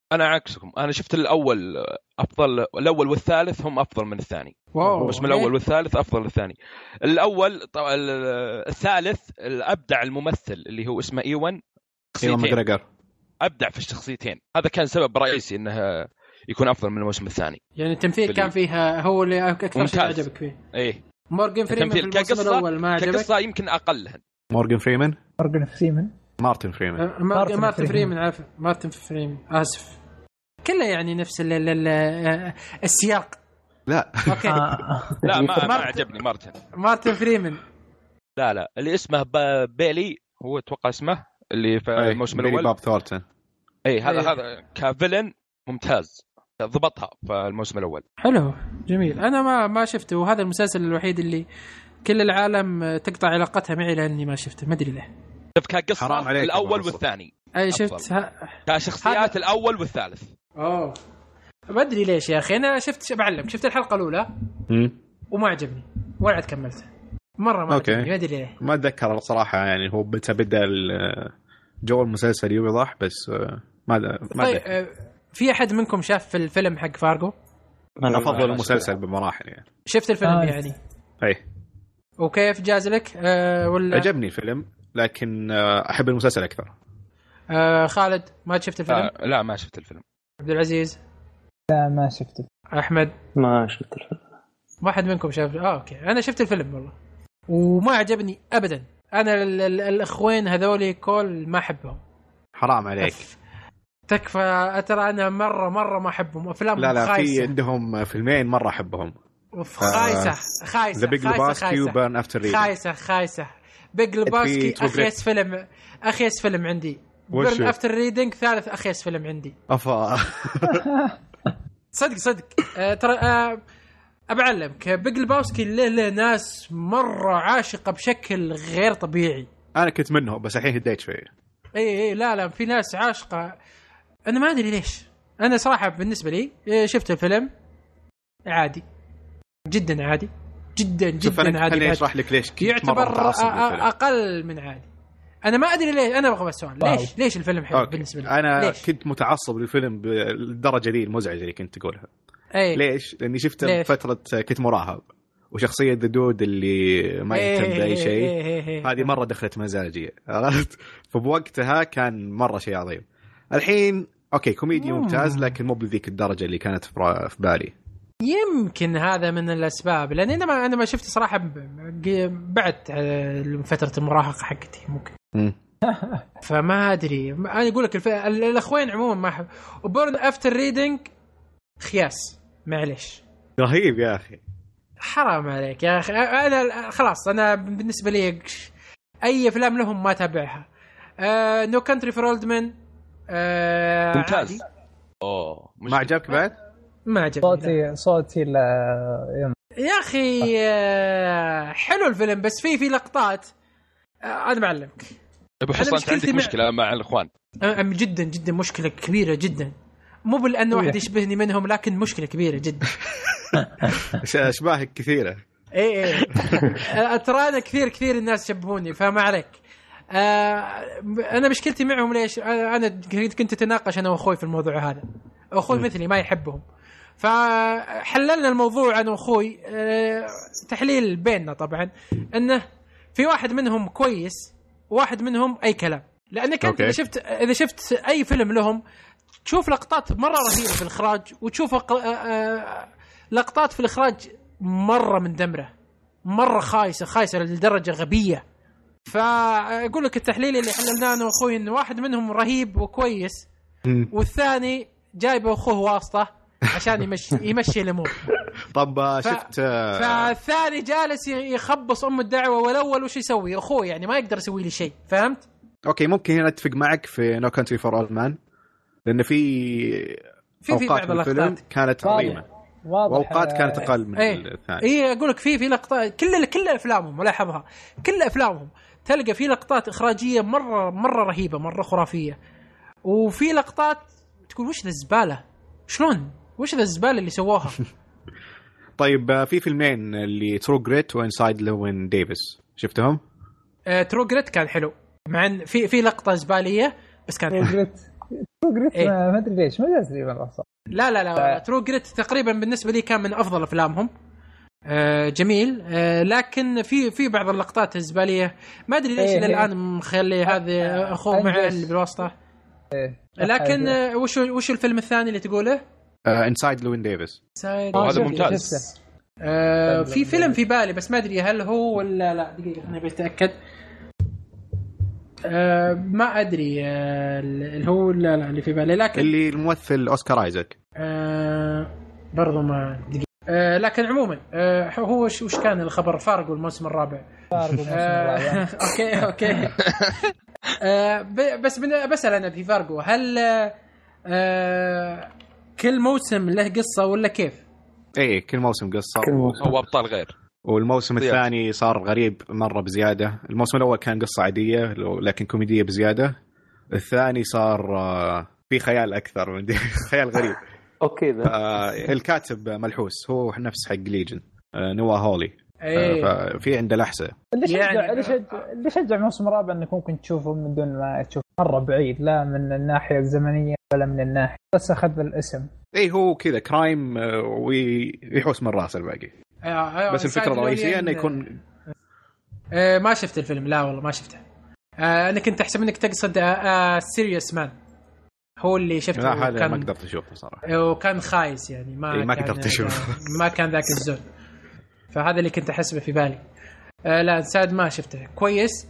انا عكسكم، انا شفت الاول افضل، الاول والثالث هم افضل من الثاني. الموسم الاول والثالث افضل من الثاني. الاول طبعا الثالث الابدع الممثل اللي هو اسمه ايوان ايوان ماجريجر، ابدع في الشخصيتين، هذا كان سبب رئيسي انه يكون افضل من الموسم الثاني. يعني التمثيل كان فيها هو اللي اكثر شيء عجبك فيه؟ ايه. مورغان فريمان في الموسم الاول ما عجبك؟ كقصة يمكن اقلهن. مورغان فريمان مورغان فريمان مارتن فريمان مارتن, مارتن فريمان عارف مارتن فريمان اسف كله يعني نفس ال ال السياق. لا اوكي لا ما, ما عجبني مارتن مارتن فريمان. لا لا اللي اسمه بيلي هو اتوقع اسمه اللي في الموسم الاول باب ثورتون. اي هذا أيه. هذا كفيلن ممتاز، ضبطها في الموسم الاول. حلو جميل. انا ما ما شفته، وهذا المسلسل الوحيد اللي كل العالم تقطع علاقتها معي لاني ما شفته، ما ادري ليه. شوف كقصة الاول والثاني اي شفت ها... كشخصيات هذا... الاول والثالث. اوه ما ادري ليش يا اخي. انا شفت بعلم شفت الحلقه الاولى امم وما عجبني ولا عاد كملتها مره ما عجبني، ما ادري ليه. ما اتذكر الصراحه، يعني هو بدا جو المسلسل يوضح بس ما ما طيب في احد منكم شاف في الفيلم حق فارغو؟ انا افضل المسلسل بمراحل يعني. شفت الفيلم آه. يعني اي وكيف جاز لك؟ أه ولا عجبني الفيلم لكن احب المسلسل اكثر. أه خالد ما شفت الفيلم؟ آه لا ما شفت الفيلم. عبد العزيز لا ما شفته. احمد ما شفت الفيلم. واحد منكم شاف؟ اه اوكي انا شفت الفيلم والله وما عجبني ابدا. انا الاخوين هذولي كل ما احبهم. حرام عليك. تكفى ترى انا مره مره ما احبهم. افلام لا لا خايسة. في عندهم فيلمين مره احبهم. خايسه خايسه ذا بيج لباسكي وبرن افتر ريدنج. خايسه خايسه بيج لباسكي اخيس فيلم اخيس فيلم عندي. برن افتر ريدنج ثالث اخيس فيلم عندي. افا صدق صدق أه ترى أه أبعلمك بيج لباسكي له له ناس مرة عاشقة بشكل غير طبيعي. أنا كنت منهم بس الحين هديت شوي. إيه إيه لا لا في ناس عاشقة. أنا ما أدري ليش. أنا صراحة بالنسبة لي شفت الفيلم عادي جدا عادي جدا جدا عادي. خليني أشرح لك ليش يعتبر أقل من عادي. أنا ما أدري ليش. أنا بغى السؤال ليش ليش الفيلم حلو أوكي. بالنسبة لي أنا ليش؟ كنت متعصب للفيلم بالدرجة دي المزعجة اللي كنت تقولها. أيه. ليش؟ لأني شفت فترة كنت مراهق وشخصية دودود اللي ما يهتم بأي شيء هذه مرة دخلت مزاجي عرفت. فبوقتها كان مرة شيء عظيم. الحين أوكي كوميدي ممتاز لكن مو بذيك الدرجة اللي كانت في بالي. يمكن هذا من الأسباب لأن أنا ما أنا ما شفت صراحة بعد فترة المراهقة حقتي ممكن فما أدري. أنا أقول لك الف... الأخوين عموما ما أحب. وبورن أفتر ريدنج خياس معلش رهيب يا أخي. حرام عليك يا أخي. أنا خلاص أنا بالنسبة لي أي أفلام لهم ما تابعها. نو كانتري فور أولد مان ممتاز. أوه ما عجبك بعد؟ ما عجبني صوتي صوتي لا يا أخي. حلو الفيلم بس في في لقطات أنا معلمك. أبو حسن عندك مشكلة مع الإخوان جدا جدا مشكلة كبيرة جدا. مو بالأن واحد يشبهني منهم لكن مشكلة كبيرة جدا. أشباهك كثيرة. إيه إيه ترانا كثير كثير الناس شبهوني فما عليك. آه أنا مشكلتي معهم ليش أنا كنت أتناقش أنا وأخوي في الموضوع هذا. أخوي مثلي ما يحبهم فحللنا الموضوع أنا وأخوي. آه تحليل بيننا طبعا أنه في واحد منهم كويس وواحد منهم أي كلام. لأنك أنت إذا شفت إذا شفت أي فيلم لهم تشوف لقطات مرة رهيبة في الإخراج وتشوف لقطات في الإخراج مرة من دمرة مرة خايسة خايسة لدرجة غبية. فأقول لك التحليل اللي حللناه أنا وأخوي إن واحد منهم رهيب وكويس والثاني جايبه أخوه واسطة عشان يمشي يمشي الأمور. طب شفت فالثاني جالس يخبص أم الدعوة والأول وش يسوي أخوه يعني ما يقدر يسوي لي شيء فهمت؟ أوكي ممكن هنا أتفق معك في No Country for Old Men لأن في في في بعض اللقطات كانت عظيمة وأوقات كانت أقل من ايه الثاني. إيه أقول لك في في لقطات كل كل أفلامهم ملاحظها كل أفلامهم تلقى في لقطات إخراجية مرة مرة رهيبة مرة خرافية وفي لقطات تقول وش ذا الزبالة شلون وش ذا الزبالة اللي سووها. طيب في فيلمين اللي ترو جريت وإنسايد لوين ديفيس شفتهم؟ آه ترو جريت كان حلو مع ان في في لقطة زبالية بس كان حلو. ترو جريت إيه؟ ما ادري ليش ما جاز لي والله. لا لا لا ف... ترو جريت تقريبا بالنسبه لي كان من افضل افلامهم. آه جميل. آه لكن في في بعض اللقطات الزباليه ما ادري ليش الى الان مخلي هذا اخوه معه اللي بالواسطه. إيه. لكن آه وش وش الفيلم الثاني اللي تقوله؟ انسايد لوين ديفيس. هذا ممتاز. آه في فيلم في بالي بس ما ادري هل هو ولا لا. دقيقه خليني بتاكد. آه ما ادري آه اللي هو لا لا اللي في بالي لكن اللي الممثل اوسكار ايزاك. آه برضو ما دقيقه. آه لكن عموما آه هو وش كان الخبر؟ فارغو الموسم الرابع. فارغو الموسم الرابع. اوكي اوكي. آه بس بسأل انا في فارغو هل آه كل موسم له قصه ولا كيف؟ ايه كل موسم قصه او ابطال غير. والموسم طيب. الثاني صار غريب مره بزياده. الموسم الاول كان قصه عاديه لكن كوميديه بزياده. الثاني صار في خيال اكثر من خيال غريب. اوكي ذا آه الكاتب ملحوس هو نفس حق ليجن آه نوا هولي. أيه. آه ففي عنده لحسه. اللي شجع يعني اللي شجع اللي شجع الموسم الرابع انك ممكن تشوفه من دون ما تشوف مره بعيد، لا من الناحيه الزمنيه ولا من الناحيه بس اخذ الاسم. اي هو كذا كرايم ويحوس من راس الباقي. أيوة. بس الفكره الرئيسيه انه يكون آه ما شفت الفيلم. لا والله ما شفته. آه انا كنت احسب انك تقصد آه سيريوس مان هو اللي شفته. لا هذا ما قدرت اشوفه صراحه وكان خايس يعني ما إيه ما قدرت اشوفه. ما كان ذاك الزود. فهذا اللي كنت احسبه في بالي. آه لا انسايد ما شفته كويس.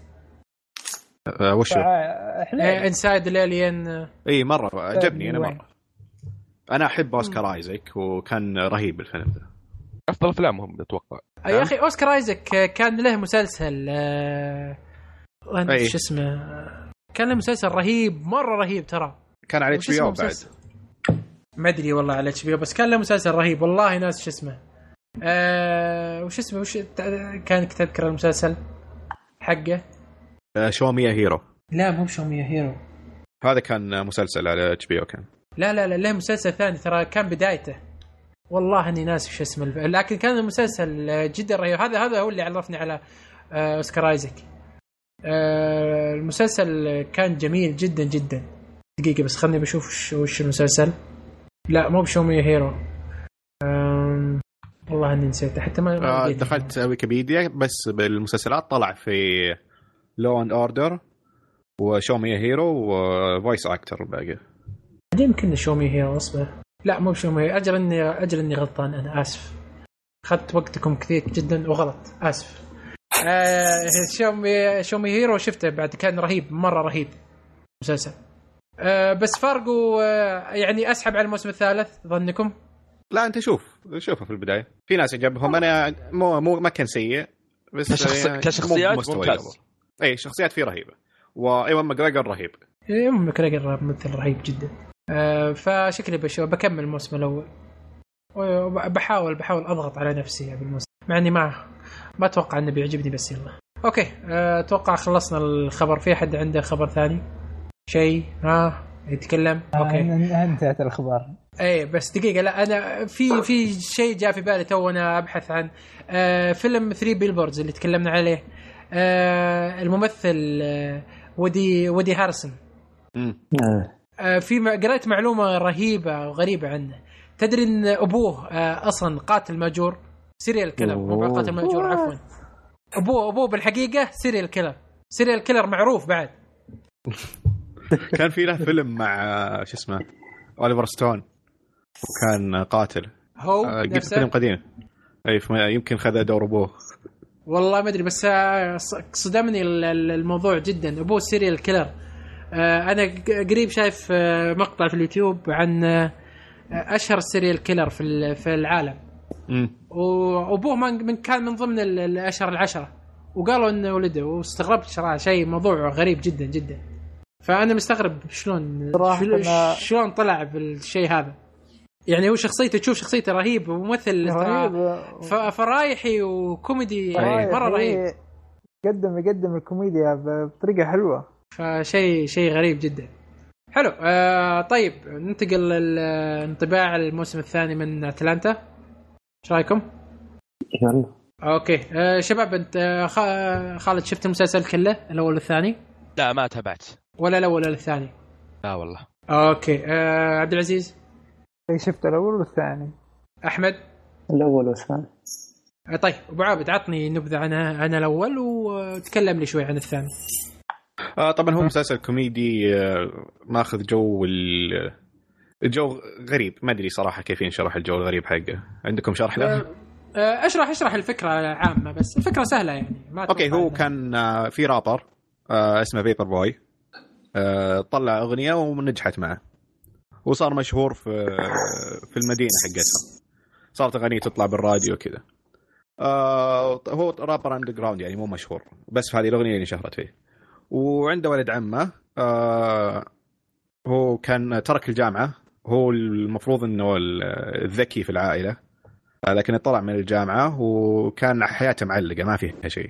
آه وش آه انسايد الالين. اي مره عجبني انا مره. انا احب اوسكار ايزاك وكان رهيب الفيلم ده. افضل افلامهم اتوقع. يا اخي اوسكار ايزاك كان له مسلسل آه ايش اسمه كان له مسلسل رهيب مره رهيب ترى. كان على اتش بي او بعد ما ادري والله على اتش بي او بس كان له مسلسل رهيب والله ناس شو اسمه آه وش اسمه وش كان تذكر المسلسل حقه آه شو مي هيرو. لا مو شو مي هيرو هذا كان مسلسل على اتش بي او كان. لا لا لا له مسلسل ثاني ترى كان بدايته والله اني ناسي وش اسمه لكن كان المسلسل جدا رهيب. هذا هذا هو اللي عرفني على آه اوسكار ايزاك. آه المسلسل كان جميل جدا جدا. دقيقة بس خلني بشوف وش, وش المسلسل. لا مو بشو مي هيرو. آه والله اني نسيت حتى ما آه دخلت ويكيبيديا بس بالمسلسلات طلع في لو اند اوردر وشو مي هيرو وفويس اكتر باقي. يمكن شو مي هيرو اصبر. لا مو بشو مي اجل اني اجل اني غلطان انا اسف. اخذت وقتكم كثير جدا وغلط اسف. آه شو مي شو مي هيرو شفته بعد كان رهيب مره رهيب مسلسل. آه بس فارغو آه يعني اسحب على الموسم الثالث ظنكم؟ لا انت شوف شوفه في البدايه في ناس عجبهم. انا مو مو ما كان سيء بس كشخص... يعني كشخصيات ممتاز. اي شخصيات فيه رهيبه وايوان ماجريجر رهيب. ايوان ماجريجر مثل رهيب جدا. آه فشكلي بشوف بكمل الموسم الاول وبحاول بحاول اضغط على نفسي بالموسم مع اني ما ما اتوقع انه بيعجبني بس يلا اوكي. اتوقع آه خلصنا الخبر. في حد عنده خبر ثاني شيء ها يتكلم؟ اوكي انتهت الاخبار. ايه بس دقيقه لا انا في في شيء جاء في بالي تو انا ابحث عن آه فيلم ثري بيلبوردز اللي تكلمنا عليه. آه الممثل آه ودي ودي هارسون. آه في قرأت معلومه رهيبه وغريبه عنه. تدري ان ابوه آه اصلا قاتل ماجور سيريال كيلر مو قاتل ماجور عفوا ابوه ابوه بالحقيقه سيريال كيلر سيريال كيلر معروف بعد. كان في له فيلم مع شو اسمه أوليفر ستون وكان قاتل. هو قلت فيلم قديم اي يمكن خذ دور ابوه والله ما ادري بس صدمني الموضوع جدا. ابوه سيريال كيلر. انا قريب شايف مقطع في اليوتيوب عن اشهر سيريال كيلر في في العالم وابوه من كان من ضمن الاشهر العشرة وقالوا انه ولده واستغربت صراحه شيء موضوع غريب جدا جدا. فانا مستغرب شلون شلون طلع بالشيء هذا. يعني هو شخصيته تشوف شخصيته رهيب وممثل فرايحي وكوميدي يعني مره رهيب. قدم يقدم الكوميديا بطريقه حلوه فشيء شيء غريب جدا حلو. آه طيب ننتقل للانطباع الموسم الثاني من أتلانتا. ايش رايكم؟ يلا اوكي آه شباب انت خالد شفت المسلسل كله الاول والثاني؟ لا ما تابعت ولا الاول ولا الثاني. لا والله اوكي آه عبد العزيز شفت الاول والثاني. احمد الاول والثاني. آه طيب ابو عابد عطني نبذه عن عن الاول وتكلم لي شوي عن الثاني. آه طبعا هو مسلسل كوميدي آه ماخذ جو الجو غريب، ما ادري صراحه كيف ينشرح الجو الغريب حقه. عندكم شرح له؟ آه آه اشرح اشرح الفكره عامه، بس الفكره سهله يعني ما اوكي. هو كان آه في رابر آه اسمه فيبر بوي، آه طلع اغنيه ونجحت معه وصار مشهور في في المدينه حقتها، صارت اغانيه تطلع بالراديو كذا. آه هو رابر اندر جراوند يعني مو مشهور، بس في هذه الاغنيه اللي شهرت فيه. وعنده ولد عمه آه هو كان ترك الجامعه، هو المفروض انه الذكي في العائله، آه لكن طلع من الجامعه وكان حياته معلقه ما فيها شيء،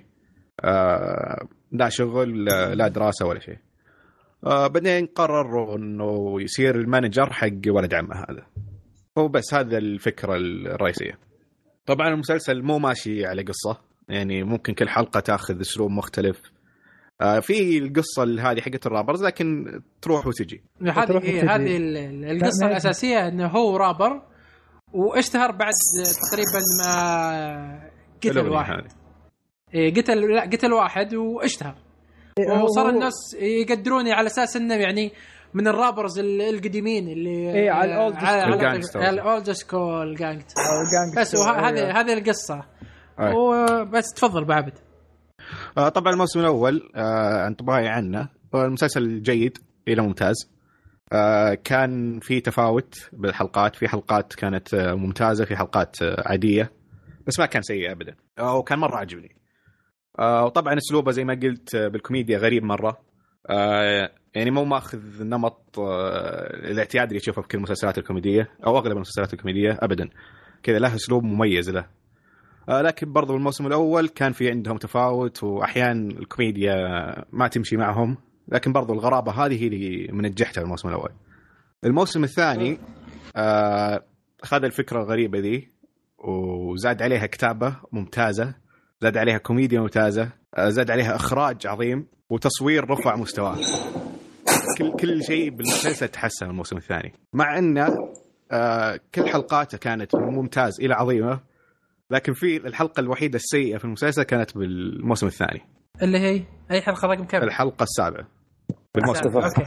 آه لا شغل لا دراسه ولا شيء. آه بعدين قرروا انه يصير المانجر حق ولد عمه هذا. هو بس هذا الفكره الرئيسيه. طبعا المسلسل مو ماشي على قصه، يعني ممكن كل حلقه تاخذ اسلوب مختلف. آه في القصه هذه حقت الرابرز لكن تروح وتجي. هذه إيه هذه القصه الاساسيه انه هو رابر واشتهر بعد تقريبا ما قتل واحد. إيه قتل لا قتل واحد واشتهر، وصار الناس يقدروني على اساس انه يعني من الرابرز القديمين اللي ايه على الاولد على الاولد سكول جانجستر. بس هذه هذه القصه. وبس تفضل بعبد. آه طبعا الموسم الاول آه انطباعي عنه المسلسل جيد الى ممتاز. آه كان في تفاوت بالحلقات، في حلقات كانت آه ممتازه، في حلقات آه عاديه، بس ما كان سيء ابدا. آه وكان مره عجبني. آه وطبعا اسلوبه زي ما قلت آه بالكوميديا غريب مره، آه يعني مو ماخذ نمط آه الاعتياد اللي تشوفه في كل المسلسلات الكوميديه او اغلب المسلسلات الكوميديه ابدا، كذا له اسلوب مميز له. آه لكن برضو الموسم الاول كان في عندهم تفاوت، واحيان الكوميديا ما تمشي معهم، لكن برضو الغرابه هذه هي اللي منجحتها الموسم الاول. الموسم الثاني آه اخذ الفكره الغريبه ذي وزاد عليها كتابه ممتازه، زاد عليها كوميديا ممتازه، آه زاد عليها اخراج عظيم وتصوير رفع مستواه. كل كل شيء بالمسلسل تحسن الموسم الثاني، مع انه آه كل حلقاته كانت ممتاز الى عظيمه، لكن في الحلقه الوحيده السيئه في المسلسل كانت بالموسم الثاني اللي هي اي حلقه رقم كم؟ الحلقه السابعه بالموسم. اوكي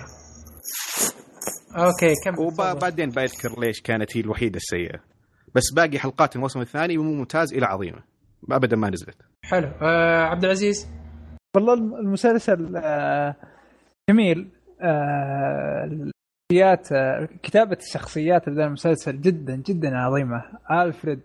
اوكي كم. وبعدين بذكر ليش كانت هي الوحيده السيئه، بس باقي حلقات الموسم الثاني مو ممتاز الى عظيمه ابدا ما نزلت. حلو. آه عبد العزيز. والله المسلسل آه جميل. آه الشخصيات آه كتابه الشخصيات في المسلسل جدا جدا عظيمه. ألفريد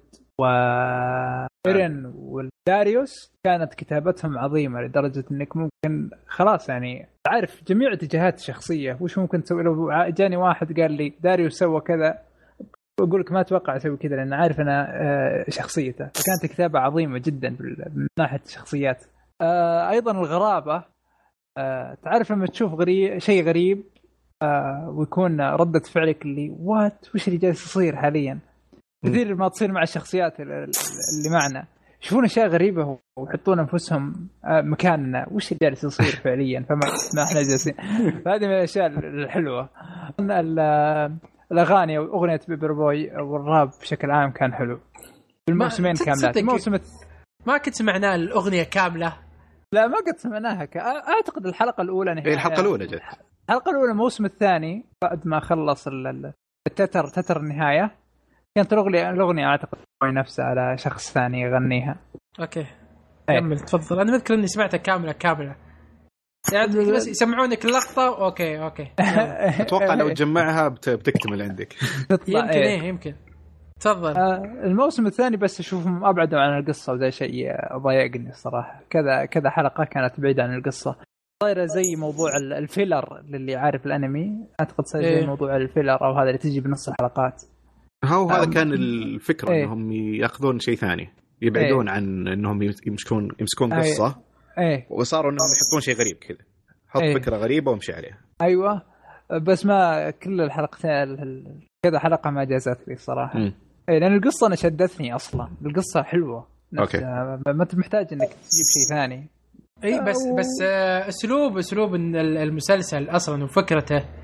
وإيرين والداريوس كانت كتابتهم عظيمة لدرجة انك ممكن خلاص يعني تعرف جميع اتجاهات الشخصية وش ممكن تسوي. لو جاني واحد قال لي داريوس سوى كذا اقول لك ما اتوقع اسوي كذا لان عارف انا شخصيته. فكانت كتابة عظيمة جدا من ناحية الشخصيات. ايضا الغرابة تعرف لما تشوف غريب شيء غريب ويكون ردة فعلك اللي وات وش اللي جالس يصير حاليا. كثير ما تصير مع الشخصيات اللي معنا يشوفون أشياء غريبة ويحطون أنفسهم مكاننا وش اللي جالس يصير فعليا فما احنا جالسين. هذه من الأشياء الحلوة. الأغاني وأغنية بيبر بوي والراب بشكل عام كان حلو. الموسمين كاملات. الموسم ما كنت سمعنا الأغنية كاملة. لا ما قد سمعناها. ك... أعتقد الحلقة الأولى نهاية. الحلقة الأولى جت. الحلقة الأولى الموسم الثاني بعد ما خلص التتر تتر النهاية كانت الأغنية الأغنية أعتقد نفسها على شخص ثاني يغنيها. أوكي كمل تفضل. أنا أذكر إني سمعتها كاملة كاملة يعني بس يسمعونك اللقطة. أوكي أوكي أتوقع لو تجمعها بتكتمل عندك. يمكن إيه يمكن. تفضل. آه الموسم الثاني بس أشوفهم أبعدوا عن القصة وذا شيء ضايقني الصراحة. كذا كذا حلقة كانت بعيدة عن القصة صايرة زي موضوع الفيلر للي عارف الأنمي. أعتقد صاير زي إيه؟ موضوع الفيلر أو هذا اللي تجي بنص الحلقات. هو هذا كان الفكرة إيه؟ انهم ياخذون شيء ثاني يبعدون إيه؟ عن انهم يمسكون يمسكون قصة إيه؟ وصاروا انهم يحطون شيء غريب كذا. حط إيه؟ فكرة غريبة وامشي عليها. ايوه بس ما كل الحلقتين كذا حلقة ما جازت لي الصراحة. إيه لان القصة انا شدتني اصلا. القصة حلوة اوكي ما انت محتاج انك تجيب شيء ثاني. اي بس بس اسلوب اسلوب المسلسل اصلا وفكرته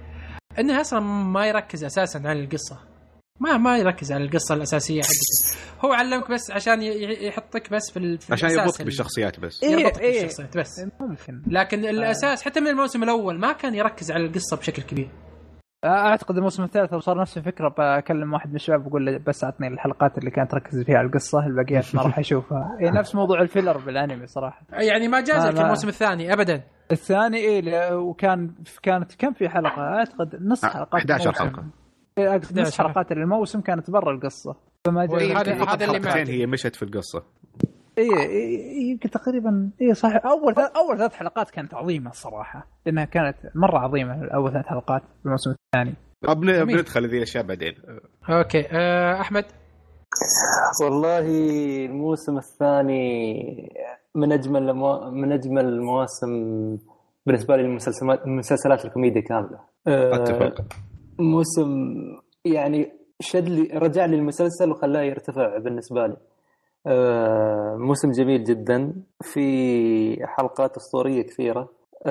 انه اصلا ما يركز اساسا على القصه، ما ما يركز على القصه الاساسيه حقته، هو علمك بس عشان يحطك بس في, ال... في عشان يربطك بالشخصيات بس، يربطك إيه بالشخصيات بس ممكن. لكن الاساس حتى من الموسم الاول ما كان يركز على القصه بشكل كبير. اعتقد الموسم الثالث صار نفس الفكره، بكلم واحد من الشباب بقول له بس اعطني الحلقات اللي كانت تركز فيها على القصه، الباقيات ما راح اشوفها. إيه نفس موضوع الفيلر بالانمي صراحه، يعني ما جازلك الموسم الثاني ابدا. الثاني ايه وكان كانت كم في حلقه اعتقد نص حلقات إحدى عشرة حلقه إيه نص حلقات الموسم كانت برا القصه، فما هذا هذا اللي معين هي مشت في القصه. ايه يمكن إيه تقريبا ايه صح. اول اول ثلاث حلقات كانت عظيمه الصراحه، لانها كانت مره عظيمه اول ثلاث حلقات في الموسم الثاني. طب بندخل ذي الاشياء بعدين. اوكي أه احمد. والله الموسم الثاني من اجمل من اجمل المواسم بالنسبه لي المسلسلات المسلسلات الكوميديا كامله. اتفق. موسم يعني شد لي رجع لي المسلسل وخلاه يرتفع بالنسبه لي. آه موسم جميل جدا، في حلقات أسطورية كثيرة.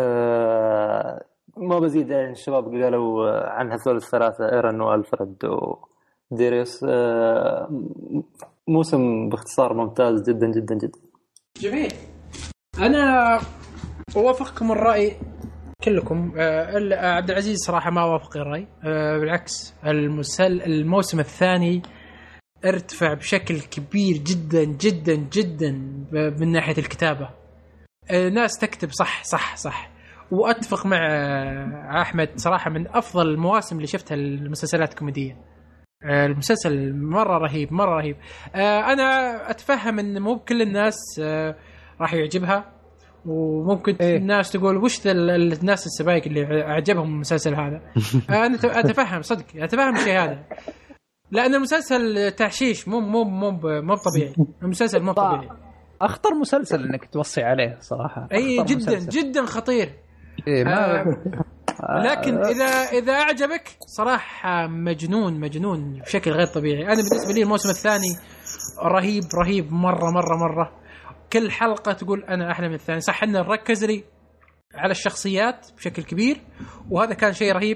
آه ما بزيد عن الشباب قالوا عن هذول الثلاثة إيرن وألفريد وديريس. آه موسم باختصار ممتاز جدا جدا جدا. جميل. أنا أوافقكم الرأي كلكم. آه عبد العزيز صراحة ما وافق الرأي. آه بالعكس المسل الموسم الثاني ارتفع بشكل كبير جدا جدا جدا من ناحية الكتابة. الناس تكتب صح صح صح، وأتفق مع أحمد صراحة من أفضل المواسم اللي شفتها المسلسلات الكوميدية. المسلسل مرة رهيب مرة رهيب. أنا أتفهم أن مو بكل الناس راح يعجبها، وممكن إيه؟ الناس تقول وش الناس السبايك اللي أعجبهم المسلسل هذا. أنا أتفهم صدق أتفهم الشيء هذا، لأن المسلسل تعشيش مو مو مو مو طبيعي. المسلسل مو طبيعي، أخطر مسلسل إنك توصي عليه صراحة. أي جدا مسلسل. جدا خطير. إيه ما آه لكن إذا إذا أعجبك صراحة مجنون مجنون بشكل غير طبيعي. أنا بالنسبة لي الموسم الثاني رهيب رهيب مرة مرة مرة. كل حلقة تقول أنا أحلى من الثاني. صح إن نركز لي على الشخصيات بشكل كبير، وهذا كان شيء رهيب.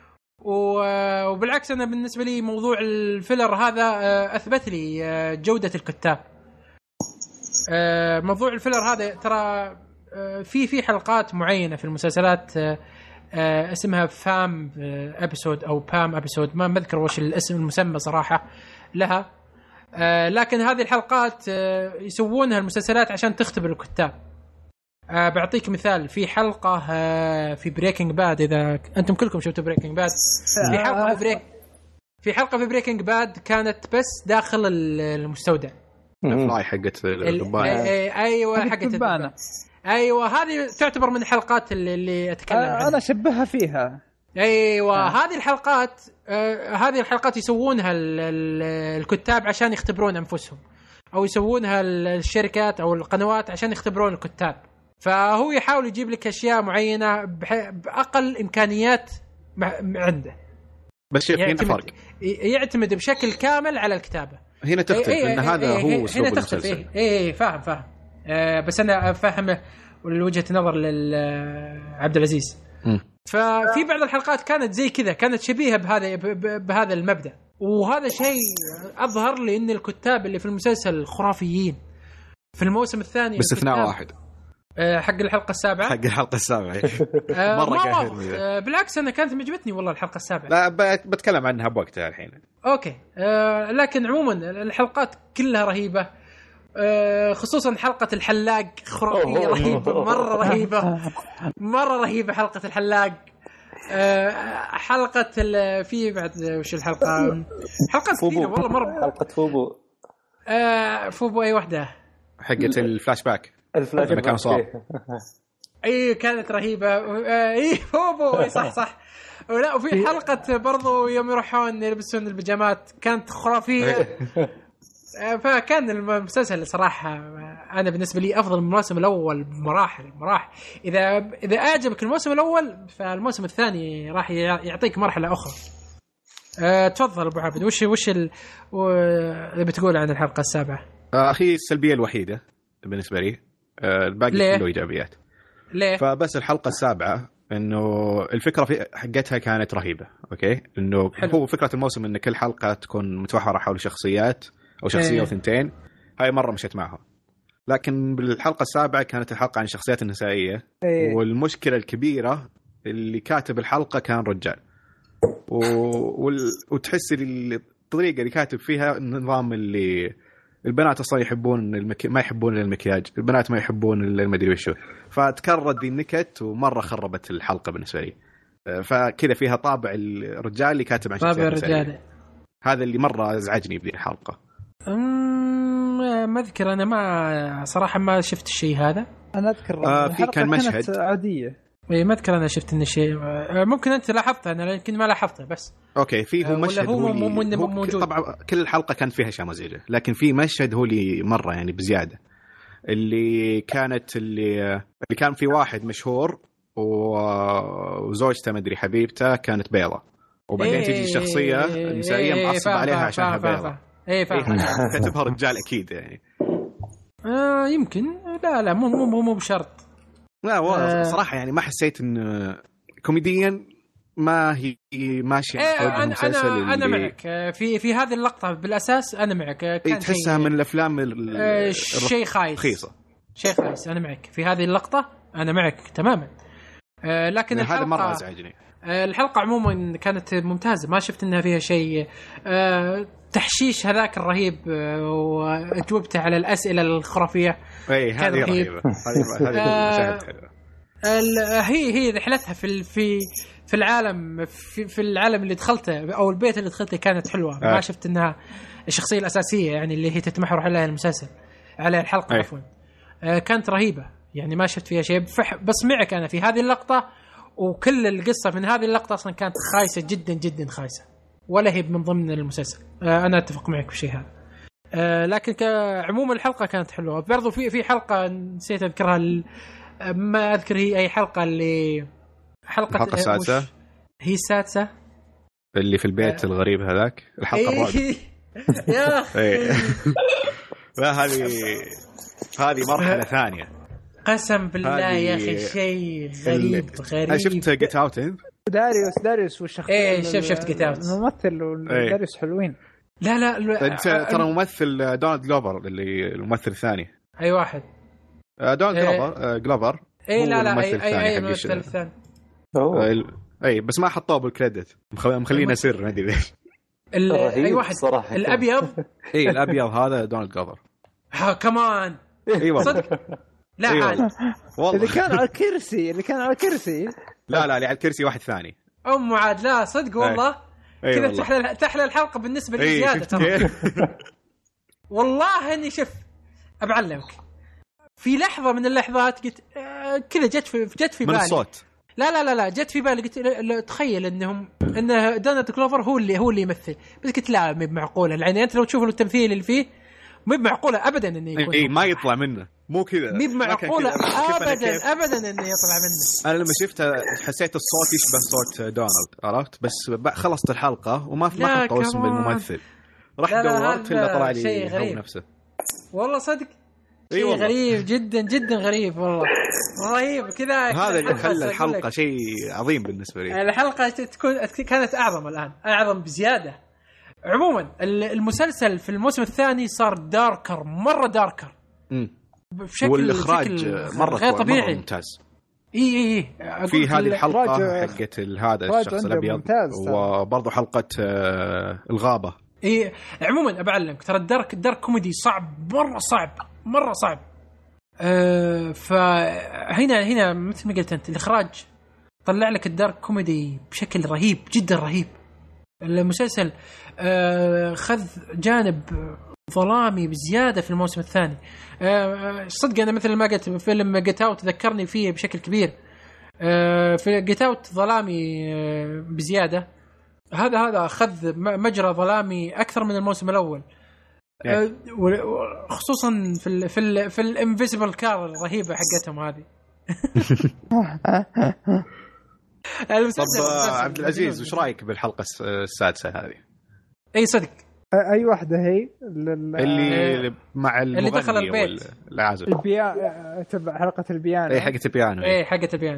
وبالعكس أنا بالنسبة لي موضوع الفيلر هذا أثبت لي جودة الكتاب. موضوع الفيلر هذا ترى في في حلقات معينة في المسلسلات اسمها فام ابيسود أو بام ابيسود، ما أذكر وش الاسم المسمى صراحة لها، لكن هذه الحلقات يسوونها المسلسلات عشان تختبر الكتاب. أه بعطيك مثال، في حلقة أه في بريكنج باد، إذا أنتم كلكم شفتوا بريكنج باد، في حلقة في بريك في حلقة في بريكنج باد كانت بس داخل المستودع، الفلاي حقت الدبانة. أيوة حقت الدبانة. أيوة هذه تعتبر من الحلقات اللي, اللي أتكلم عنها. أنا شبهها فيها. أيوة آه. هذه الحلقات آه هذه الحلقات يسوونها ال ال الكتاب عشان يختبرون أنفسهم، أو يسوونها الشركات أو القنوات عشان يختبرون الكتاب. فهو يحاول يجيب لك أشياء معينة بأقل إمكانيات عنده، بس شوف هنا فرق، يعتمد بشكل كامل على الكتابة. هنا تختلف إيه إن إيه هذا إيه هو أسلوب المسلسل. إيه إيه فاهم فاهم آه بس أنا أفهم وجهة نظر للعبد العزيز. م. ففي بعض الحلقات كانت زي كذا، كانت شبيهة بهذا بهذا المبدأ، وهذا شيء أظهر لي إن الكتاب اللي في المسلسل خرافيين. في الموسم الثاني باستثناء واحد حق الحلقة السابعة حق الحلقة السابعة مرة قاهر. بالعكس أنا كانت مجبتني والله الحلقة السابعة. لا بتكلم عنها بوقتها الحين. أوكي أه لكن عموما الحلقات كلها رهيبة، أه خصوصا حلقة الحلاق خرافية رهيبة مرة رهيبة مرة رهيبة حلقة الحلاق. أه حلقة في بعد وش الحلقة حلقة كثيرة والله مرة. حلقة فوبو أه فوبو أي واحدة حقة الفلاش باك الفلاش باك كان صار اي كانت رهيبه. اي فوبو صح صح. ولا وفي حلقه برضو يوم يروحون يلبسون البيجامات كانت خرافيه. فكان المسلسل صراحه انا بالنسبه لي افضل من الموسم الاول بمراحل مراحل. اذا اذا اعجبك الموسم الاول فالموسم الثاني راح يعطيك مرحله اخرى. أه تفضل ابو عبد، وش وش اللي بتقول عن الحلقه السابعه؟ اخي السلبيه الوحيده بالنسبه لي، الباقي كله ايجابيات. ليه؟ فبس الحلقه السابعه انه الفكره في حقتها كانت رهيبه. اوكي انه حلو. هو فكره الموسم ان كل حلقه تكون متوحره حول شخصيات او شخصيه ايه. او ثنتين. هاي مره مشيت معها. لكن بالحلقه السابعه كانت الحلقه عن الشخصيات النسائيه ايه. والمشكله الكبيره اللي كاتب الحلقه كان رجال و... وال... وتحس الطريقه اللي كاتب فيها النظام اللي البنات اصلا يحبون المك... ما يحبون المكياج، البنات ما يحبون المدري وشو، فتكرر دي النكت ومره خربت الحلقه بالنسبه لي. فكذا فيها طابع الرجال اللي كاتب عن طابع الرجال، هذا اللي مره ازعجني بذي الحلقه. امم ما اذكر انا، ما صراحه ما شفت الشيء هذا. انا اذكر آه في كان مشهد عاديه. اي ما اذكر انا شفت ان الشيء، ممكن انت لاحظته انا لكن ما لاحظته بس. اوكي في هو مشهد هو, هو, اللي هو موجود. طبعا كل الحلقه كانت فيها اشياء مزعجه، لكن في مشهد هو اللي مره يعني بزياده، اللي كانت اللي اللي كان في واحد مشهور وزوجته مدري حبيبته كانت بيضة، وبعدين إيه تيجي الشخصيه النسائيه إيه معصب عليها عشانها بيضة. ايه فاهم كتبها رجال اكيد يعني. آه يمكن لا لا مو مو مو بشرط. لا والله صراحه يعني ما حسيت ان كوميديا ما هي ماشيه إيه أنا أنا, أنا معك في في هذه اللقطة بالأساس. أنا معك كان تحسها من الأفلام آه شيء خايس رخيصة، شيء خايس. أنا معك في هذه اللقطة، أنا معك تماما. آه لكن هذا مرة أزعجني. آه الحلقة عموما كانت ممتازة، ما شفت إنها فيها شيء آه تحشيش هذاك الرهيب آه وجوبته على الأسئلة الخرافية. أي هذه رهيبة. هذه هذه مشاهد حلوة. هي هي رحلتها في في في العالم في, في العالم اللي دخلته او البيت اللي دخلته كانت حلوه. آه. ما شفت انها الشخصيه الاساسيه يعني اللي هي تتمحور عليها المسلسل على الحلقه عفوا آه كانت رهيبه يعني ما شفت فيها شيء. بس معك انا في هذه اللقطه، وكل القصه من هذه اللقطه اصلا كانت خايسه جدا جدا خايسه، ولا هي من ضمن المسلسل. آه انا اتفق معك في شيء هذا. آه لكن كعموم الحلقه كانت حلوه. برضو في في حلقه نسيت اذكرها، ما أذكر هي أي حلقة، اللي حلقة الحلقة السادسة هي السادسة اللي في البيت آه. الغريب هذاك الحلقة الرابعة يا أخي لا هذه هذه مرحلة ثانية قسم بالله يا أخي، شيء غريب غريب. أنا شفت جيت أوت داريوس داريوس والشخصية إيه شوف شفت جيت أوت الممثل وداريوس حلوين. لا لا أنت ترى ممثل دونالد جلوفر اللي الممثل الثاني. أي واحد دون جلوفر جلوفر اي لا لا اي اي اي ممثل الثاني اي بس ما حطوه بالكريدت، مخلينا سر ما ادري ليش. اي واحد صراحة. الابيض اي الابيض هذا دونالد جلوفر. ها كمان اي والله صدق. لا عاد اللي كان على الكرسي اللي كان على الكرسي لا لا اللي على الكرسي واحد ثاني. ام عاد لا صدق والله كذا تحلى تحلى الحلقة بالنسبة لي زيادة ترى. والله اني شوف ابعلمك في لحظة من اللحظات قلت آه كذا جت في جت في بالي من الصوت. لا لا لا لا جت في بالي قلت تخيل انهم انه دونالد كلوفر هو اللي هو اللي يمثل، بس قلت لا مو معقولة. يعني انت لو تشوف التمثيل اللي فيه مو معقولة ابدا انه يكون اي ما يطلع منه، مو كذا مو معقولة ابدا ابدا انه يطلع منه. انا لما شفته حسيت الصوت يشبه صوت دونالد، عرفت؟ بس خلصت الحلقة وما ما حطوا اسم الممثل، رحت دورت الا طلع لي هو نفسه. والله صدق شيء أيوة غريب جدا جدا غريب والله رهيب كذا. هذا اللي خلى الحلقة شيء عظيم بالنسبة لي. الحلقة تكون كانت أعظم الآن، أعظم بزيادة. عموما المسلسل في الموسم الثاني صار داركر مرة داركر امم بشكل والإخراج مرة غير طبيعي ممتاز. إي إي إي في هذه الحلقة حقت هذا الشخص الأبيض، وبرضه حلقة الغابة. إيه عموما أبعلمك ترى الدارك الدارك كوميدي صعب مرة صعب مرة صعب. أه فهنا هنا مثل ما قلت أنت الإخراج طلع لك الدارك كوميدي بشكل رهيب جدا رهيب. المسلسل أه خذ جانب ظلامي بزيادة في الموسم الثاني. أه صدق أنا مثل ما قلت فيلم جيت أوت تذكرني فيه بشكل كبير. أه في جيت أوت ظلامي أه بزيادة، هذا هذا أخذ مجرى ظلامي أكثر من الموسم الأول. أه خصوصا في ال في ال في الانفيزبل كار الرهيبة حقتهم هذه. طب عبد العزيز وش رأيك بالحلقة السادسة هذه؟ أي صدق أي واحدة هي اللي مع اللي دخل البيت العازف البيانو تبع حلقة البيانو. أي حقة البيانو. أي حقة البيانو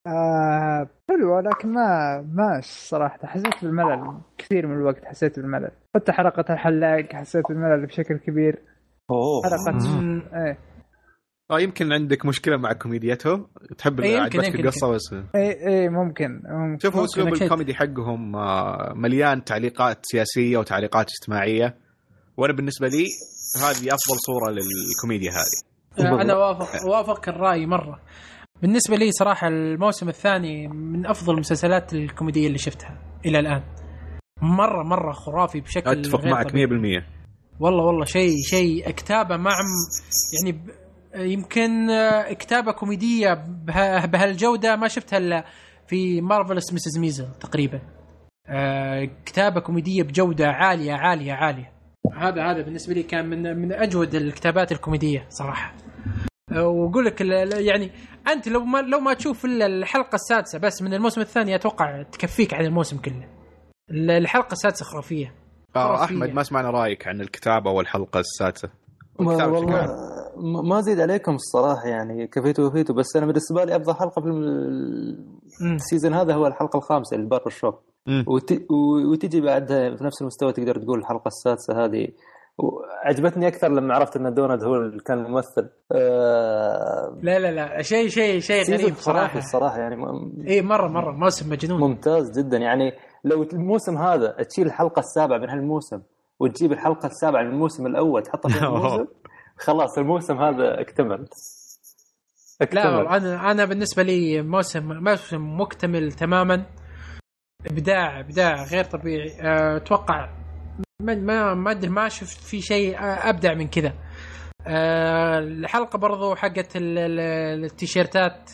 آه حلوة لكن ما ماش صراحة، حسيت بالملل كثير من الوقت، حسيت بالملل. حتى حلقة الحلاق حسيت بالملل بشكل كبير. أوه. حلقة ايه اه يمكن عندك مشكلة مع كوميديته، تحب إيه عجبتك القصة بس. ايه ايه ممكن, ممكن. شوفوا اسلوب الكوميدي حقهم مليان تعليقات سياسية وتعليقات اجتماعية، وانا بالنسبة لي هذه افضل صورة للكوميديا هذه. انا وافق وافق الرأي مرة. بالنسبة لي صراحة الموسم الثاني من افضل المسلسلات الكوميدية اللي شفتها الى الان، مرة مرة خرافي بشكل اتفق معك مية بالمية. والله والله شيء شيء كتابة مع يعني يمكن كتابة كوميدية بها بهالجودة ما شفتها إلا في مارفلس ميسيس ميزل تقريبا. كتابة كوميدية بجودة عالية عالية عالية. هذا هذا بالنسبة لي كان من من أجود الكتابات الكوميدية صراحة. وأقول لك يعني أنت لو ما لو ما تشوف إلا الحلقة السادسة بس من الموسم الثاني أتوقع تكفيك عن الموسم كله. الحلقة السادسة خرافية. آه أحمد ما سمعنا رأيك عن الكتابة والحلقة السادسة. والله ما زيد عليكم الصراحة يعني كفيتوا وفيتوا، بس أنا بالنسبة لي أفضل حلقة في السيزون هذا هو الحلقة الخامسة اللي باربر شوب، وت... وتجي بعدها في نفس المستوى تقدر تقول الحلقة السادسة هذه عجبتني أكثر لما عرفت أن دونالد هو اللي كان الممثل. آه... لا لا لا شيء شيء شيء غريب صراحة الصراحة يعني م... إيه مرة مرة موسم مجنون ممتاز جدا. يعني لو الموسم هذا تشيل الحلقة السابعة من هالموسم وتجيب الحلقة السابعة من الموسم الأول تحطها في الموسم خلاص الموسم هذا اكتمل. اكتمل. لا انا انا بالنسبه لي موسم موسم مكتمل تماما، ابداع ابداع غير طبيعي. اتوقع ما ما ما ادري ما شفت في شيء ابدع من كذا. الحلقه برضو حقت التيشيرتات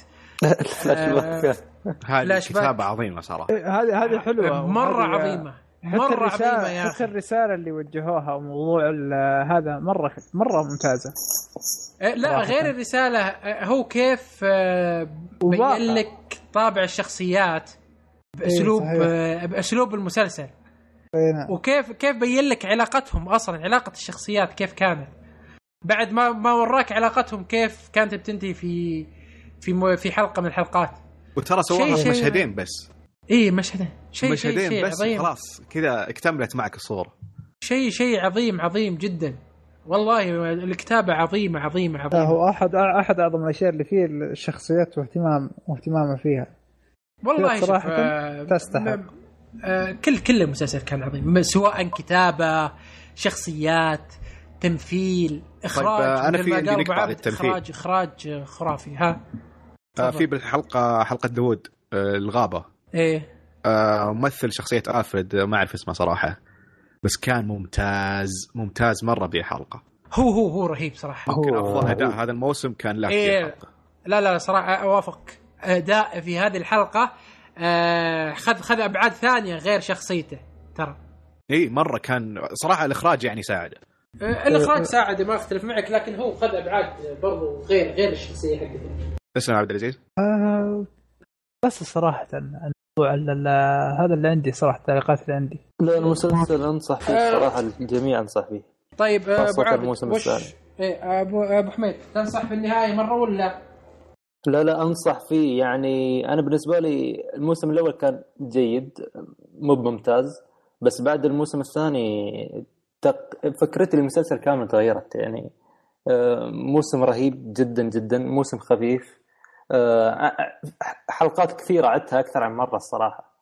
هذه كتابه عظيمه صراحه. هذه هذه حلوه مره عظيمه مرة عظيمة يا أخي. الرسالة اللي وجهوها وموضوع هذا مرة مرة ممتازة. لا غير الرسالة، هو كيف بيّن لك طابع الشخصيات بأسلوب بأسلوب المسلسل، وكيف كيف بيّن لك علاقتهم أصلا، علاقة الشخصيات كيف كانت بعد ما ما وراك علاقتهم كيف كانت بتنتهي في في في حلقة من الحلقات. وترى سواها مشهدين بس. ايه مشهدين شيء مشهدين شيء بس عظيم. خلاص كذا اكتملت معك الصورة. شيء شيء عظيم عظيم جدا والله. الكتابة عظيمة عظيمة عظيمة. هو أحد أحد أعظم الأشياء اللي فيه الشخصيات واهتمام واهتمامه فيها والله. صراحة تستحق. كل كل المسلسل كان عظيم، سواء كتابة شخصيات تمثيل إخراج. طيب أنا في عندي نقطة على التمثيل. إخراج إخراج خرافي. ها آه في بالحلقة حلقة داوود آه الغابة إيه آه ممثل شخصية آلفريد ما أعرف اسمه صراحة، بس كان ممتاز ممتاز مرة بحلقة. هو هو هو رهيب صراحة. ممكن أفضل أداء هذا الموسم كان له إيه في حلقة. لا لا صراحة أوافق، أداء في هذه الحلقة آه خذ خذ أبعاد ثانية غير شخصيته ترى. إيه مرة كان صراحة الإخراج يعني ساعد. آه الإخراج ساعد ما أختلف معك، لكن هو خذ أبعاد برضو غير غير الشخصية حقته. اسمع عبد العزيز. آه بس صراحة الموضوع هذا اللي عندي صراحة، التعليقات اللي عندي. لا المسلسل أنصح فيه صراحة، الجميع أنصح فيه. طيب أبو الموسم الثاني. إيه أبو أبو حميد تنصح بالنهاية مرة ولا؟ لا لا أنصح فيه. يعني أنا بالنسبة لي الموسم الأول كان جيد مو ممتاز، بس بعد الموسم الثاني فكرتي المسلسل كامل تغيرت. يعني موسم رهيب جدا جدا، موسم خفيف، حلقات كثيرة عدتها أكثر عن مرة الصراحة.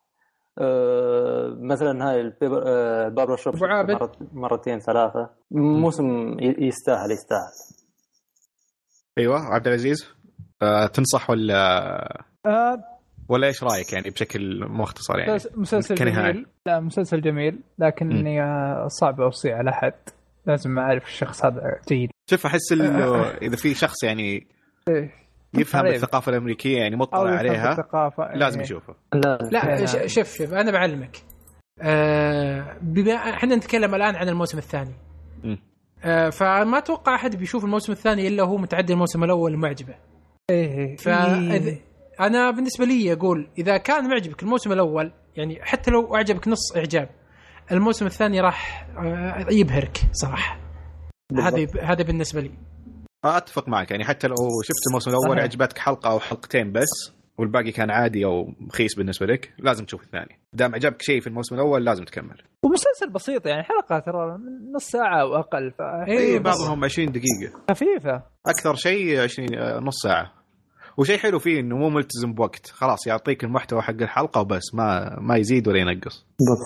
مثلا هاي الباربر شوب مرتين ثلاثة. موسم يستاهل يستاهل. أيوة عبد العزيز أه تنصح ولا أه ولا إيش رأيك يعني بشكل مختصر؟ يعني مسلسل جميل. لا مسلسل جميل، لكنني صعب أوصي على حد، لازم أعرف الشخص هذا جيد. شوف أحس إنه إذا في شخص يعني يفهم الثقافة الأمريكية يعني مطلع عليها لازم يشوفه. لا لا شوف شوف أنا بعلمك. آه بما إحنا نتكلم الآن عن الموسم الثاني، آه فما أتوقع أحد بيشوف الموسم الثاني إلا هو متعدي الموسم الأول معجبه. إيه فإذا أنا بالنسبة لي أقول إذا كان معجبك الموسم الأول، يعني حتى لو أعجبك نص إعجاب، الموسم الثاني راح يبهرك صراحة. هذا هذا بالنسبة لي. أتفق معك. يعني حتى لو شفت الموسم الأول عجبتك حلقة أو حلقتين بس والباقي كان عادي او رخيص بالنسبه لك لازم تشوف الثاني. دام عجبك شيء في الموسم الاول لازم تكمل. ومسلسل بسيط يعني حلقه ترى نص ساعه او اقل. اي بعضهم عشرين دقيقه خفيفه. اكثر شيء عشرين نص ساعه. وشيء حلو فيه انه مو ملتزم بوقت، خلاص يعطيك المحتوى حق الحلقه وبس، ما ما يزيد ولا ينقص.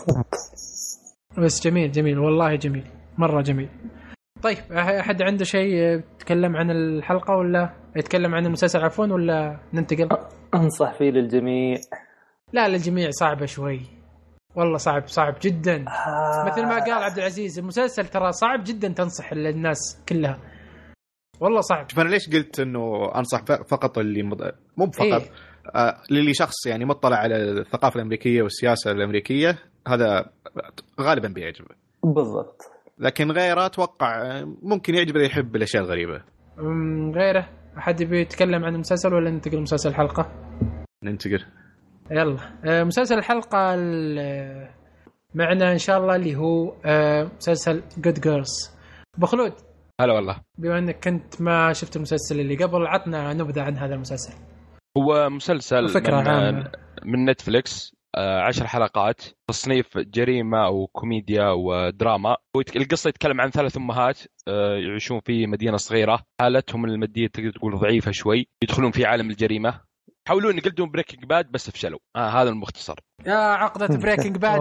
بس جميل جميل والله جميل مره جميل. طيب احد عنده شيء يتكلم عن الحلقه ولا يتكلم عن المسلسل عفوا ولا ننتقل؟ انصح فيه للجميع. لا للجميع صعبه شوي والله، صعب صعب جدا. آه. مثل ما قال عبد العزيز المسلسل ترى صعب جدا تنصح للناس كلها والله صعب. فانا ليش قلت انه انصح فقط اللي مض... مو فقط إيه؟ آه للي شخص يعني مطلع على الثقافه الامريكيه والسياسه الامريكيه، هذا غالبا بيعجبه بالضبط. لكن غيره اتوقع ممكن يعجبه يحب الاشياء الغريبه. غيره احد بيتكلم عن المسلسل ولا ننتقل لمسلسل الحلقه؟ ننتقل يلا. آه مسلسل الحلقه معنا ان شاء الله اللي هو آه مسلسل Good Girls. بخلود هلا والله، بما انك كنت ما شفت المسلسل اللي قبل عطنا نبذه عن هذا المسلسل. هو مسلسل من, من نتفليكس، عشر حلقات، تصنيف جريمة وكوميديا ودراما. القصة يتكلم عن ثلاث أمهات يعيشون في مدينة صغيرة، حالتهم المادية تقدر تقول ضعيفة شوي، يدخلون في عالم الجريمة، حاولون يقلدون بريكنج باد بس فشلوا. آه هذا المختصر. يا عقدة بريكنج باد.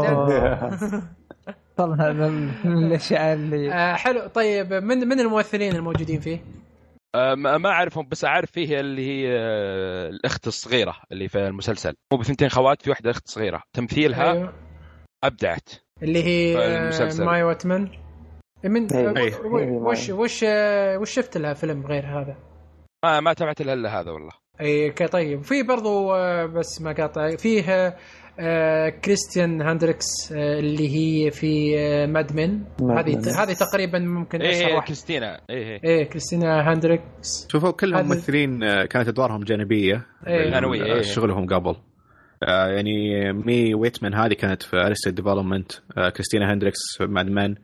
طبعا هذا الأشياء اللي آه حلو. طيب من من الممثلين الموجودين فيه؟ أه ما أعرفهم، بس أعرف فيه اللي هي الأخت الصغيرة اللي في المسلسل، مو بثنتين خوات، في واحدة أخت صغيرة تمثيلها أيوه. أبدعت، اللي هي ماي واتمن. من أيه. وش وش وش شفت لها فيلم غير هذا؟ ما ما تابعت لها إلا هذا والله. أي طيب في برضو بس ما قاطع فيه آه كريستيان هاندريكس آه اللي هي في آه مادمن. هذه هذه تقريبا ممكن اشهر واحده. كريستينا ايه ايه كريستينا هاندريكس. شوفوا كلهم ممثلين كانت ادوارهم جانبيه ثانويه إيه. شغلهم قبل آه يعني مي ويتمان هذه كانت في أرستد ديفلوبمنت، آه كريستينا هاندريكس في مادمن،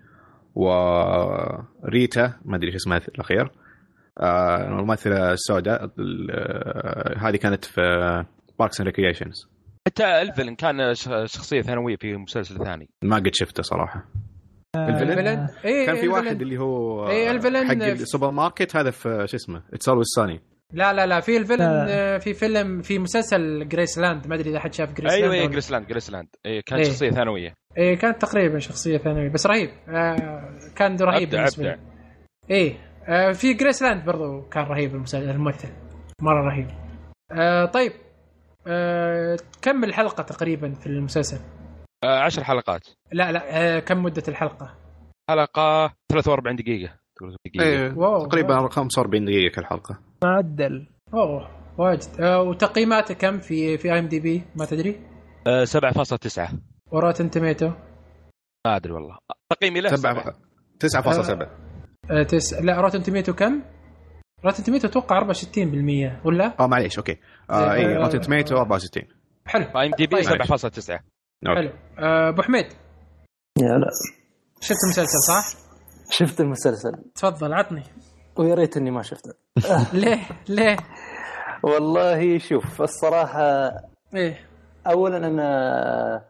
وريتا ما ادري ايش اسمها الاخير آه الممثله السوداء آه هذه كانت في باركس اند ريكريشنز. حتى الفيلن كان شخصية ثانوية في مسلسل ثاني ما قد شفته صراحة. آه الفيلن إيه كان في الفلن. واحد اللي هو إيه حق السوبر ماركت هذا في شو اسمه It's Always Sunny. لا لا لا في الفيلن آه. في فيلم في مسلسل جريسلاند، ما أدري إذا حد شاف جريسلاند. أيوة إيه جريسلاند جريسلاند إيه كانت إيه. شخصية ثانوية. إيه كانت تقريبا شخصية ثانوية بس رهيب آه كان رهيب بالنسبة لي. إيه آه في جريسلاند برضو كان رهيب المسلسل، الممثل مرة رهيب. آه طيب أه، كم الحلقة تقريبا في المسلسل؟ أه، عشر حلقات. لا لا أه، كم مدة الحلقة؟ حلقة ثلاثة وأربعين دقيقة ايه تقريبا خمسة وأربعين دقيقة كل حلقة. معدل. اوه واجد. أه، وتقييماته كم في في اي ام دي بي ما تدري؟ أه، سبعة فاصلة تسعة. وروتن توميتو ما ادري والله تقييمي له سبعة تسعة فاصلة سبعة. أه، تس... لا روتن توميتو كم؟ روتن توميتو اتوقع أربعة وستين بالمية ولا؟ اه معليش اوكي اه اي روتن توميتو أربعة وستين. حلو. اي ام دي بي سبعة فاصلة تسعة. حلو. ابو حميد يا لا شفت المسلسل صح؟ شفت المسلسل. تفضل عطني. ويا ريت اني ما شفته. ليه ليه؟ والله شوف الصراحه ايه اولا انا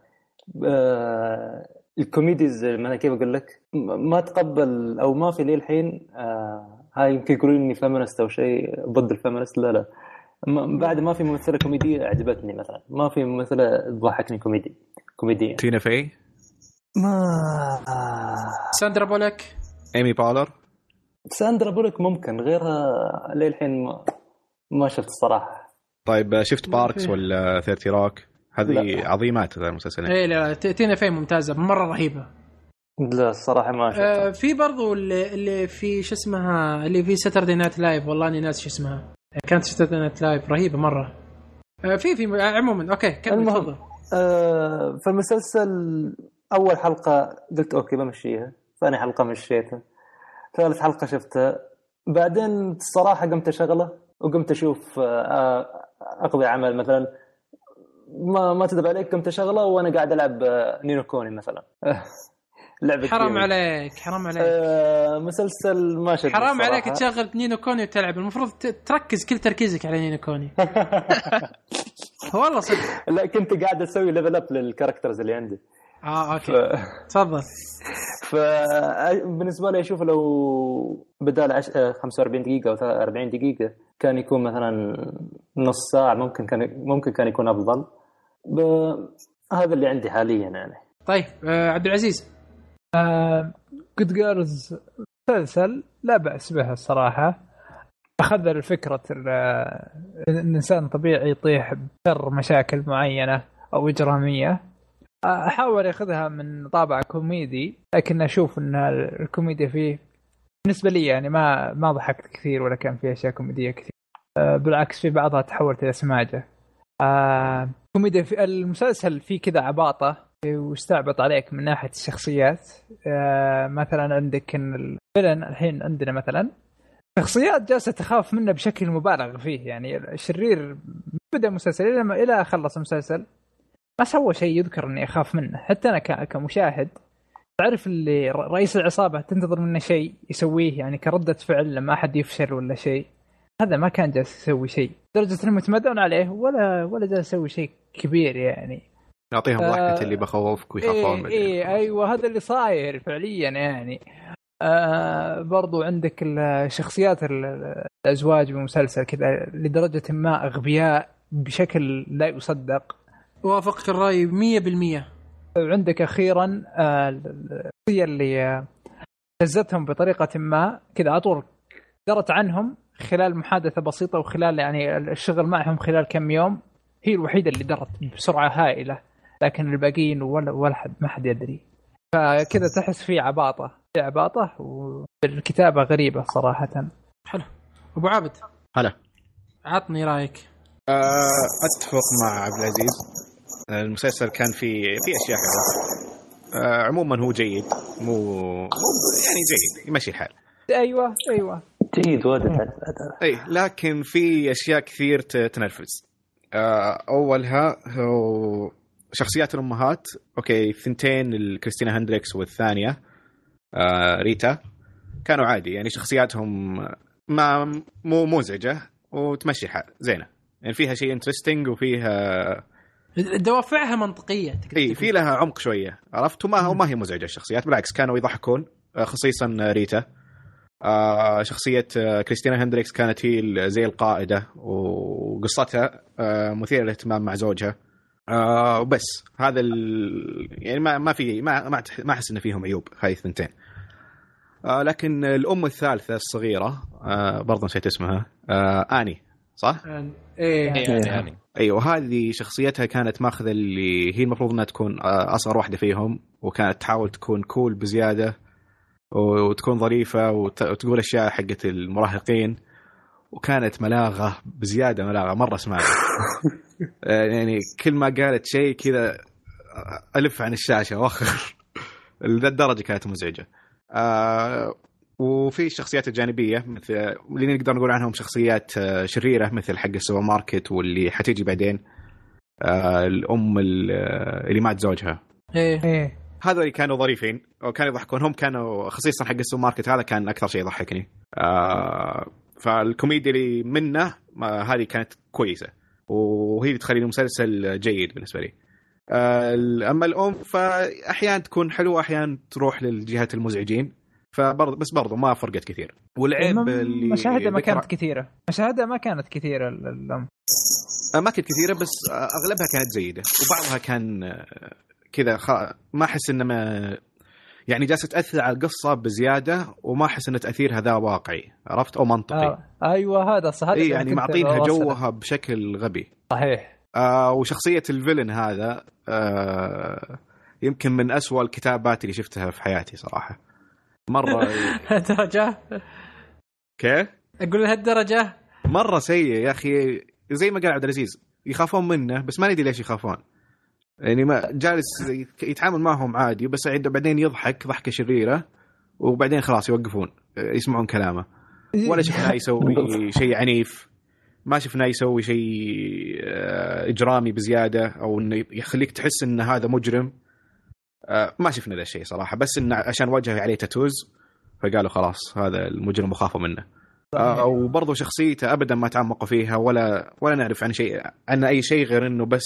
آه الكوميديز ما انا كيف اقول لك ما تقبل او ما في لي الحين آه هاي يمكن يقولون اني فيمينست او شيء ضد الفيمينست. لا لا بعد ما في ممثله كوميديه عجبتني مثلا، ما في ممثله تضحكني كوميدي كوميديه. تينا في ما ساندرا بولك ايمي بالر. ساندرا بولك ممكن، غيرها للحين ما ما شفت الصراحه. طيب شفت باركس ولا ثيرتي روك؟ هذه عظيمات المسلسلين. ايه لا تينا في ممتازه مره رهيبه. لا الصراحه ما شفت. آه في برضو اللي, اللي في شو اسمها اللي في ساتردي نايت لايف، والله اني ناس شو اسمها كانت ساتردي نايت لايف رهيبه مره. آه في في عموما اوكي كمل تفضل. آه فالمسلسل اول حلقه قلت اوكي بمشيها، ثاني حلقه مشيتها، ثالث حلقه شفتها، بعدين الصراحه قمت اشغله وقمت اشوف آه اقضي عمل مثلا ما ما تدري عليك، قمت اشغله وانا قاعد العب نينو كوني مثلا. لعبة حرام كيوم. عليك حرام عليك آه مسلسل ما شفته حرام عليك تشغل نينو كوني وتلعب، المفروض تركز كل تركيزك على نينو كوني. والله صدق. لا كنت قاعد اسوي ليفل اب للكاركترز اللي عندي. اه اوكي تفضل. فبالنسبه لي اشوف لو بدال عش... خمسة وأربعين دقيقه او أربعين دقيقه كان يكون مثلا نص ساعه، ممكن كان ممكن كان يكون افضل. ب... هذا اللي عندي حاليا يعني. طيب آه عبد العزيز. آه جود جيرلز مسلسل لا بأس به الصراحه. أخذ الفكرة الإنسان طبيعي يطيح بشر مشاكل معينة أو إجرامية، أحاول يأخذها من طابع كوميدي، لكن أشوف أن الكوميديا فيه بالنسبة لي يعني ما ما ضحكت كثير ولا كان فيه أشياء كوميدية كثير، بالعكس في بعضها تحولت إلى سماجة. كوميديا في المسلسل فيه كذا عباطة واستعبط عليك من ناحية الشخصيات. مثلا عندك الفيلن الحين عندنا مثلا شخصيات جالسة تخاف منه بشكل مبالغ فيه، يعني الشرير بدأ المسلسل إلى إلى خلص المسلسل ما سوى شيء يذكر إني أخاف منه. حتى أنا كمشاهد تعرف اللي رئيس العصابة تنتظر منه شيء يسويه يعني كردة فعل لما أحد يفشل ولا شيء، هذا ما كان جالس يسوي شيء درجة إنهم يتمدون عليه ولا ولا جالس يسوي شيء كبير يعني. يعطيهم ضحكة آه اللي بخوفك ويخافون. إيه, إيه أيوة هذا اللي صاير فعليا يعني. آه برضو عندك الشخصيات الأزواج بمسلسل كذا لدرجة ما أغبياء بشكل لا يصدق. وافقك الرأي مية بالمية. وعندك أخيرا آه الشخصية اللي هزتهم بطريقة ما كذا أطول درت عنهم خلال محادثة بسيطة وخلال يعني الشغل معهم خلال كم يوم، هي الوحيدة اللي درت بسرعة هائلة، لكن الباقيين ولا ولا حد ما حد يدري. فكذا تحس فيه عباطة في عباطة والكتابة غريبة صراحة. حلو. أبو عابد. هلا. عطني رأيك. أه أتفق مع عبد العزيز. المسلسل كان فيه فيه أشياء حلوة. أه عموما هو جيد، مو يعني جيد يمشي الحال. أيوة أيوة جيد واضح. أي لكن في أشياء كثير تنرفز. أه أولها هو شخصيات الأمهات. أوكي ثنتين الكريستينا هندريكس والثانية آه ريتا كانوا عادي يعني شخصياتهم ما مو مزعجة وتمشي حال زينة يعني فيها شيء انترستينج وفيها دوافعها منطقية. اي في لها عمق شوية عرفت وما وما هي مزعجة الشخصيات بالعكس كانوا يضحكون خصيصا ريتا. آه شخصية كريستينا هندريكس كانت هي زي القائدة وقصتها آه مثيرة للاهتمام مع زوجها. آه وبس هذا يعني ما ما في ما ما ما احس ان فيهم عيوب هاي الثنتين. آه لكن الام الثالثه الصغيره آه برضه نسيت اسمها آه اني صح؟ ايه يعني ايوه هذه شخصيتها كانت ماخذه اللي هي المفروض انها تكون آه اصغر واحده فيهم وكانت تحاول تكون كول بزياده وتكون ظريفه وتقول اشياء حقت المراهقين وكانت ملاغه بزياده ملاغه مره سمعت. يعني كل ما قالت شيء كذا ألف عن الشاشة وأخر لذا الدرجة كانت مزعجة. آه وفي الشخصيات الجانبية مثل اللي نقدر نقول عنهم شخصيات شريرة مثل حق السوبر ماركت واللي حتيجي بعدين آه الأم اللي مات زوجها. إيه هذول كانوا ظريفين وكانوا يضحكون هم كانوا خصيصا حق السوبر ماركت هذا كان أكثر شيء يضحكني. آه فالكوميديا اللي منه هذه كانت كويسة وهي اللي تخلي المسلسل جيد بالنسبة لي. أما الأم فأحيانا تكون حلوة أحيانا تروح للجهات المزعجين فبرضه بس برضه ما فرقت كثير. والعيب اللي مشاهدة ما كانت كثيرة مشاهدة ما كانت كثيرة الأم ما كانت كثيرة بس أغلبها كانت جيدة وبعضها كان كذا خ... ما أحس إنه ما يعني جالسة تأثر على القصة بزيادة وما أحس إن تأثيرها ذا واقعي عرفت أو منطقي. آه. أيوة هذا صحيح. إيه يعني معطينها جوها بشكل غبي. صحيح. آه وشخصية الفيلن هذا آه يمكن من أسوأ الكتابات اللي شفتها في حياتي صراحة مرة. درجة كيف أقول لهالدرجة مرة سيء يا أخي زي ما قال عبد العزيز يخافون منه بس ما ندري ليش يخافون يعني ما جالس يتعامل معهم عادي بس بعدين يضحك ضحكة شريرة وبعدين خلاص يوقفون يسمعون كلامه ولا شفناه يسوي شيء عنيف ما شفناه يسوي شيء إجرامي بزيادة أو إنه يخليك تحس إن هذا مجرم. ما شفنا ذا الشيء صراحة بس إن عشان وجهه عليه تاتوز فقالوا خلاص هذا المجرم وخافوا منه آه وبرضه شخصيته ابدا ما تعمقوا فيها ولا ولا نعرف عن شيء عن اي شيء غير انه بس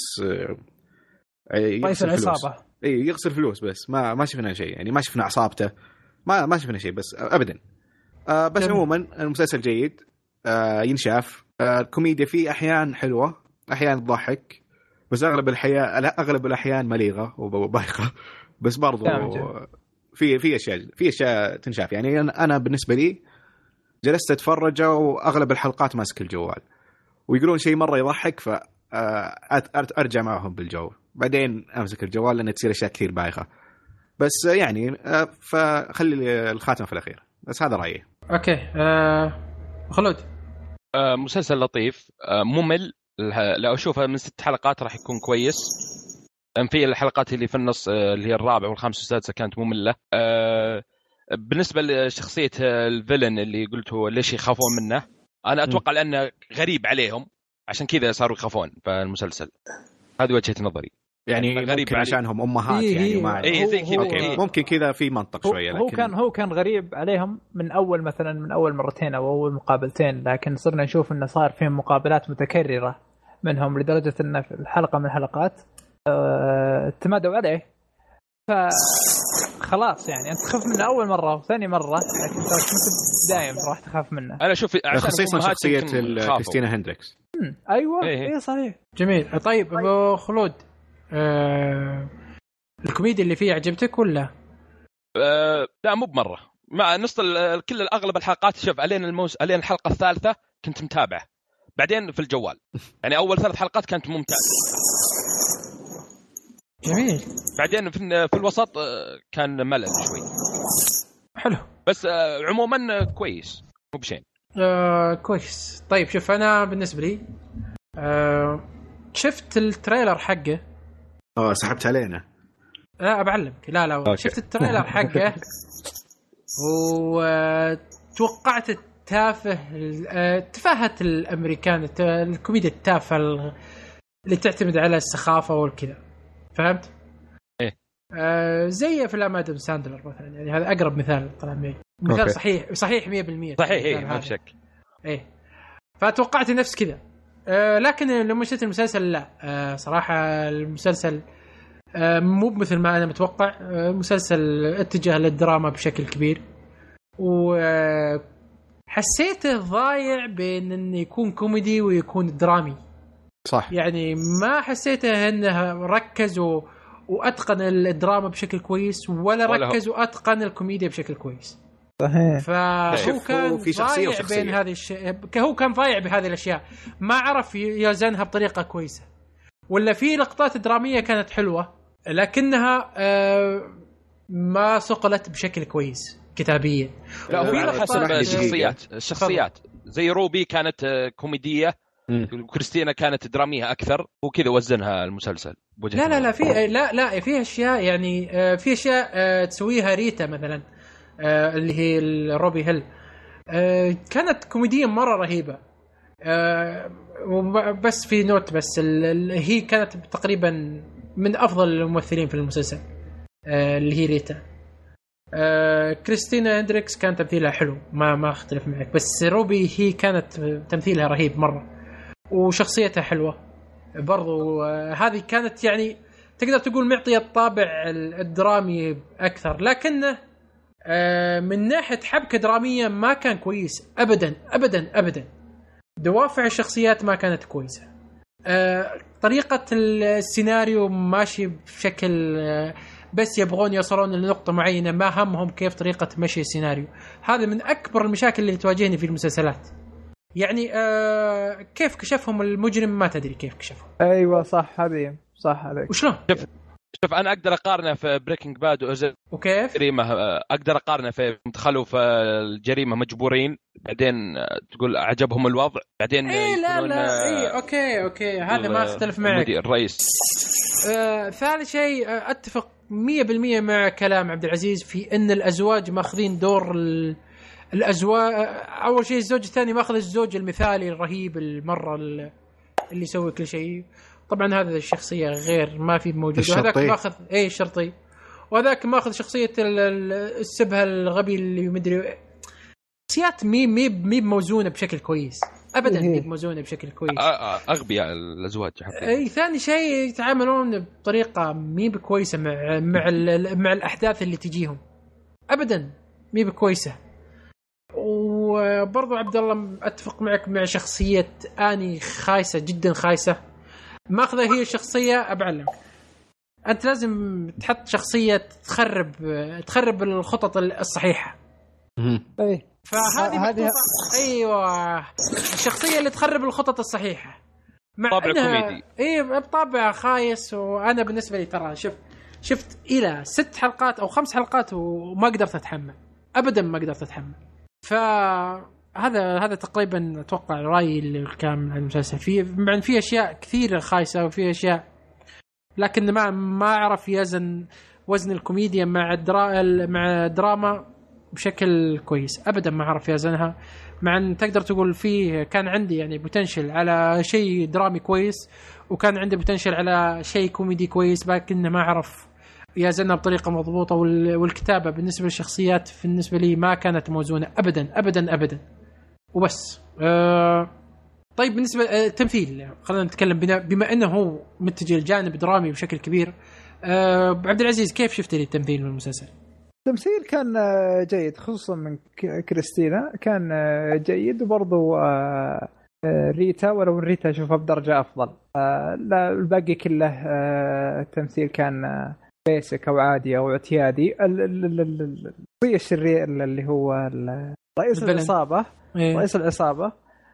رئيس العصابه. اي يغسل فلوس بس ما ما شفنا شيء يعني ما شفنا عصابته ما ما شفنا شيء بس ابدا. آه بس جميل. عموما المسلسل جيد آه ينشاف. آه الكوميديا فيه احيان حلوه احيان تضحك بس اغلب الحياه اغلب الاحيان مليغه وبايخه بس برضو في في اشياء في اشياء تنشاف يعني. انا بالنسبه لي جلست اتفرج واغلب الحلقات ماسك الجوال ويقولون شيء مره يضحك فارجع معهم بالجو بعدين امسك الجوال لان تصير اشياء كثير بايخه بس يعني فخلي الخاتم في الاخير. بس هذا رايي. اوكي آه خلود. آه مسلسل لطيف آه ممل لو اشوفه من ست حلقات راح يكون كويس. في الحلقات اللي في النص اللي هي الرابعه والخامسه والسادسه كانت ممله. آه بالنسبه لشخصيه الفيلن اللي قلته ليش يخافون منه انا اتوقع م. لانه غريب عليهم عشان كذا صاروا يخافون في المسلسل. هذه وجهه نظري يعني ممكن عشانهم امهات إيه يعني ما اي زي كذا إيه. ممكن كذا في منطق شويه لكن هو كان هو كان غريب عليهم من اول مثلا من اول مرتين او اول مقابلتين لكن صرنا نشوف انه صار فيهم مقابلات متكرره منهم لدرجه ان في الحلقه من الحلقات أه... تمادوا عليه فخلاص يعني انت تخاف منه اول مره وثاني مره لكن ترى كنت دايم راح تخاف منه. انا اشوف خصيصا شخصيه كريستينا هندريكس. ايوه اي إيه صحيح. جميل. طيب ابو خلود آه... الكوميديا اللي فيه عجبتك ولا آه... لا مو بمره مع نص كل الاغلب الحلقات شوف علينا الموس علينا الحلقه الثالثه كنت متابع بعدين في الجوال يعني اول ثلاث حلقات كانت ممتازه. جميل. بعدين في في الوسط كان ملل شوي. حلو بس عموما كويس مو بشين. آه كويس. طيب شوف انا بالنسبه لي آه شفت التريلر حقه. اه سحبت علينا. لا بعلمك. لا لا أوكي. شفت التريلر حقه وتوقعت التافه تفاهه الامريكان الكوميديا التافهه اللي تعتمد على السخافه والكذا فهمت؟ ايه آه زي افلام ادم ساندلر مثلا يعني هذا اقرب مثال طلع معي مثال أوكي. صحيح صحيح مية بالمية صحيح ايه ما في شك. ايه فتوقعت نفس كذا آه لكن لما شفت المسلسل لا آه صراحه المسلسل آه مو مثل ما انا متوقع. آه مسلسل اتجه للدراما بشكل كبير وحسيته ضايع بين انه يكون كوميدي ويكون درامي صح. يعني ما حسيته انه ركز و... واتقن الدراما بشكل كويس ولا ركز واتقن الكوميديا بشكل كويس. صحيح. فهو كان في شخصيه ضايع بين هذه الشيء هو كان ضايع بهذه الاشياء ما عرف يوزنها بطريقه كويسه. ولا في لقطات دراميه كانت حلوه لكنها ما صقلت بشكل كويس كتابيا. لا هو على حسب الشخصيات الشخصيات زي روبي كانت كوميديه وكريستينا كانت درامية أكثر وكذا وزنها المسلسل. لا لا لا في لا لا في أشياء يعني في أشياء تسويها ريتا مثلا اللي هي روبي هيل كانت كوميدية مرة رهيبة بس في نوت بس هي كانت تقريبا من أفضل الممثلين في المسلسل اللي هي ريتا. كريستينا هندريكس كان تمثيلها حلو ما ما اختلف معك بس روبي هي كانت تمثيلها رهيب مرة وشخصيتها حلوة برضو. هذه كانت يعني تقدر تقول معطية الطابع الدرامي أكثر لكنه من ناحية حبكة درامية ما كان كويس أبدا أبدا أبدا. دوافع الشخصيات ما كانت كويسة. طريقة السيناريو ماشي بشكل بس يبغون يوصلون لنقطة معينة ما همهم كيف طريقة مشي السيناريو. هذا من أكبر المشاكل اللي تواجهني في المسلسلات يعني آه كيف كشفهم المجرم ما تدري كيف كشفهم. ايوه صح هذه صح عليك. وشلون شوف شوف انا اقدر اقارنه في بريكنج باد وأزل وكيف جريمه اقدر اقارنه في دخلوا في الجريمه مجبورين بعدين تقول عجبهم الوضع بعدين إيه لا لا اي اوكي اوكي هذا ما اختلف معك الرئيس. آه ثالث شيء آه اتفق مية بالمية مع كلام عبد العزيز في ان الازواج ماخذين دور ال... الأزواج. أول شيء الزوج الثاني ماخذ الزوج المثالي الرهيب المرة اللي يسوي كل شيء. طبعا هذا الشخصية غير ما في موجود وهذاك ماخذ أي شرطي وهذاك ماخذ شخصية السبهة الغبي اللي مدري شخصيات مي مي مي موزونه بشكل كويس ابدا، مي موزونه بشكل كويس، اغبياء الازواج حقيقة. اي ثاني شيء يتعاملون بطريقه مي بكويسه مع مع مع الاحداث اللي تجيهم ابدا، مي بكويسه. وبرضو عبد الله اتفق معك مع شخصيه اني خايسه جدا، خايسه ماخذه هي الشخصيه. ابعلم انت لازم تحط شخصيه تخرب تخرب الخطط الصحيحه. اي فهذه هذه ايوه الشخصيه اللي تخرب الخطط الصحيحه مع طابع كوميدي. اي بطابع خايس. وانا بالنسبه لي ترى شفت شفت الى ست حلقات او خمس حلقات وما قدرت اتحمل ابدا، ما قدرت اتحمل. فهذا هذا تقريبا اتوقع رايي اللي كان عن المسلسل. فيه مع فيه اشياء كثيره خايسه وفيه اشياء، لكن ما ما اعرف يزن وزن الكوميديا مع الدرا مع الدراما بشكل كويس ابدا، ما اعرف يزنها. مع ان تقدر تقول فيه كان عندي يعني بوتنشل على شيء درامي كويس، وكان عندي بوتنشل على شيء كوميدي كويس، لكن ما اعرف يزنها بطريقه مضبوطه. والكتابه بالنسبه للشخصيات بالنسبه لي ما كانت موزونه ابدا ابدا ابدا وبس. أه طيب بالنسبه للتمثيل خلينا نتكلم بما انه هو متجه الجانب درامي بشكل كبير. أه عبد العزيز كيف شفت لي التمثيل من المسلسل؟ التمثيل كان جيد خصوصا من كريستينا، كان جيد. وبرضو ريتا، ولو ريتا أشوفها بدرجة أفضل. لا الباقي كله التمثيل كان بيسك أو عادي أو اعتيادي. الشخصية الشرير اللي هو رئيس العصابة رئيس العصابة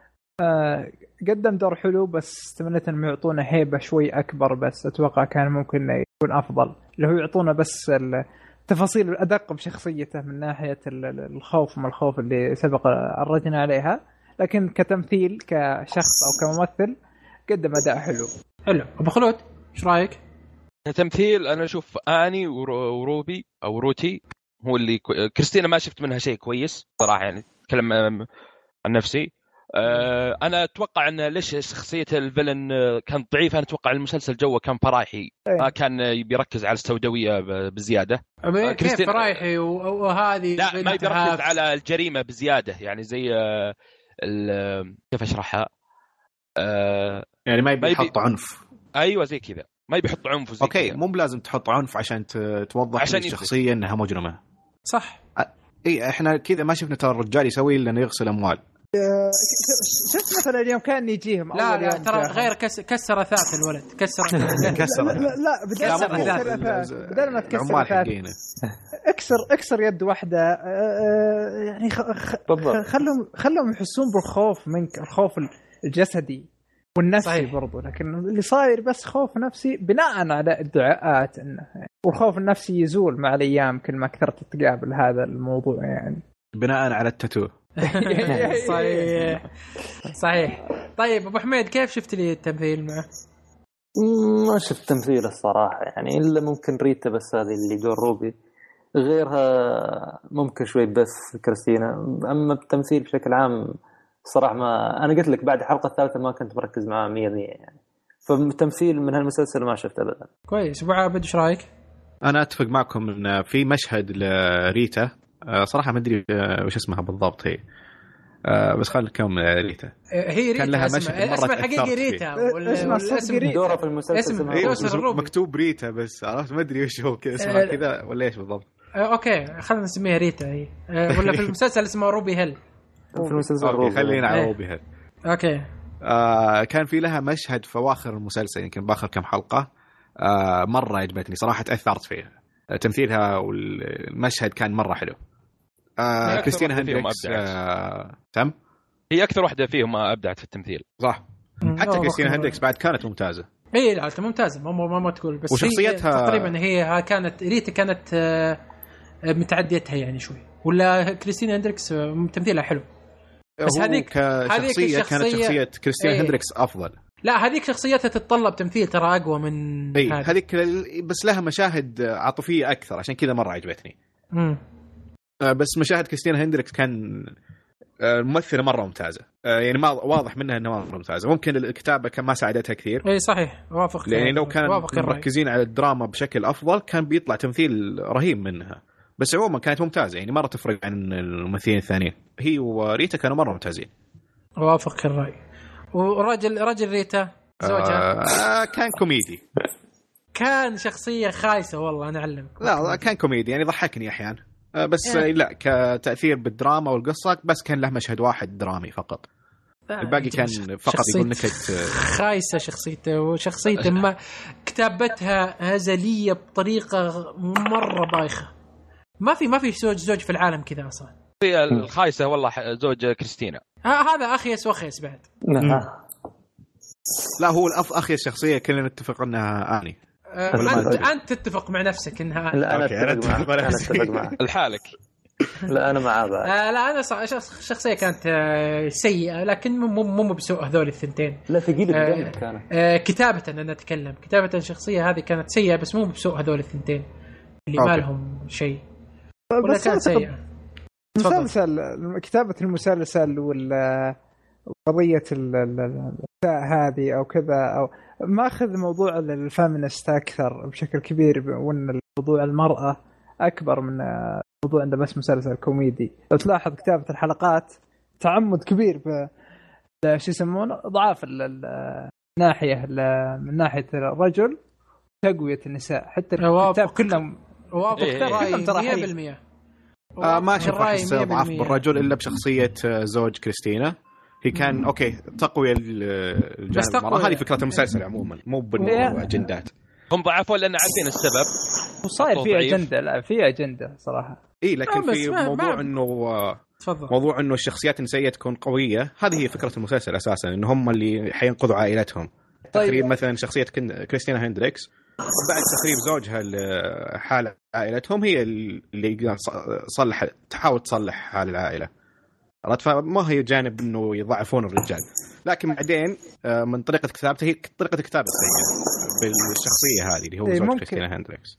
قدم دور حلو، بس تمنيت أنهم يعطونا هيبة شوي أكبر، بس أتوقع كان ممكن يكون أفضل اللي هو يعطونا بس التفاصيل الأدق بشخصيته من ناحية الخوف ما الخوف اللي سبق عرجنا عليها. لكن كتمثيل كشخص أو كممثل قدم أداء حلو. حلو. أبو خلود إيش رأيك؟ تمثيل أنا أشوف آني وروبي أو روتي هو اللي كو... كريستينا ما شفت منها شيء كويس صراحة، يعني أتكلم عن نفسي. أه أنا أتوقع أن ليش شخصية الفيلن كان ضعيف. أنا أتوقع المسلسل جوه كان فرايحي، ما كان بيركز على السوداوية بزيادة. أه كيف فرايحي وهذه لا ما بيركز على الجريمة بزيادة، يعني زي كيف أشرحها أه يعني ما يبيحط عنف. أيوة زي كذا، ما يبيحط عنف وزي أوكي كذا. مو بلازم تحط عنف عشان توضح عشان الشخصية أنها مجرمة. صح. إيه إحنا كذا ما شفنا ترى الرجال يسوي إلا إنه يغسل أموال. شفت مثلا اليوم كان يجيهم لا لا ترى غير كس كسر اثاث الولد كسر كسر لا لا بدل ما تكسر اثاث اكسر اكسر يد واحده. يعني خلهم خلهم يحسون بالخوف منك، الخوف الجسدي والنفسي برضو. لكن اللي صاير بس خوف نفسي بناء على ادعاءات انه والخوف النفسي يزول مع الايام كل ما كثرت تقابل هذا الموضوع، يعني بناء على التاتو. صحيح صحيح. طيب ابو حميد كيف شفت لي التمثيل معه؟ ما شفت تمثيل الصراحه، يعني الا ممكن ريتا بس هذه اللي دور روبي، غيرها ممكن شوي بس كريستينا. اما التمثيل بشكل عام صراحه ما انا قلت لك بعد الحلقه الثالثه ما كنت مركز معاه مية مية يعني. فالتمثيل من هالمسلسل ما شفت ابدا. كويس. ابو عابد ايش رايك؟ انا اتفق معكم ان في مشهد لريتا صراحه ما ادري وش اسمها بالضبط هي، بس خلينا نكمل ريتا. هي ريتا كان لها مشهد اسمها الحقيقي ريتا والاسم دوره في المسلسل اسمه مكتوب ريتا، بس عرفت ما ادري وش هو كذا اسمها كذا ولا ايش بالضبط. اوكي خلينا نسميها ريتا هي، ولا في المسلسل اسمه روبي هيل. في المسلسل روبي خلينا على روبي هيل. اوكي. آه كان في لها مشهد في اواخر المسلسل يمكن باخر كم حلقه آه مره عجبتني صراحه، تاثرت فيها تمثيلها والمشهد كان مره حلو. آه كريستينا هندريكس آه تم هي اكثر واحده فيهم ابدعت في التمثيل صح. حتى كريستينا هندريكس بعد كانت ممتازه. اي لا ممتازه ما ما, ما تقول، بس وشخصيتها تقريبا هي كانت ريتا كانت متعديتها يعني شوي، ولا كريستينا هندريكس تمثيلها حلو. بس هذيك هذيك كانت شخصيه كريستينا ايه. هندريكس افضل. لا هذيك شخصيتها تتطلب تمثيل ترى اقوى من اي هذيك، بس لها مشاهد عاطفيه اكثر عشان كذا مره عجبتني. امم بس مشاهد كريستينا هندريكس كان ممثله مره ممتازه، يعني ما واضح منها انها مره ممتازه. ممكن الكتابه كان ما ساعدتها كثير. اي صحيح وافق، لان لو كان مركزين على الدراما بشكل افضل كان بيطلع تمثيل رهيب منها. بس عموما كانت ممتازه، يعني مره تفرق عن الممثلين الثانيين. هي وريتا كانوا مره ممتازين. وافق الراي. ورجل رجل ريتا زوجها آه كان كوميدي، كان شخصيه خايسه والله انا اعلمك. لا كان كوميدي يعني ضحكني احيانا بس يعني. لا كتاثير بالدراما والقصه بس كان له مشهد واحد درامي فقط، الباقي كان فقط يقول نكت خايسه شخصيته، وشخصيته ما كتابتها هزليه بطريقه مره بايخه. ما في ما في زوج زوج في العالم كذا اصلا. في الخايسه والله زوج كريستينا هذا اخيس واخيس بعد. لا هو الأف أخي الشخصية كلنا نتفق أنها آني. أه أنت أنت تتفق مع نفسك إنها آني. لا أنا أتفق معك. أنا أتفق معك. الحالك. لا أنا معاه بعد. أه لا أنا شخصية كانت سيئة لكن مو مو بسوء هذول الثنتين. لا ثقيلة أه جدا كانت. أه كتابة أنا أتكلم كتابة الشخصية هذه كانت سيئة بس مو بسوء هذول الثنتين اللي ما لهم شيء. ولا كانت سيئة. مسلسل كتابة المسلسل وال قضية هذه أو كذا أو ما أخذ موضوع الفامينست أكثر بشكل كبير، وأن موضوع المرأة أكبر من موضوع عنده بس مسلسل كوميدي. لو تلاحظ كتابة الحلقات تعمد كبير ب شو يسمونه ضعاف الناحية من ناحية الرجل تقوية النساء، حتى الكتاب كلهم وافق رأيي مية بالمية. آه ما شوف أحس ضعف بالرجل إلا بشخصية زوج كريستينا. هي كان مم. اوكي تقويه الجانب المرأة، هذه فكره المسلسل عموما مو بالاجندات. هم ضعفوا لان عارفين السبب وصاير في اجنده. لا في اجنده صراحه اي لكن في موضوع انه موضوع انه الشخصيات النسائيه تكون قويه، هذه هي فكره المسلسل اساسا، ان هم اللي حينقذوا عائلتهم. طيب. تخريب مثلا شخصيه كريستينا هندريكس بعد تخريب زوجها لحال عائلتهم هي اللي صلح تحاول تصلح حال العائله. فما هي جانب انه يضعفون الرجال، لكن بعدين من طريقه كتابته هي طريقه كتابه سيئه بالشخصيه هذه اللي هو زوج كريستينا هندريكس.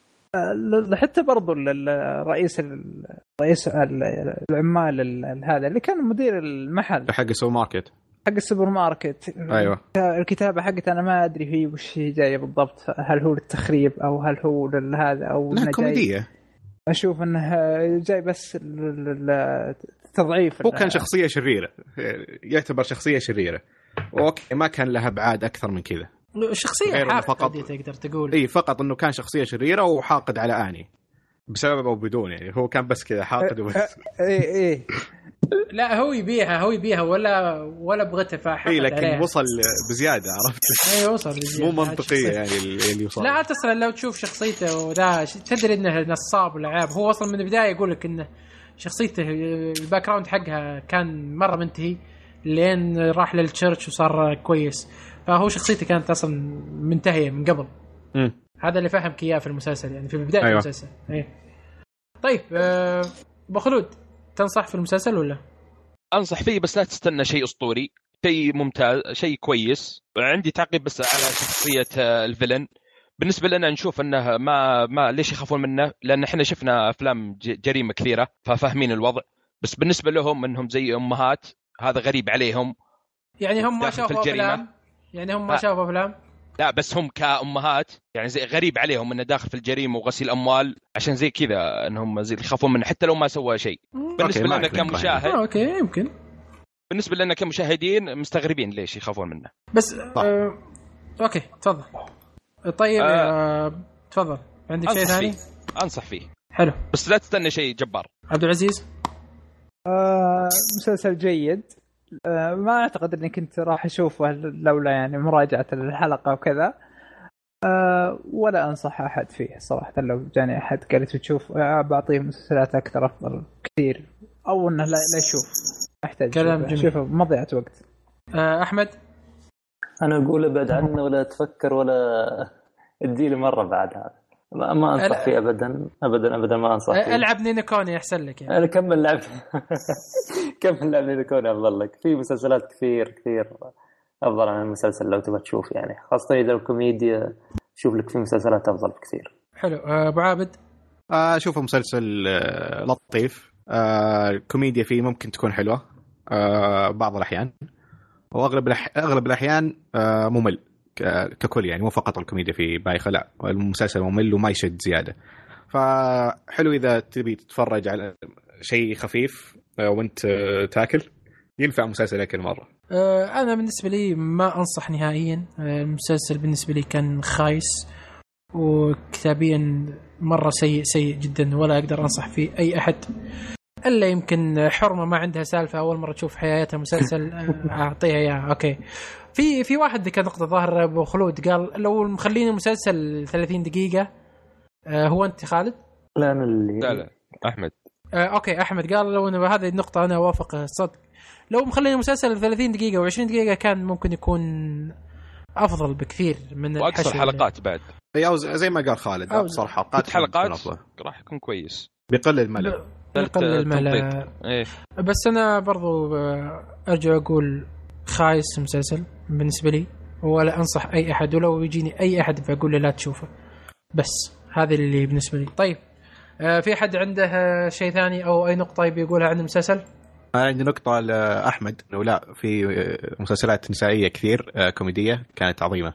حتى برضو الرئيس رئيس العمال هذا اللي كان مدير المحل حق السوبر ماركت حق السوبر ماركت ايوه الكتابه حقته انا ما ادري هي وش هي جايه بالضبط، هل هو للتخريب او هل هو لهذا او كوميديه. اشوف انه جاي بس تضعيف. هو كان شخصية شريرة، يعتبر شخصية شريرة اوكي ما كان لها ابعاد اكثر من كذا. شخصية حاقد تقدر تقول. اي فقط انه كان شخصية شريرة وحاقد على آني بسبب او بدون، يعني هو كان بس كذا حاقد وبس. اي اي لا هو يبيها هو يبيها ولا ولا بغته فحقد عليها. اي لكن عليها. وصل بزيادة عرفت. اي وصل بزيادة مو منطقية يعني اللي يوصل. لا تصل لو تشوف شخصيته وذا تدري انه نصاب ولا عيب. هو اصلا من البداية يقول لك انه شخصيته الباك جراوند حقها كان مرة منتهي لين راح للتشيرش وصار كويس، فهو شخصيته كانت أصلا منتهية من قبل. م. هذا اللي فهمك إياه في المسلسل يعني في بداية أيوة. المسلسل. أيه. طيب أه بخلود تنصح في المسلسل ولا؟ أنصح فيه بس لا تستنى شيء أسطوري، شيء ممتاز شيء كويس. عندي تعقيب بس على شخصية الفيلن. بالنسبة لنا نشوف أنه ما ما ليش يخافون منه، لأن إحنا شفنا أفلام جريمة كثيرة ففاهمين الوضع، بس بالنسبة لهم أنهم زي أمهات هذا غريب عليهم. يعني هم ما شافوا أفلام يعني هم ما شافوا أفلام لا بس هم كأمهات يعني زي غريب عليهم أنه داخل في الجريمة وغسيل أموال عشان زي كذا أنهم زي يخافون منه حتى لو ما سوى شيء. بالنسبة لنا كمشاهد أوكي يمكن بالنسبة لنا كمشاهدين مستغربين ليش يخافون منه. بس أه... أوكي تفضل. طيب أه... تفضل عندك شيء ثاني؟ أنصح فيه حلو بس لا تستنى شيء جبار. عبد العزيز آه مسلسل جيد. آه ما أعتقد أني كنت راح أشوفه لولا يعني مراجعة الحلقة وكذا. آه ولا أنصح أحد فيه صراحة. لو جاني أحد قالت تشوف آه بعطيه مسلسلات أكثر أفضل كثير، أو أنه لا, لا يشوف أحتاج كلام جميل. شوفه مضيعة وقت. آه أحمد أنا أقول ابعد عنه ولا تفكر ولا اديلي مرة بعد هذا. ما, ما أنصح فيه أبدا أبدا أبدا ما أنصح فيه. العب نينو كوني أحسن لك يعني. أنا كمل لعب كمل لعب نينو كوني أفضل لك. في مسلسلات كثير كثير أفضل عن المسلسل لو تبغى تشوف يعني، خاصة إذا الكوميديا شوف لك في مسلسلات أفضل بكثير. حلو. أبو عابد أشوفه مسلسل لطيف. الكوميديا فيه ممكن تكون حلوة بعض الأحيان، وأغلب أغلب الأحيان ممل ككل يعني، مو فقط الكوميديا في بايخة، لا المسلسل ممل وما يشد زيادة. فحلو إذا تبي تتفرج على شيء خفيف وانت تاكل ينفع مسلسل اكل مره. انا بالنسبه لي ما انصح نهائيا. المسلسل بالنسبه لي كان خايس وكتابيا مره سيء سيء جدا، ولا اقدر انصح فيه اي احد الا يمكن حرمه ما عندها سالفه اول مره تشوف حياتها مسلسل اعطيها اياها. اوكي في في واحد ذكر نقطه ظاهر ابو خلود قال لو مخلين المسلسل ثلاثين دقيقه. هو انت خالد؟ لا انا اللي لا لا احمد. آه، اوكي احمد قال لو انه هذه النقطه انا اوافقه صدق. لو مخلين المسلسل ثلاثين دقيقه وعشرين دقيقه كان ممكن يكون افضل بكثير من واكثر حلقات بعد. زي ما قال خالد اقصر حلقات حلقات راح يكون كويس، بيقلل الملل بيقلل الملل. إيه. بس انا برضو ارجع اقول خايس مسلسل بالنسبه لي، ولا انصح اي احد، ولو يجيني اي احد بقول له لا تشوفه. بس هذا اللي بالنسبه لي. طيب في حد عنده شيء ثاني او اي نقطه يبي يقولها عن المسلسل؟ أنا عندي نقطة لأحمد إنه لا في مسلسلات نسائية كثير كوميدية كانت عظيمة.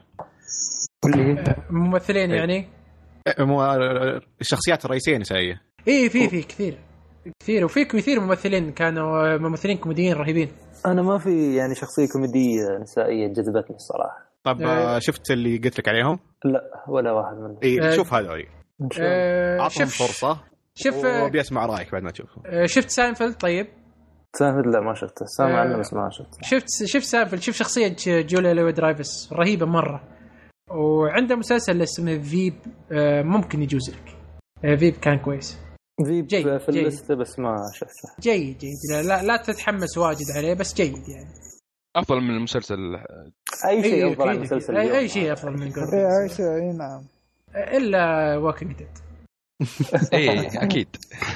ممثلين يعني؟ الشخصيات الرئيسية نسائية. إيه في في كثير كثير وفي كثير ممثلين كانوا ممثلين كوميديين رهيبين. أنا ما في يعني شخصية كوميدية نسائية جذبتني الصراحة. طب أه شفت اللي قلت لك عليهم؟ لا ولا واحد منهم. إيه شوف هذول. أه أعطهم فرصة. شوف وبيسمع رأيك بعد ما تشوفه. شفت ساينفيلد؟ طيب ساينفيلد لا ما شفته، سامع عنه بس ما شفته. شفت شفت ساينفيلد، شوف شخصية جوليا لوي درايفس رهيبة مرة. وعنده مسلسل اسمه فيب ممكن يجوز لك. فيب كان كويس. فيب جيد في الليستة بس ما شفته. جيد جيد لا لا, لا تتحمس واجد عليه بس جيد يعني. أفضل من المسلسل. أي شيء أفضل من المسلسل. أي, أي شيء أفضل من جوليا. أي شيء نعم. إلا ووكينج ديد. إيه أكيد.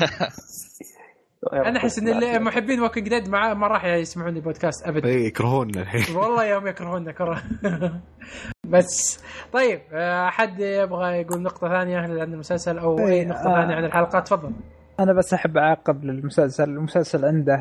انا احس ان اللي محبين ووكينج ديد ما ما راح يسمعون البودكاست ابدا. اي يكرهوننا الحين والله يوم يكرهوننا كره. بس طيب احد يبغى يقول نقطه ثانيه عن المسلسل او اي نقطه ثانيه عن الحلقه؟ تفضل. انا بس احب اعقب للمسلسل. المسلسل عنده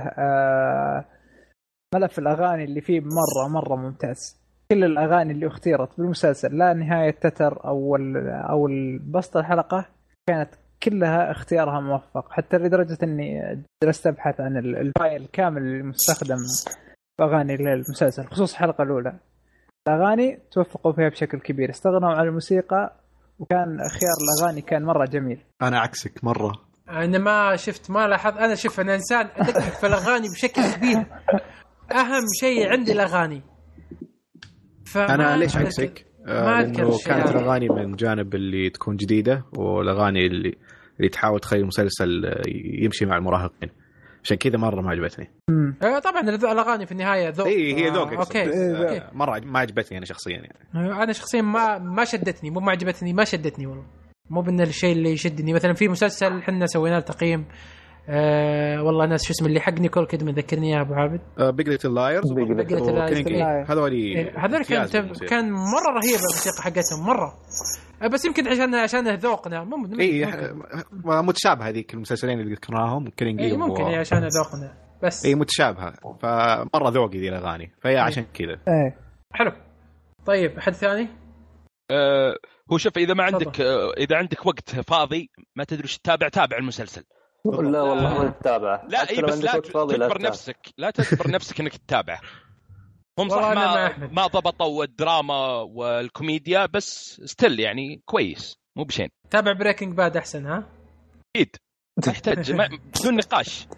ملف الاغاني اللي فيه مره مره ممتاز. كل الاغاني اللي اختيرت بالمسلسل لا نهايه تتر او او البسط الحلقه كانت كلها اختيارها موفق، حتى لدرجة أني جلست أبحث عن الفايل كامل المستخدم في أغاني المسلسل خصوص الحلقة الأولى. الأغاني توفقوا فيها بشكل كبير، استغنوا عن الموسيقى وكان خيار الأغاني كان مرة جميل. أنا عكسك مرة، أنا ما شفت ما لاحظ. أنا شوف أنا إنسان أدقق في الأغاني بشكل كبير، أهم شيء عندي الأغاني. أنا ليش عكسك؟ آه لأنه كانت الأغاني من جانب اللي تكون جديدة، والأغاني اللي اللي تحاول تخلي المسلسل يمشي مع المراهقين، عشان كذا مرة ما عجبتني. آه طبعا الأغاني في النهاية ذوق. إيه هي ذوق. آه أوكي. آه مرة ما عجبتني أنا شخصيا يعني. أنا شخصيا ما ما شدتني، مو ما عجبتني ما شدتني والله. مو بأن الشيء اللي يشدني. مثلا في مسلسل حنا سوينا تقييم آه والله ناس شو اسمه اللي حق نيكول كيدمان ذكرني يا ابو عابد. بيج ليتل لايرز. هذول هذول كان كان مره رهيبه الموسيقى حقتهم مره. بس يمكن عشان عشان ذوقنا ممكن اي متشابهه هذيك المسلسلين اللي ذكرناهم كينج إيه ممكن و... عشان ذوقنا بس اي متشابهه، فمره ذوقي ذي الاغاني فهي عشان كذا. ايه حلو. طيب حد ثاني؟ أه هو شوف اذا ما عندك أه اذا عندك وقت فاضي ما تدري ايش تتابع، تابع المسلسل. لا والله ما تتابع. لا اي بس لا تجبر نفسك لا تجبر نفسك انك تتابع. هم صح ما ما ضبطوا الدراما والكوميديا بس ستيل يعني كويس مو بشين. تابع بريكنج باد احسن. ها اكيد تحتاج بدون نقاش.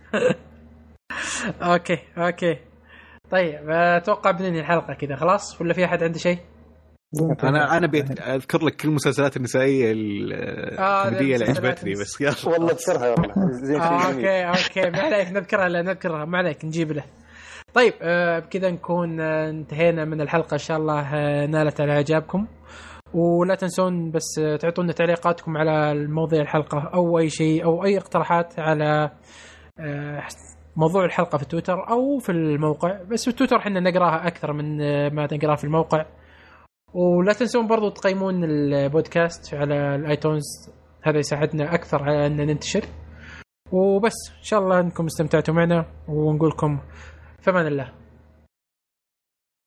اوكي اوكي طيب اتوقع بننهي الحلقه كذا خلاص ولا في احد عنده شيء؟ انا انا بذكر لك كل المسلسلات النسائيه الكوميديه اللي عجبتني بس يلا والله بسرعه والله. اوكي اوكي ما عليك نذكرها لا نذكرها ما عليك نجيب له. طيب آه بكذا نكون آه انتهينا من الحلقة. إن شاء الله آه نالت على إعجابكم، ولا تنسون بس آه تعطونا تعليقاتكم على الموضوع الحلقة أو أي شيء أو أي اقتراحات على آه موضوع الحلقة في تويتر أو في الموقع. بس في تويتر حنا نقراها أكثر من آه ما نقراها في الموقع. ولا تنسون برضو تقيمون البودكاست على الآيتونز، هذا يساعدنا أكثر على أن ننتشر. وبس إن شاء الله أنكم استمتعتوا معنا ونقولكم فمان الله.